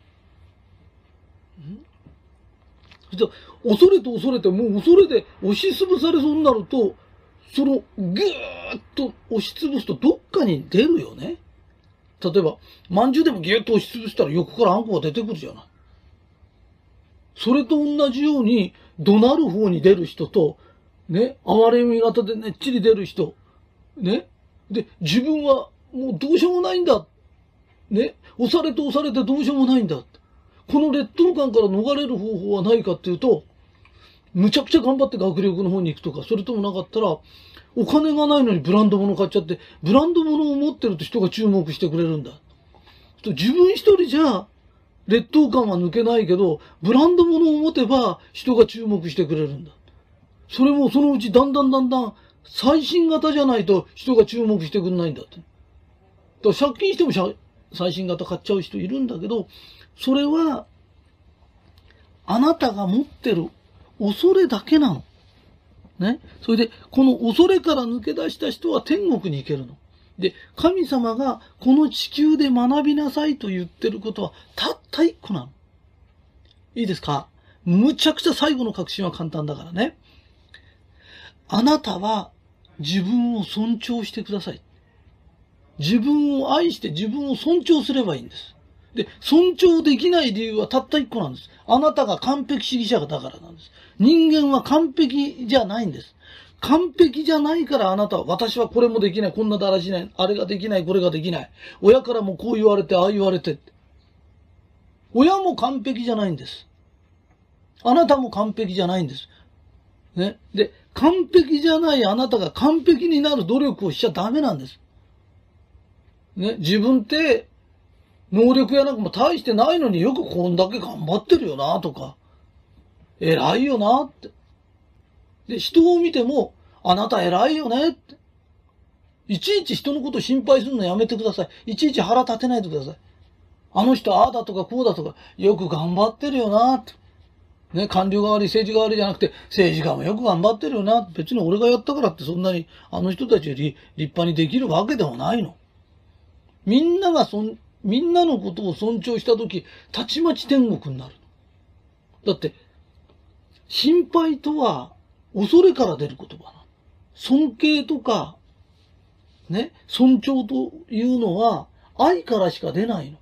恐れと恐れて、もう恐れで押しつぶされそうになると、そのぐーっと押しつぶすとどっかに出るよね。例えば、まんじゅうでもぎゅっと押しつぶしたら横からあんこが出てくるじゃない。それと同じように、怒鳴る方に出る人と、ね、哀れみ型でねっちり出る人、ね。で、自分はもうどうしようもないんだ。ね。押されて押されてどうしようもないんだ。この劣等感から逃れる方法はないかっていうと、むちゃくちゃ頑張って学力の方に行くとか、それともなかったら、お金がないのにブランド物買っちゃって、ブランド物を持ってると人が注目してくれるんだ。自分一人じゃ、劣等感は抜けないけど、ブランド物を持てば人が注目してくれるんだ。それもそのうちだんだんだんだん最新型じゃないと人が注目してくれないんだって。だから借金しても最新型買っちゃう人いるんだけど、それはあなたが持ってる恐れだけなの。ね。それで、この恐れから抜け出した人は天国に行けるの。で、神様がこの地球で学びなさいと言ってることはたった一個なの。いいですか？むちゃくちゃ最後の確信は簡単だからね。あなたは自分を尊重してください。自分を愛して自分を尊重すればいいんです。で、尊重できない理由はたった一個なんです。あなたが完璧主義者だからなんです。人間は完璧じゃないんです。完璧じゃないからあなたは、私はこれもできない、こんなだらしない、あれができない、これができない。親からもこう言われて、ああ言われて。親も完璧じゃないんです。あなたも完璧じゃないんです。ね。で、完璧じゃないあなたが完璧になる努力をしちゃダメなんです。ね。自分って、能力やなんかも大してないのによくこんだけ頑張ってるよなとか、偉いよなって。で、人を見ても、あなた偉いよねって。いちいち人のこと心配するのやめてください。いちいち腹立てないでください。あの人ああだとかこうだとか、よく頑張ってるよなって。ね、官僚が悪い、政治が悪いじゃなくて、政治家もよく頑張ってるよな。別に俺がやったからってそんなにあの人たちより立派にできるわけではないの。みんながそん、みんなのことを尊重したとき、たちまち天国になる。だって、心配とは恐れから出る言葉な。尊敬とか、ね、尊重というのは愛からしか出ないの。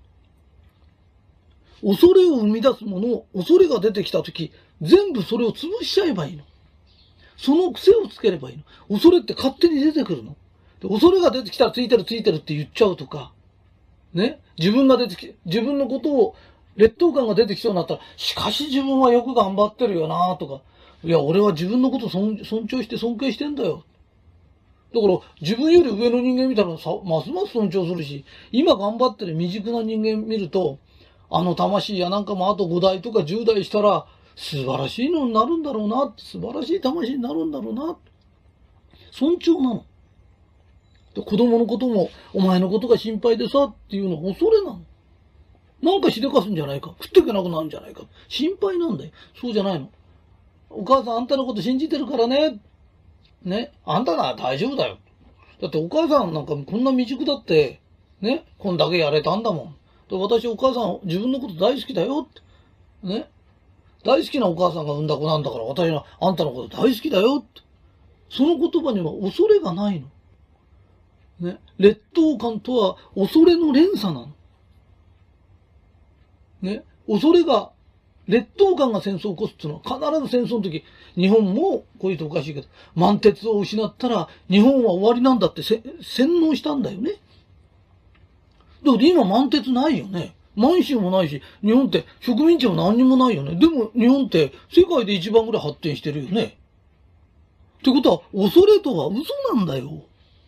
恐れを生み出すもの、恐れが出てきたとき、全部それを潰しちゃえばいいの。その癖をつければいいの。恐れって勝手に出てくるの。で恐れが出てきたらついてるついてるって言っちゃうとか、ね、自分が出てき、自分のことを、劣等感が出てきそうになったら、しかし自分はよく頑張ってるよなとか、いや、俺は自分のこと尊尊重して尊敬してんだよ。だから、自分より上の人間見たらさ、ますます尊重するし、今頑張ってる未熟な人間見ると、あの魂やなんかもあとごだいとかじゅうだいしたら、素晴らしいのになるんだろうな、素晴らしい魂になるんだろうな。尊重なの。で子供のことも、お前のことが心配でさ、っていうのは恐れなの。なんかしでかすんじゃないか。食っていけなくなるんじゃないか。心配なんだよ。そうじゃないの。 お母さんあんたのこと信じてるからね。ね。あんたなら大丈夫だよ。だってお母さんなんかこんな未熟だって、ね。こんだけやれたんだもん。で私お母さん自分のこと大好きだよって。ね。大好きなお母さんが産んだ子なんだから私はあんたのこと大好きだよって。その言葉には恐れがないの。ね。劣等感とは恐れの連鎖なの。ね。恐れが、劣等感が戦争を起こすっていうのは必ず戦争の時、日本もこう言うとおかしいけど、満鉄を失ったら日本は終わりなんだってせ洗脳したんだよね。だから今満鉄ないよね。満州もないし、日本って植民地も何にもないよね。でも日本って世界で一番ぐらい発展してるよね。ってことは、恐れとは嘘なんだよ。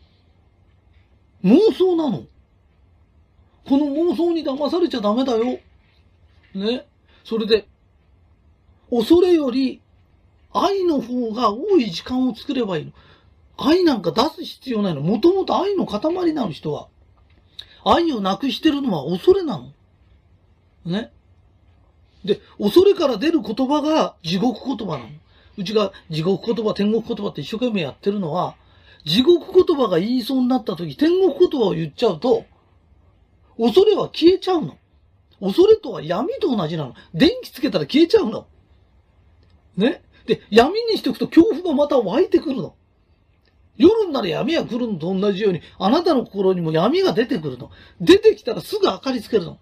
妄想なの。この妄想に騙されちゃダメだよ。ね。それで、恐れより愛の方が多い時間を作ればいいの。愛なんか出す必要ないの。もともと愛の塊なの人は。愛をなくしてるのは恐れなの。ね。で、恐れから出る言葉が地獄言葉なの。うちが地獄言葉、天国言葉って一生懸命やってるのは、地獄言葉が言いそうになった時、天国言葉を言っちゃうと、恐れは消えちゃうの。恐れとは闇と同じなの。電気つけたら消えちゃうの。ね。で、闇にしておくと恐怖がまた湧いてくるの。夜になら闇が来るのと同じように、あなたの心にも闇が出てくるの。出てきたらすぐ明かりつけるの。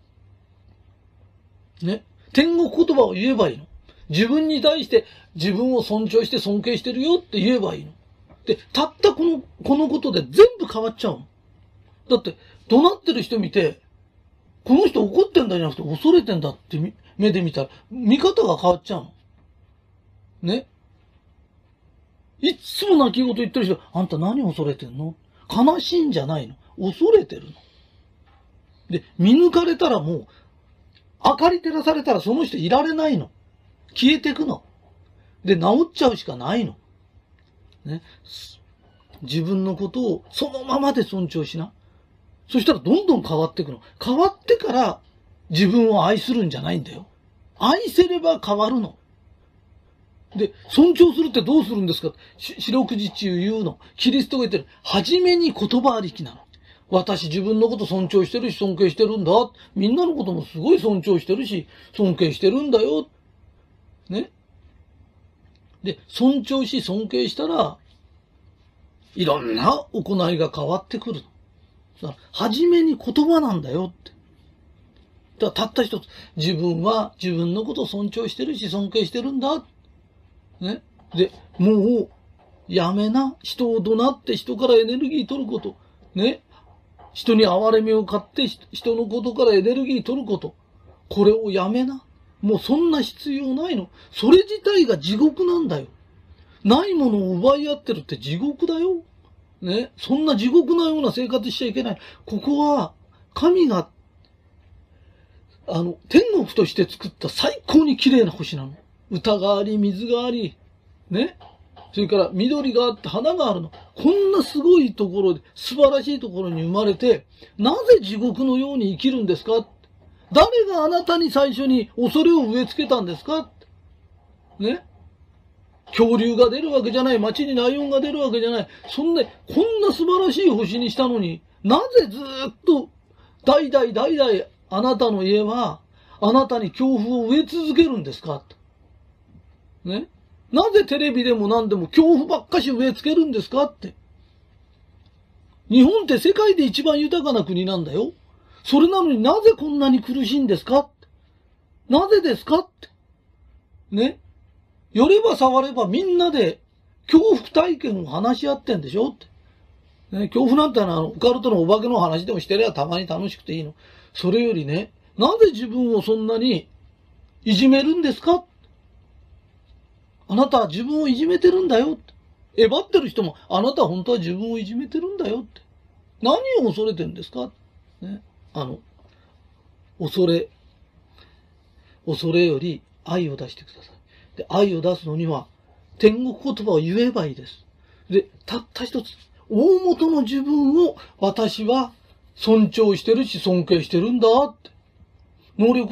ね。天国言葉を言えばいいの。自分に対して自分を尊重して尊敬してるよって言えばいいの。で、たったこの、このことで全部変わっちゃうの。だって、怒鳴ってる人見て、この人怒ってんだじゃなくて恐れてんだって目で見たら、見方が変わっちゃうの。ね。いつも泣き言言ってる人、あんた何恐れてんの？悲しいんじゃないの。恐れてるの。で、見抜かれたらもう、明かり照らされたらその人いられないの。消えてくの。で、治っちゃうしかないの。ね。自分のことをそのままで尊重しな。そしたらどんどん変わっていくの。変わってから自分を愛するんじゃないんだよ。愛せれば変わるの。で、尊重するってどうするんですか？四六時中言うの。キリストが言ってる。はじめに言葉ありきなの。私自分のこと尊重してるし尊敬してるんだ。みんなのこともすごい尊重してるし尊敬してるんだよ。ね。で、尊重し尊敬したら、いろんな行いが変わってくるの。はじめに言葉なんだよって。だからたった一つ、自分は自分のことを尊重してるし尊敬してるんだ。ね。で、もう、やめな。人を怒鳴って人からエネルギー取ること。ね。人に憐れみを買って人のことからエネルギー取ること。これをやめな。もうそんな必要ないの。それ自体が地獄なんだよ。ないものを奪い合ってるって地獄だよ。ね。そんな地獄のような生活しちゃいけない。ここは、神が、あの、天国として作った最高に綺麗な星なの。歌があり、水があり、ね。それから緑があって花があるの。こんなすごいところで、素晴らしいところに生まれて、なぜ地獄のように生きるんですか？誰があなたに最初に恐れを植え付けたんですか？ね。恐竜が出るわけじゃない。街にライオンが出るわけじゃない。そんな、こんな素晴らしい星にしたのに、なぜずっと、代々代々あなたの家は、あなたに恐怖を植え続けるんですか？ね。なぜテレビでも何でも恐怖ばっかし植え付けるんですかって。日本って世界で一番豊かな国なんだよ。それなのになぜこんなに苦しいんですかって。なぜですかって。ね。寄れば触ればみんなで恐怖体験を話し合ってんでしょって。ね、恐怖なんてのはオカルトのお化けの話でもしてりゃたまに楽しくていいの。それよりね、なぜ自分をそんなにいじめるんですか？あなたは自分をいじめてるんだよって。えばってる人も、あなたは本当は自分をいじめてるんだよって。何を恐れてるんですか？ね。あの、恐れ、恐れより愛を出してください。で、愛を出すのには、天国言葉を言えばいいです。で、たった一つ、大元の自分を私は尊重してるし尊敬してるんだって。能力が、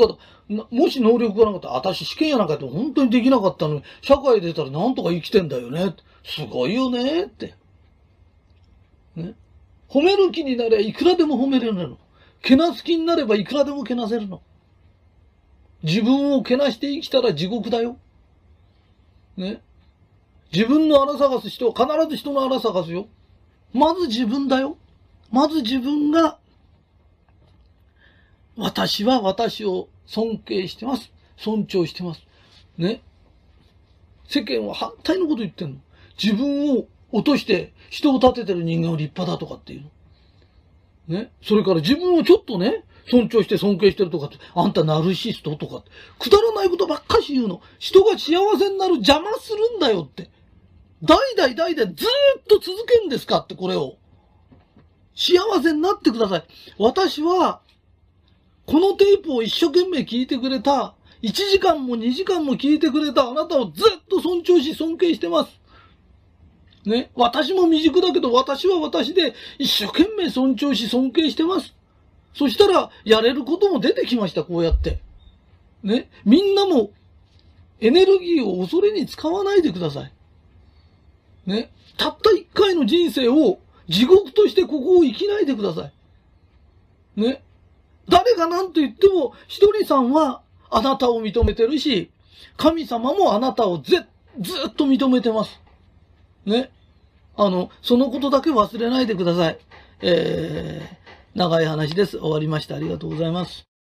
もし能力がなかったら、私試験やなんかやって本当にできなかったのに、社会出たらなんとか生きてんだよね。すごいよねって。ね。褒める気になればいくらでも褒めれるの。けなす気になればいくらでもけなせるの。自分をけなして生きたら地獄だよ。ね。自分の荒探す人は必ず人の荒探すよ。まず自分だよ。まず自分が、私は私を尊敬してます。尊重してます。ね。世間は反対のこと言ってんの。自分を落として人を立ててる人間は立派だとかっていうの。ね。それから自分をちょっとね、尊重して尊敬してるとかって、あんたナルシストとかって、くだらないことばっかし言うの。人が幸せになる邪魔するんだよって。代々代々ずーっと続けんですかって、これを。幸せになってください。私は、このテープを一生懸命聞いてくれた、いちじかんもにじかんも聞いてくれたあなたをずっと尊重し尊敬してます。ね。私も未熟だけど、私は私で一生懸命尊重し尊敬してます。そしたら、やれることも出てきました、こうやって。ね。みんなも、エネルギーを恐れに使わないでください。ね。たった一回の人生を地獄としてここを生きないでください。ね。誰が何と言っても、ひとりさんはあなたを認めてるし、神様もあなたをぜ、ずっと認めてます。ね。あの、そのことだけ忘れないでください。えー、長い話です。終わりました。ありがとうございます。